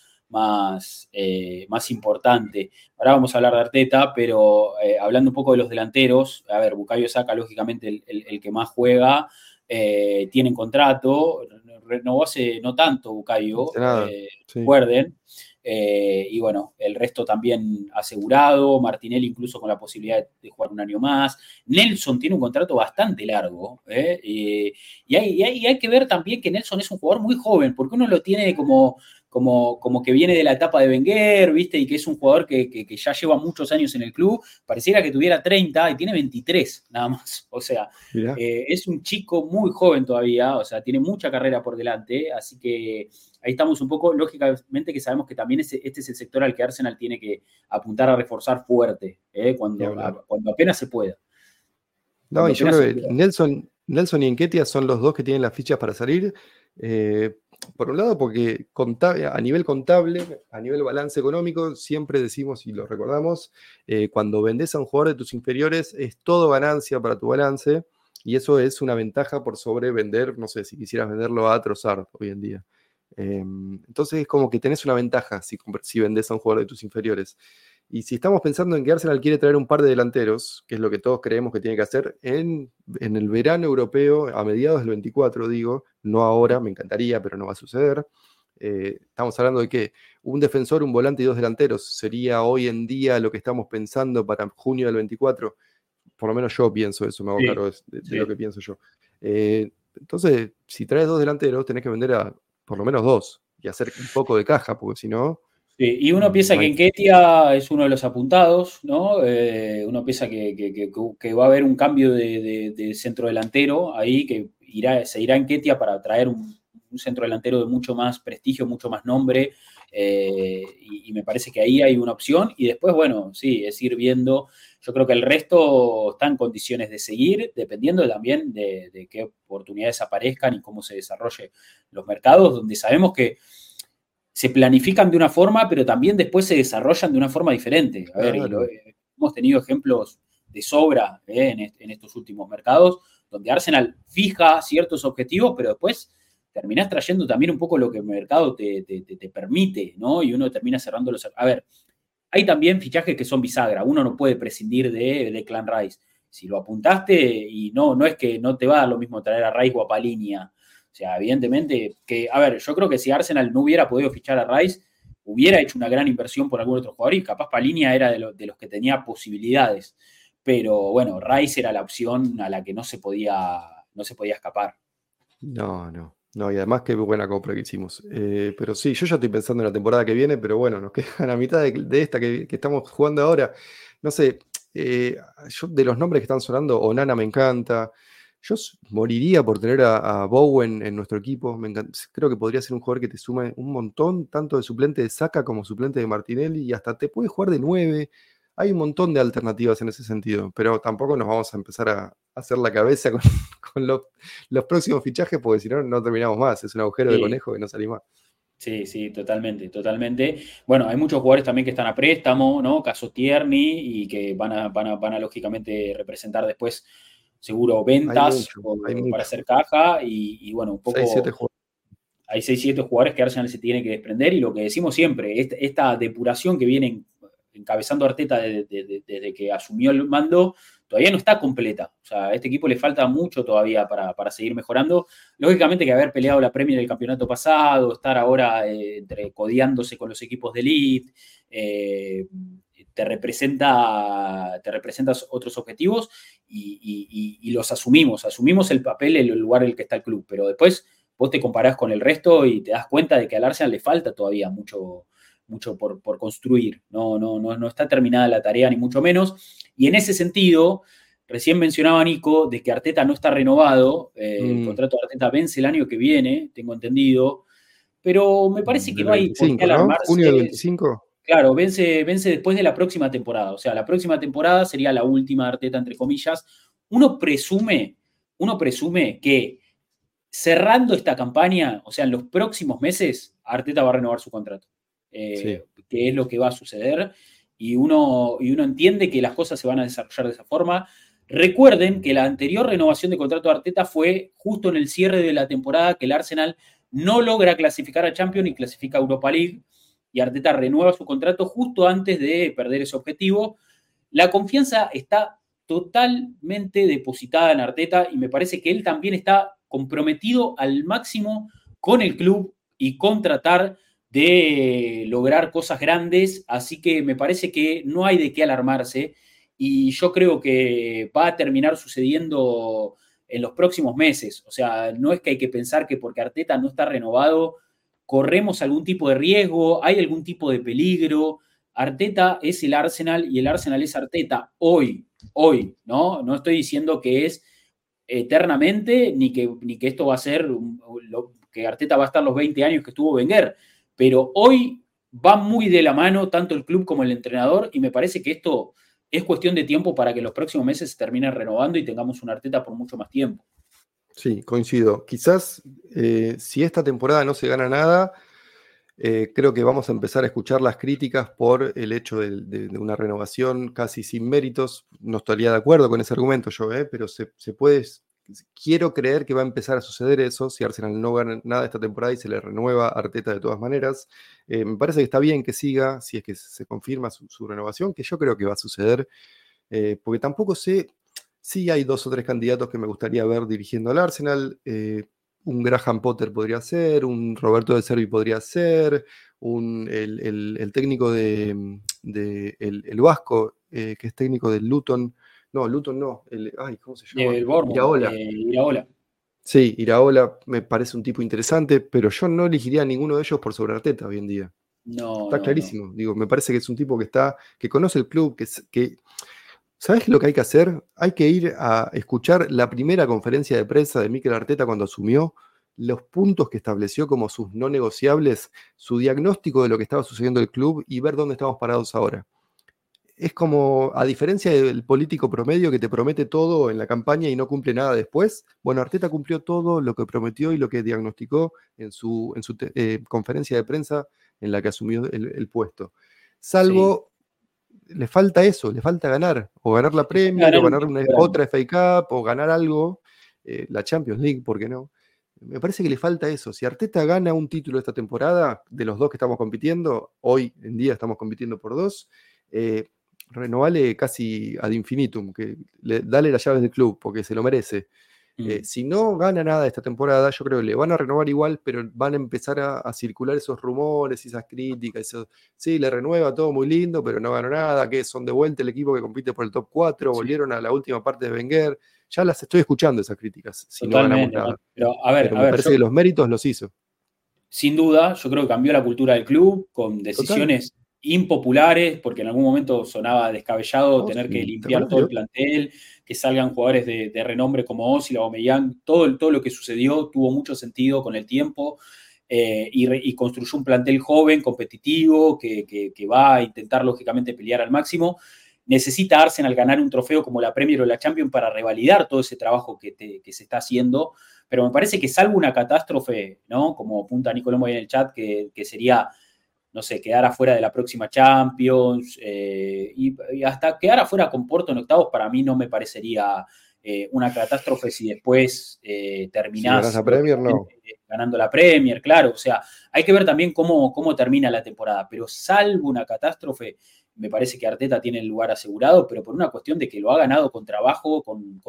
más importante. Ahora vamos a hablar de Arteta, pero hablando un poco de los delanteros, a ver, Bukayo Saka, lógicamente el que más juega, tiene contrato, renovó hace no tanto Bukayo, De nada. Sí. recuerden, y bueno, el resto también asegurado, Martinelli incluso con la posibilidad de jugar un año más, Nelson tiene un contrato bastante largo, y hay que ver también que Nelson es un jugador muy joven, porque uno lo tiene como que viene de la etapa de Wenger, ¿viste? Y que es un jugador que ya lleva muchos años en el club, pareciera que tuviera 30 y tiene 23 nada más. O sea, es un chico muy joven todavía, o sea, tiene mucha carrera por delante, así que ahí estamos un poco, lógicamente que sabemos que también este es el sector al que Arsenal tiene que apuntar a reforzar fuerte, cuando apenas se pueda. No, y yo creo que Nelson y Enquetia son los dos que tienen las fichas para salir. Por un lado, porque a nivel contable, a nivel balance económico, siempre decimos y lo recordamos, cuando vendés a un jugador de tus inferiores es todo ganancia para tu balance y eso es una ventaja por sobre vender, no sé, si quisieras venderlo a Trossard hoy en día. Entonces es como que tenés una ventaja si vendés a un jugador de tus inferiores. Y si estamos pensando en que Arsenal quiere traer un par de delanteros, que es lo que todos creemos que tiene que hacer, en el verano europeo, a mediados del 24, digo, no ahora, me encantaría, pero no va a suceder. Estamos hablando de que un defensor, un volante y 2 delanteros sería hoy en día lo que estamos pensando para junio del 24. Por lo menos yo pienso eso, me hago cargo de lo que pienso yo. Entonces, si traes 2 delanteros, tenés que vender a por lo menos 2 y hacer un poco de caja, porque si no... Sí, y uno piensa que Nketiah es uno de los apuntados, ¿no? Uno piensa que va a haber un cambio de centro delantero ahí, que se irá Nketiah para traer un centro delantero de mucho más prestigio, mucho más nombre, y me parece que ahí hay una opción. Y después, bueno, sí, es ir viendo. Yo creo que el resto está en condiciones de seguir, dependiendo también de qué oportunidades aparezcan y cómo se desarrollen los mercados, donde sabemos que se planifican de una forma, pero también después se desarrollan de una forma diferente. A ver, hemos tenido ejemplos de sobra en estos últimos mercados, donde Arsenal fija ciertos objetivos, pero después terminás trayendo también un poco lo que el mercado te permite, ¿no? Y uno termina cerrando los... A ver, hay también fichajes que son bisagra. Uno no puede prescindir de Declan Rice. Si lo apuntaste, y no es que no te va a dar lo mismo traer a Rice o a Palhinha. O sea, evidentemente que, a ver, yo creo que si Arsenal no hubiera podido fichar a Rice, hubiera hecho una gran inversión por algún otro jugador y capaz Palhinha era de los que tenía posibilidades. Pero bueno, Rice era la opción a la que no se podía escapar. No, y además qué buena compra que hicimos. Pero sí, yo ya estoy pensando en la temporada que viene, pero bueno, nos queda a mitad de esta que estamos jugando ahora. No sé, yo de los nombres que están sonando, Onana me encanta. Yo moriría por tener a Bowen en nuestro equipo. Creo que podría ser un jugador que te sume un montón, tanto de suplente de Saka como suplente de Martinelli, y hasta te puede jugar de 9. Hay un montón de alternativas en ese sentido, pero tampoco nos vamos a empezar a hacer la cabeza con los próximos fichajes, porque si no, no terminamos más. Es un agujero de conejo que no salimos más. Sí, totalmente. Bueno, hay muchos jugadores también que están a préstamo, ¿no? Caso Tierney, y que van a lógicamente representar después seguro ventas para hacer caja, y bueno, un poco... 6-7 jugadores. Hay 6-7 jugadores que Arsenal se tiene que desprender, y lo que decimos siempre, esta depuración que viene encabezando Arteta desde que asumió el mando, todavía no está completa. O sea, a este equipo le falta mucho todavía para seguir mejorando. Lógicamente que haber peleado la Premier el campeonato pasado, estar ahora codeándose con los equipos de elite, te representa otros objetivos, y los asumimos el papel, el lugar en el que está el club, pero después vos te comparás con el resto y te das cuenta de que al Arsenal le falta todavía mucho por construir. No está terminada la tarea, ni mucho menos. Y en ese sentido, recién mencionaba Nico de que Arteta no está renovado. El contrato de Arteta vence el año que viene, tengo entendido. Pero me parece que no hay por qué alarmarse. ¿Junio del 25? Claro, vence después de la próxima temporada. O sea, la próxima temporada sería la última de Arteta, entre comillas. Uno presume que cerrando esta campaña, o sea, en los próximos meses, Arteta va a renovar su contrato. Que es lo que va a suceder, y uno entiende que las cosas se van a desarrollar de esa forma. Recuerden que la anterior renovación de contrato de Arteta fue justo en el cierre de la temporada, que el Arsenal no logra clasificar a Champions y clasifica a Europa League, y Arteta renueva su contrato justo antes de perder ese objetivo. La confianza está totalmente depositada en Arteta, y me parece que él también está comprometido al máximo con el club y con tratar de lograr cosas grandes, así que me parece que no hay de qué alarmarse, y yo creo que va a terminar sucediendo en los próximos meses. O sea, no es que hay que pensar que porque Arteta no está renovado corremos algún tipo de riesgo, hay algún tipo de peligro. Arteta es el Arsenal y el Arsenal es Arteta hoy, ¿no? No estoy diciendo que es eternamente, ni que esto va a ser que Arteta va a estar los 20 años que estuvo Wenger, pero hoy va muy de la mano tanto el club como el entrenador, y me parece que esto es cuestión de tiempo para que los próximos meses se termine renovando y tengamos un Arteta por mucho más tiempo. Sí, coincido. Quizás si esta temporada no se gana nada, creo que vamos a empezar a escuchar las críticas por el hecho de una renovación casi sin méritos. No estaría de acuerdo con ese argumento yo, pero se puede quiero creer que va a empezar a suceder eso si Arsenal no gana nada esta temporada y se le renueva a Arteta de todas maneras. Me parece que está bien que siga, si es que se confirma su renovación, que yo creo que va a suceder, porque tampoco sé, sí hay 2 o 3 candidatos que me gustaría ver dirigiendo al Arsenal. Un Graham Potter podría ser, un Roberto De Zerbi podría ser, el técnico el vasco, que es técnico del Luton. No, Luton no. ¿Cómo se llama? El Bournemouth, Iraola. Iraola. Sí, Iraola me parece un tipo interesante, pero yo no elegiría a ninguno de ellos por sobre Arteta hoy en día. No, Está no, clarísimo. no. Digo, me parece que es un tipo que conoce el club, ¿sabes lo que hay que hacer? Hay que ir a escuchar la primera conferencia de prensa de Mikel Arteta cuando asumió, los puntos que estableció como sus no negociables, su diagnóstico de lo que estaba sucediendo en el club y ver dónde estamos parados ahora. Es como, a diferencia del político promedio que te promete todo en la campaña y no cumple nada después, bueno, Arteta cumplió todo lo que prometió y lo que diagnosticó en su conferencia de prensa en la que asumió el puesto. Salvo, le falta eso, le falta ganar, o ganar la Premier, o ganar otra FA Cup, o ganar algo, la Champions League, ¿por qué no? Me parece que le falta eso. Si Arteta gana un título esta temporada, de los 2 que estamos compitiendo, hoy en día estamos compitiendo por 2, renovale casi ad infinitum, dale las llaves del club, porque se lo merece. Si no gana nada esta temporada, yo creo que le van a renovar igual, pero van a empezar a circular esos rumores y esas críticas. Sí, le renueva, todo muy lindo, pero no ganó nada, que son de vuelta el equipo que compite por el top 4, volvieron a la última parte de Wenger. Ya las estoy escuchando esas críticas, si Totalmente, no ganamos nada. Pero me parece que los méritos los hizo. Sin duda, yo creo que cambió la cultura del club con decisiones impopulares, porque en algún momento sonaba descabellado tener que limpiar todo el plantel, que salgan jugadores de renombre como Ozil o Aubameyang. Todo lo que sucedió tuvo mucho sentido con el tiempo, y construyó un plantel joven, competitivo, que va a intentar lógicamente pelear al máximo. Necesita Arsenal ganar un trofeo como la Premier o la Champions para revalidar todo ese trabajo que se está haciendo, pero me parece que salvo una catástrofe, ¿no? Como apunta Nicolás en el chat, que sería, no sé, quedar afuera de la próxima Champions, y hasta quedar afuera con Porto en octavos, para mí no me parecería una catástrofe si después terminás la Premier, no. ganando la Premier, claro. O sea, hay que ver también cómo termina la temporada, pero salvo una catástrofe, me parece que Arteta tiene el lugar asegurado, pero por una cuestión de que lo ha ganado con trabajo,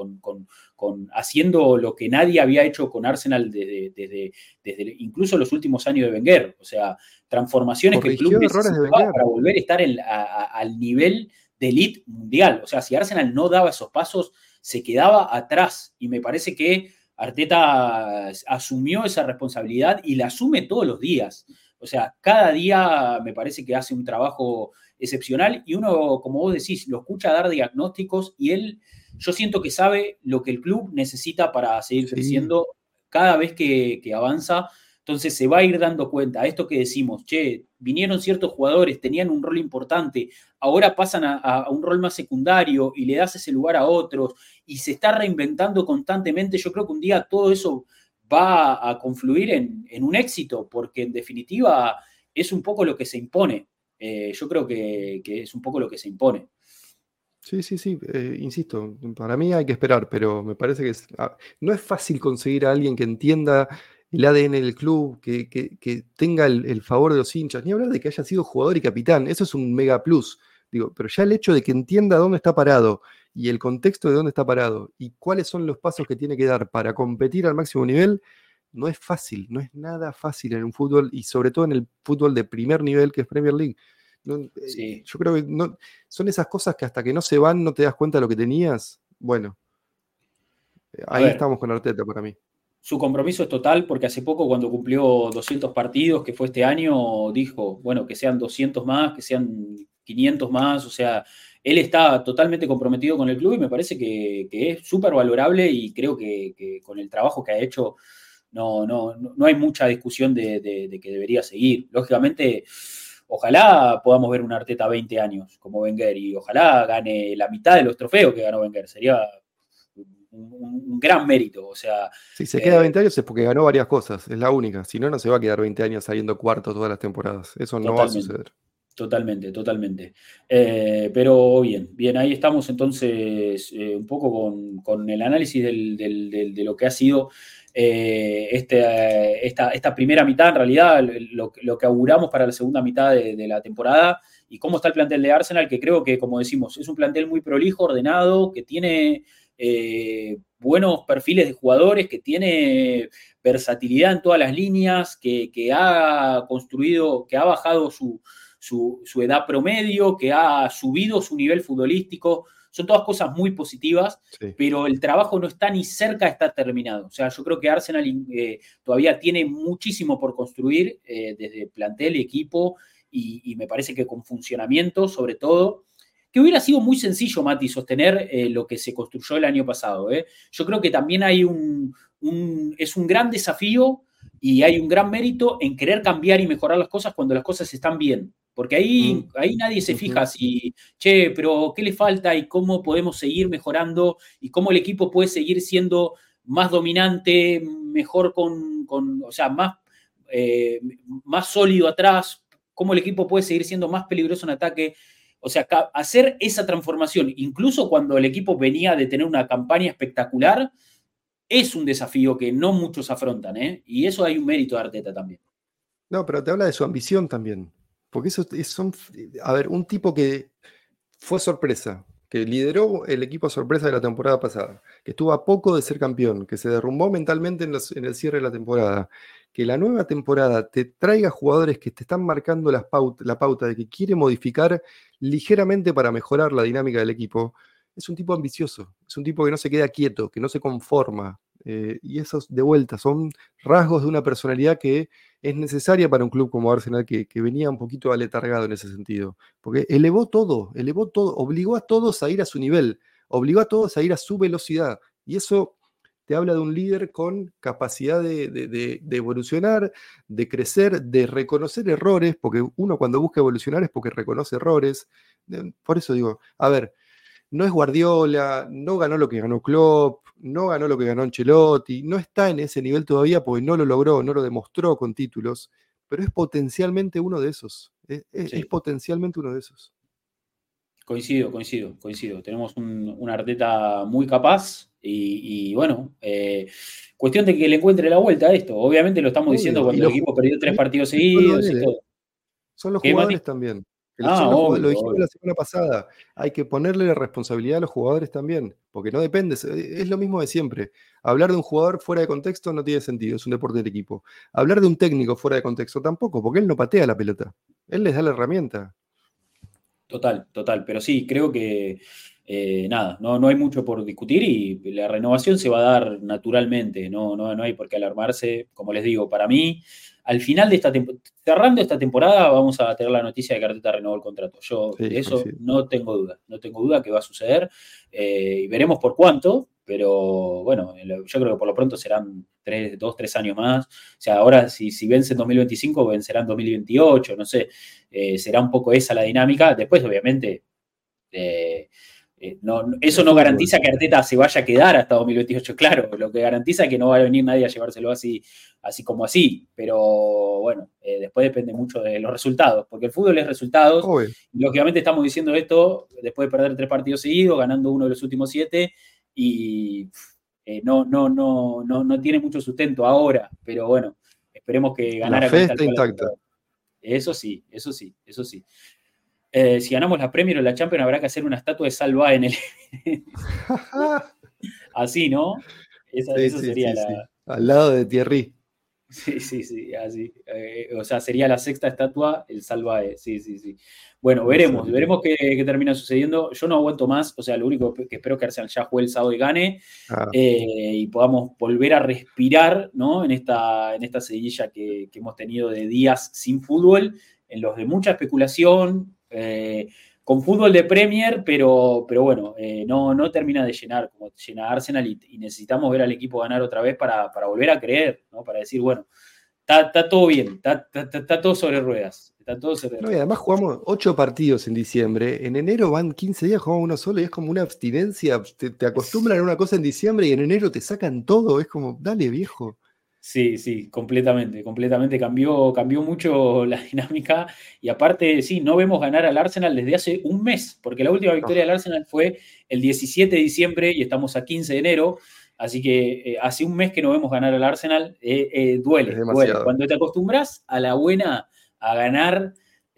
con haciendo lo que nadie había hecho con Arsenal desde incluso los últimos años de Wenger. O sea, transformaciones que el club necesitaba para volver a estar al nivel de elite mundial. O sea, si Arsenal no daba esos pasos, se quedaba atrás. Y me parece que Arteta asumió esa responsabilidad y la asume todos los días. O sea, cada día me parece que hace un trabajo excepcional y uno, como vos decís, lo escucha dar diagnósticos y él, yo siento que sabe lo que el club necesita para seguir creciendo cada vez que avanza. Entonces se va a ir dando cuenta. Esto que decimos, vinieron ciertos jugadores, tenían un rol importante, ahora pasan a un rol más secundario y le das ese lugar a otros y se está reinventando constantemente. Yo creo que un día todo eso va a confluir en un éxito, porque en definitiva es un poco lo que se impone. Yo creo que es un poco lo que se impone. Sí, insisto, para mí hay que esperar, pero me parece que no es fácil conseguir a alguien que entienda el ADN del club, que tenga el favor de los hinchas, ni hablar de que haya sido jugador y capitán, eso es un mega plus, digo, pero ya el hecho de que entienda dónde está parado y el contexto de dónde está parado y cuáles son los pasos que tiene que dar para competir al máximo nivel, no es fácil, no es nada fácil en un fútbol y sobre todo en el fútbol de primer nivel que es Premier League. Yo creo que son esas cosas que hasta que no se van no te das cuenta de lo que tenías. Bueno, ahí estamos con Arteta para mí. Su compromiso es total porque hace poco cuando cumplió 200 partidos, que fue este año, dijo, bueno, que sean 200 más, que sean 500 más, o sea, él está totalmente comprometido con el club y me parece que es súper valorable y creo que con el trabajo que ha hecho no hay mucha discusión de que debería seguir. Lógicamente, ojalá podamos ver un Arteta 20 años como Wenger y ojalá gane la mitad de los trofeos que ganó Wenger, sería un gran mérito. O sea, si se queda 20 años es porque ganó varias cosas, es la única. Si no, no se va a quedar 20 años saliendo cuarto todas las temporadas. Eso no va a suceder. Totalmente, totalmente. Pero bien, ahí estamos entonces un poco con el análisis de lo que ha sido esta primera mitad, en realidad, lo que auguramos para la segunda mitad de la temporada y cómo está el plantel de Arsenal, que creo que, como decimos, es un plantel muy prolijo, ordenado, que tiene buenos perfiles de jugadores, que tiene versatilidad en todas las líneas, que ha construido, que ha bajado su edad promedio, que ha subido su nivel futbolístico. Son todas cosas muy positivas, sí, pero el trabajo no está ni cerca de estar terminado. O sea, yo creo que Arsenal todavía tiene muchísimo por construir desde plantel, equipo, y me parece que con funcionamiento, sobre todo, que hubiera sido muy sencillo, Mati, sostener lo que se construyó el año pasado. Yo creo que también hay es un gran desafío y hay un gran mérito en querer cambiar y mejorar las cosas cuando las cosas están bien. Porque ahí nadie se fija si, pero ¿qué le falta y cómo podemos seguir mejorando y cómo el equipo puede seguir siendo más dominante, mejor o sea, más sólido atrás, cómo el equipo puede seguir siendo más peligroso en ataque? O sea, hacer esa transformación, incluso cuando el equipo venía de tener una campaña espectacular, es un desafío que no muchos afrontan, ¿eh? Y eso hay un mérito de Arteta también. No, pero te habla de su ambición también. Porque a ver, un tipo que fue sorpresa, que lideró el equipo sorpresa de la temporada pasada, que estuvo a poco de ser campeón, que se derrumbó mentalmente en el cierre de la temporada, que la nueva temporada te traiga jugadores que te están marcando la pauta de que quiere modificar ligeramente para mejorar la dinámica del equipo. Es un tipo ambicioso, es un tipo que no se queda quieto, que no se conforma. Y esos, de vuelta, son rasgos de una personalidad que es necesaria para un club como Arsenal, que venía un poquito aletargado en ese sentido. Porque elevó todo, obligó a todos a ir a su nivel, obligó a todos a ir a su velocidad. Y eso te habla de un líder con capacidad de evolucionar, de crecer, de reconocer errores, porque uno cuando busca evolucionar es porque reconoce errores. Por eso digo, a ver, no es Guardiola, no ganó lo que ganó Klopp, no ganó lo que ganó Ancelotti, no está en ese nivel todavía porque no lo logró, no lo demostró con títulos, pero es potencialmente uno de esos. Es potencialmente uno de esos. Coincido. Tenemos un Arteta muy capaz y bueno, cuestión de que le encuentre la vuelta a esto. Obviamente lo estamos diciendo cuando el equipo perdió 3 partidos seguidos y todo. Son los jugadores también. Lo dijimos la semana pasada, hay que ponerle la responsabilidad a los jugadores también, porque no depende, es lo mismo de siempre. Hablar de un jugador fuera de contexto no tiene sentido, es un deporte del equipo. Hablar de un técnico fuera de contexto tampoco, porque él no patea la pelota, él les da la herramienta. Total, pero sí, creo que nada, no hay mucho por discutir y la renovación se va a dar naturalmente, no hay por qué alarmarse, como les digo, para mí, al final de cerrando esta temporada, vamos a tener la noticia de que Arteta renovó el contrato. Yo de eso no tengo duda que va a suceder y veremos por cuánto, pero bueno, yo creo que por lo pronto serán 2-3 años más. O sea, ahora si vence en 2025, vencerá en 2028, no sé, será un poco esa la dinámica. Después, obviamente, eso no garantiza que Arteta se vaya a quedar hasta 2028, claro, lo que garantiza es que no va a venir nadie a llevárselo así como así, pero bueno, después depende mucho de los resultados, porque el fútbol es resultados. Y lógicamente estamos diciendo esto después de perder 3 partidos seguidos, ganando uno de los últimos 7, y no tiene mucho sustento ahora, pero bueno, esperemos que ganara. La fe está intacta. Eso sí. Si ganamos la Premier o la Champions, habrá que hacer una estatua de Salva en el. Así, ¿no? Esa sería la. Sí. Al lado de Thierry. Sí, así. O sea, sería la 6ª estatua, el Salvae. Sí. Bueno, veremos qué termina sucediendo. Yo no aguanto más, o sea, lo único que espero es que Arsenal ya juegue el sábado y gane y podamos volver a respirar, ¿no? En esta seguidilla que hemos tenido de días sin fútbol, en los de mucha especulación, con fútbol de Premier, pero bueno, no termina de llenar como llena Arsenal y necesitamos ver al equipo ganar otra vez para volver a creer, ¿no? Para decir, bueno, está todo bien, está todo sobre ruedas. No, y además jugamos 8 partidos en diciembre, en enero van 15 días, jugamos uno solo y es como una abstinencia, te acostumbran a una cosa en diciembre y en enero te sacan todo, es como, dale viejo. Sí, completamente cambió mucho la dinámica y aparte, sí, no vemos ganar al Arsenal desde hace un mes, porque la última victoria del Arsenal fue el 17 de diciembre y estamos a 15 de enero, así que hace un mes que no vemos ganar al Arsenal, duele. Cuando te acostumbras a la buena, a ganar,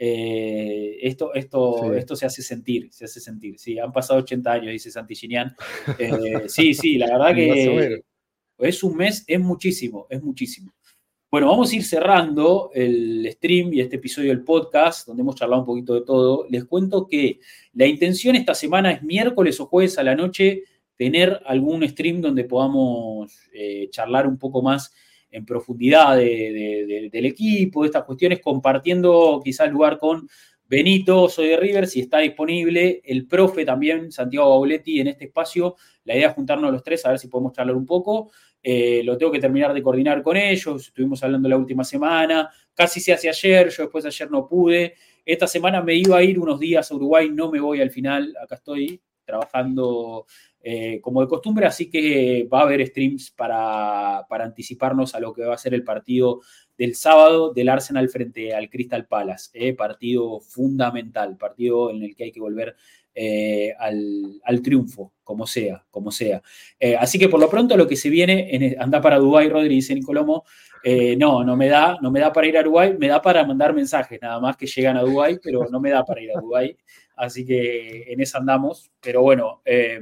esto se hace sentir, sí, han pasado 80 años, dice Santillinian. Sí, la verdad que es un mes, es muchísimo. Bueno, vamos a ir cerrando el stream y este episodio del podcast, donde hemos charlado un poquito de todo. Les cuento que la intención esta semana es miércoles o jueves a la noche tener algún stream donde podamos charlar un poco más en profundidad del equipo, de estas cuestiones, compartiendo quizás lugar con Benito, soy de River, si está disponible, el profe también, Santiago Bauletti, en este espacio. La idea es juntarnos los tres a ver si podemos charlar un poco. Lo tengo que terminar de coordinar con ellos, estuvimos hablando la última semana, casi se hace ayer, yo después ayer no pude. Esta semana me iba a ir unos días a Uruguay, no me voy al final, acá estoy trabajando como de costumbre, así que va a haber streams para anticiparnos a lo que va a ser el partido del sábado del Arsenal frente al Crystal Palace, partido fundamental, partido en el que hay que volver al triunfo, como sea. Así que por lo pronto lo que se viene, anda para Dubái, Rodri, dice Nicolomo, no me da para ir a Uruguay, me da para mandar mensajes nada más que llegan a Dubái, pero no me da para ir a Dubái, así que en eso andamos, pero bueno,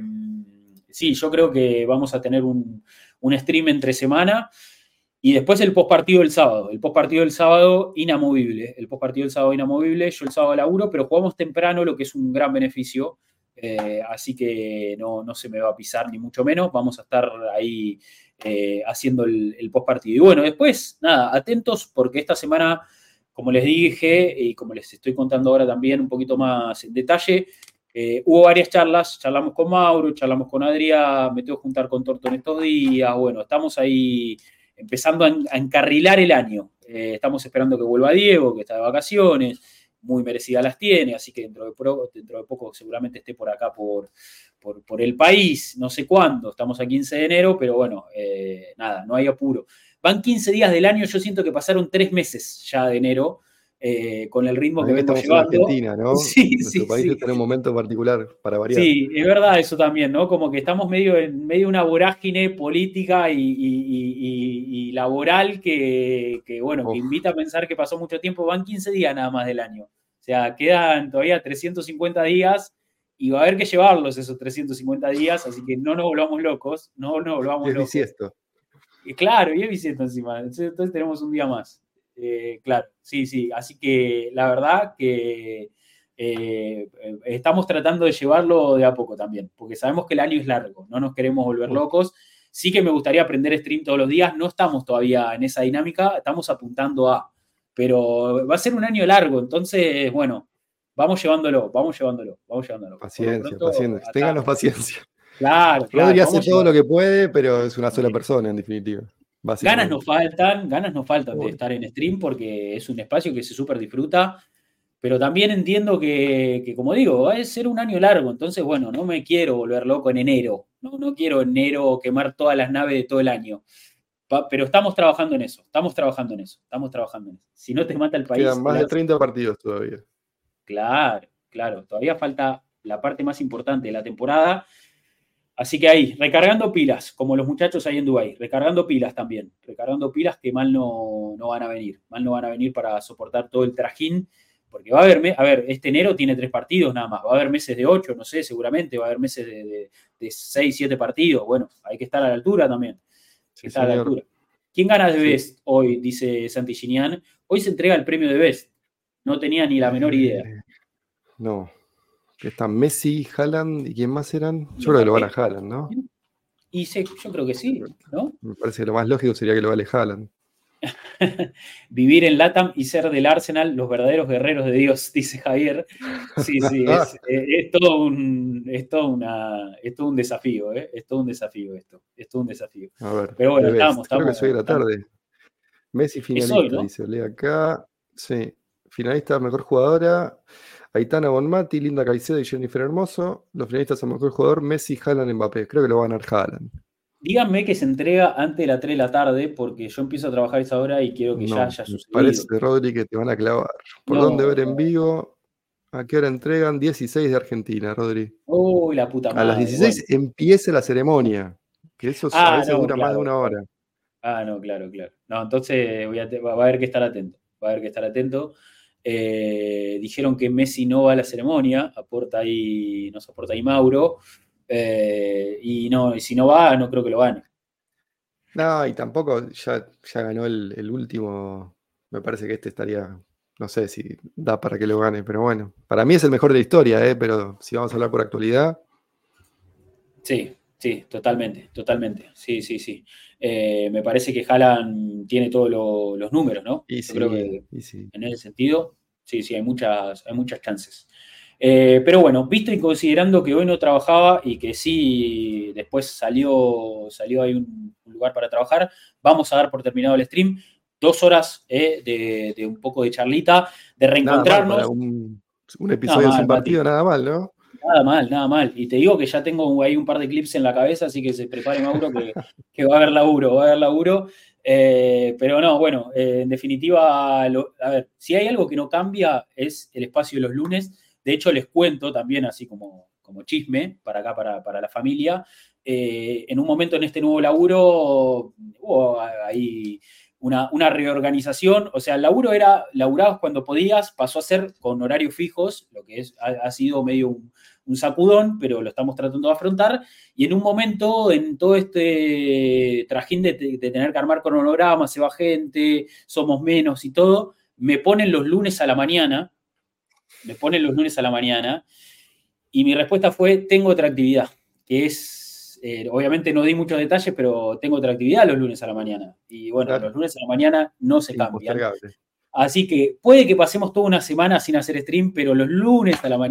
sí, yo creo que vamos a tener un stream entre semana. Y después el postpartido del sábado. El postpartido del sábado inamovible. Yo el sábado laburo, pero jugamos temprano, lo que es un gran beneficio. Así que no se me va a pisar, ni mucho menos. Vamos a estar ahí haciendo el postpartido. Y bueno, después, nada, atentos porque esta semana, como les dije y como les estoy contando ahora también un poquito más en detalle, hubo varias charlas. Charlamos con Mauro, charlamos con Adrián, me tengo que juntar con Torto en estos días. Bueno, estamos ahí empezando a encarrilar el año. Estamos esperando que vuelva Diego, que está de vacaciones, muy merecidas las tiene, así que dentro de poco seguramente esté por acá, por el país, no sé cuándo, estamos a 15 de enero, pero bueno, nada, no hay apuro. Van 15 días del año, yo siento que pasaron 3 meses ya de enero, con el ritmo que venimos llevando. En Argentina, ¿no? Nuestro país está en un momento particular para variar. Sí, es verdad eso también, ¿no? Como que estamos en medio de una vorágine política y laboral que invita a pensar que pasó mucho tiempo. Van 15 días nada más del año. O sea, quedan todavía 350 días y va a haber que llevarlos esos 350 días, así que no nos volvamos locos. Es bisiesto. Claro, y es bisiesto encima. Entonces tenemos un día más. Claro, sí. Así que la verdad que estamos tratando de llevarlo de a poco también, porque sabemos que el año es largo, no nos queremos volver locos. Sí que me gustaría aprender stream todos los días, no estamos todavía en esa dinámica, estamos apuntando pero va a ser un año largo, entonces, bueno, vamos llevándolo. Paciencia. Ténganos paciencia. Claro. Rodri hace todo lo que puede, pero es una sola persona, en definitiva. Ganas nos faltan de estar en stream porque es un espacio que se súper disfruta, pero también entiendo que, como digo, va a ser un año largo, entonces, bueno, no me quiero volver loco en enero, no quiero en enero quemar todas las naves de todo el año, pero estamos trabajando en eso. Si no te mata el país... Quedan más de 30 partidos todavía. Claro, todavía falta la parte más importante de la temporada. Así que ahí, recargando pilas, como los muchachos ahí en Dubái, recargando pilas también, que mal no van a venir para soportar todo el trajín, porque va a haber, este enero tiene 3 partidos nada más, va a haber meses de 8, no sé, seguramente, va a haber meses de 6, 7 partidos, bueno, hay que estar a la altura también. ¿Quién gana de Best hoy? Dice Santillinian. Hoy se entrega el premio de Best, no tenía ni la menor idea. No. Que están Messi, Haaland, ¿y quién más eran? Yo creo que lo van a Haaland, ¿no? Y yo creo que sí, ¿no? Me parece que lo más lógico sería que lo vale Haaland. Vivir en LATAM y ser del Arsenal los verdaderos guerreros de Dios, dice Javier. Sí, es todo un desafío, es todo un desafío esto. A ver, pero bueno, estamos. Creo que soy de la tarde. Messi finalista, hoy, ¿no? Dice, lee acá. Sí, finalista, mejor jugadora. Aitana Bonmati, Linda Caicedo y Jennifer Hermoso. Los finalistas a mejor jugador, Messi, Haaland, Mbappé. Creo que lo va a ganar Haaland. Díganme que se entrega antes de las 3 de la tarde, porque yo empiezo a trabajar a esa hora y quiero que ya No, haya me sucedido. parece, Rodri, que te van a clavar. ¿Por dónde No, ver en no. vivo? ¿A qué hora entregan? 16 de Argentina, Rodri. Uy, la puta A las madre. Bueno. 16 empieza la ceremonia, que eso a veces No, dura más de claro. una hora. No, claro, claro. No, entonces va a haber que estar atento. Va a haber que estar atento. Dijeron que Messi no va a la ceremonia, nos aporta ahí Mauro. Y si no va, no creo que lo gane. No, y tampoco ya ganó el último. Me parece que este estaría, no sé si da para que lo gane, pero bueno. Para mí es el mejor de la historia, pero si vamos a hablar por actualidad. Sí, sí, totalmente, totalmente. Sí, sí, sí. Me parece que Haaland tiene todos los números, ¿no? Y Yo creo sí, que y sí. en ese sentido, sí, sí, hay muchas chances. Pero bueno, visto y considerando que hoy no trabajaba y que sí después salió ahí un lugar para trabajar, vamos a dar por terminado el stream. 2 horas de un poco de charlita, de Nada mal para reencontrarnos. un Nada episodio sin mal, Mati. partido, nada mal, ¿no? Nada mal, nada mal. Y te digo que ya tengo ahí un par de clips en la cabeza, así que se prepare Mauro que va a haber laburo, va a haber laburo. Pero no, bueno, en definitiva, a ver, si hay algo que no cambia es el espacio de los lunes. De hecho, les cuento también, así como chisme, para acá, para la familia. En un momento en este nuevo laburo hubo ahí una reorganización. O sea, el laburo era laburados cuando podías, pasó a ser con horarios fijos, lo que ha sido medio un sacudón, pero lo estamos tratando de afrontar. Y en un momento, en todo este trajín de tener que armar cronogramas, se va gente, somos menos y todo, me ponen los lunes a la mañana, y mi respuesta fue, tengo otra actividad, que es, obviamente no di muchos detalles, pero tengo otra actividad los lunes a la mañana. Y bueno, Claro, los lunes a la mañana no se cambian. impostergable. Así que puede que pasemos toda una semana sin hacer stream, pero los lunes a la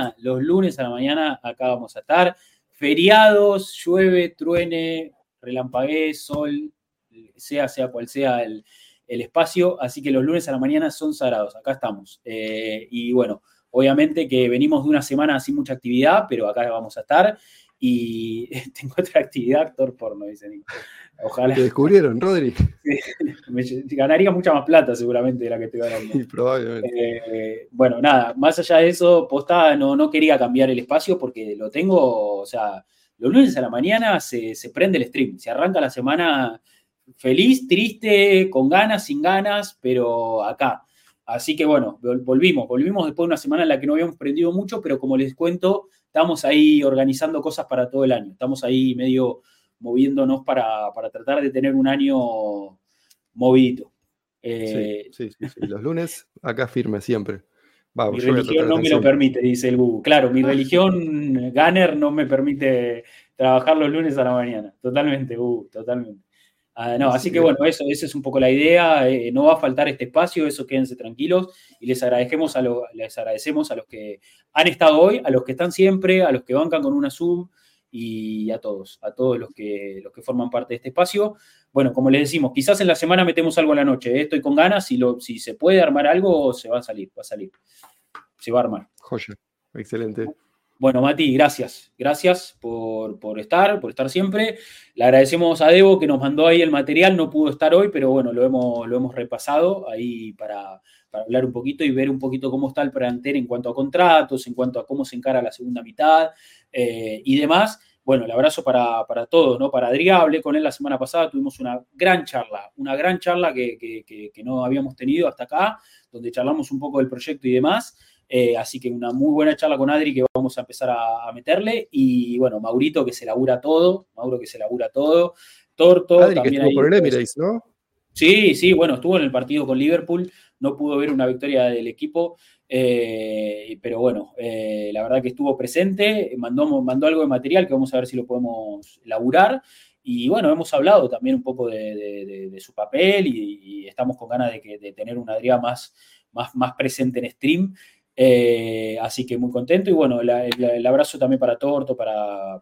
mañana, acá vamos a estar. Feriados, llueve, truene, relampaguee, sol, sea cual sea el espacio. Así que los lunes a la mañana son sagrados. Acá estamos. Y bueno, obviamente que venimos de una semana sin mucha actividad, pero acá vamos a estar. Y tengo otra actividad, actor porno, dice Nico. Ojalá. ¿Te descubrieron, Rodri? Ganaría mucha más plata seguramente de la que estoy ganando. Sí, probablemente. Bueno, nada, más allá de eso, posta, no quería cambiar el espacio porque lo tengo, o sea, los lunes a la mañana se prende el stream, se arranca la semana feliz, triste, con ganas, sin ganas, pero acá. Así que bueno, volvimos después de una semana en la que no habíamos prendido mucho, pero como les cuento, estamos ahí organizando cosas para todo el año, estamos ahí medio moviéndonos para tratar de tener un año movidito. Sí. Los lunes, acá firme siempre. Mi Yo voy a religión tratar no me lo atención. permite, dice el Google. Claro, mi religión Gunner no me permite trabajar los lunes a la mañana. Totalmente, totalmente. No, así que bueno, esa es un poco la idea. No va a faltar este espacio, eso quédense tranquilos. Y les agradecemos a los que han estado hoy, a los que están siempre, a los que bancan con una sub y a todos los que forman parte de este espacio. Bueno, como les decimos, quizás en la semana metemos algo a la noche. Estoy con ganas, si se puede armar algo, se va a salir. Se va a armar. Joya, excelente. Bueno, Mati, gracias. Gracias por estar siempre. Le agradecemos a Debo que nos mandó ahí el material, no pudo estar hoy, pero bueno, lo hemos repasado ahí para hablar un poquito y ver un poquito cómo está el plantel en cuanto a contratos, en cuanto a cómo se encara la segunda mitad y demás. Bueno, el abrazo para todos, ¿no? Para Adrián, hablé con él la semana pasada, tuvimos una gran charla que no habíamos tenido hasta acá, donde charlamos un poco del proyecto y demás. Así que una muy buena charla con Adri que vamos a empezar a meterle. Y bueno, Mauro que se labura todo. Torto Adri, que también estuvo ahí. por el Emirates, ¿no? Sí, bueno, estuvo en el partido con Liverpool. No pudo ver una victoria del equipo. Pero bueno, la verdad que estuvo presente. Mandó algo de material que vamos a ver si lo podemos laburar. Y bueno, hemos hablado también un poco de su papel y estamos con ganas de tener un Adrián más presente en stream. Así que muy contento y bueno, el abrazo también para Torto, para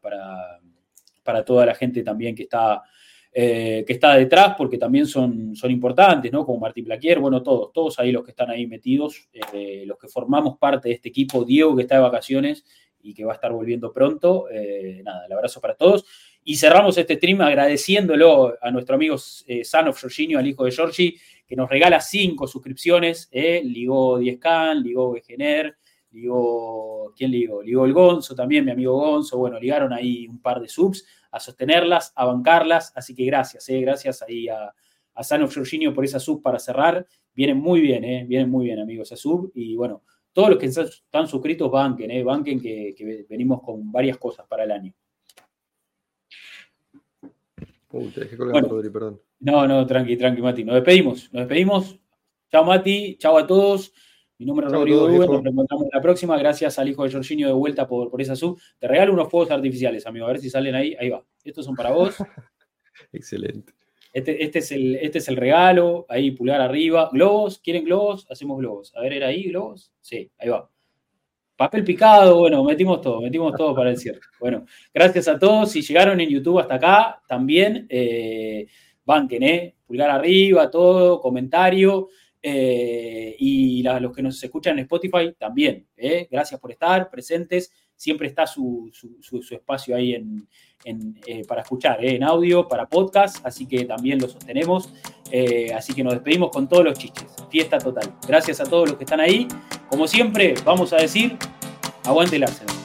toda la gente también que está detrás, porque también son importantes, ¿no? Como Martín Plaquier, bueno, todos ahí los que están ahí metidos, los que formamos parte de este equipo, Diego que está de vacaciones y que va a estar volviendo pronto, nada, el abrazo para todos Y cerramos este stream agradeciéndolo a nuestro amigo Son of Jorginho, al hijo de Giorgi, que nos regala 5 suscripciones. Ligó 10Can, ligó Wegener, ¿quién ligó? Ligó el Gonzo también, mi amigo Gonzo. Bueno, ligaron ahí un par de subs a sostenerlas, a bancarlas. Así que gracias, gracias ahí a Son of Jorginho por esa sub para cerrar. Vienen muy bien, amigos, esa sub. Y bueno, todos los que están suscritos, banquen que venimos con varias cosas para el año. Te dejé colgando, Rodri, perdón. No, tranqui, Mati. Nos despedimos. Chao, Mati. Chao a todos. Mi nombre es Rodrigo Dube. Nos reencontramos la próxima. Gracias al hijo de Jorginho de vuelta por esa sub. Te regalo unos fuegos artificiales, amigo. A ver si salen ahí. Ahí va. Estos son para vos. Excelente. Este es el regalo. Ahí, pulgar arriba. ¿Globos? ¿Quieren globos? Hacemos globos. A ver, ¿era ahí globos? Sí, ahí va. Papel picado, bueno, metimos todo para el cierre. Bueno, gracias a todos. Si llegaron en YouTube hasta acá, también banquen, pulgar arriba, todo, comentario. Y los que nos escuchan en Spotify, también. Gracias por estar presentes. Siempre está su espacio ahí para escuchar, en audio, para podcast, así que también lo sostenemos. Así que nos despedimos con todos los chistes. Fiesta total. Gracias a todos los que están ahí. Como siempre, vamos a decir, aguante el Arsenal.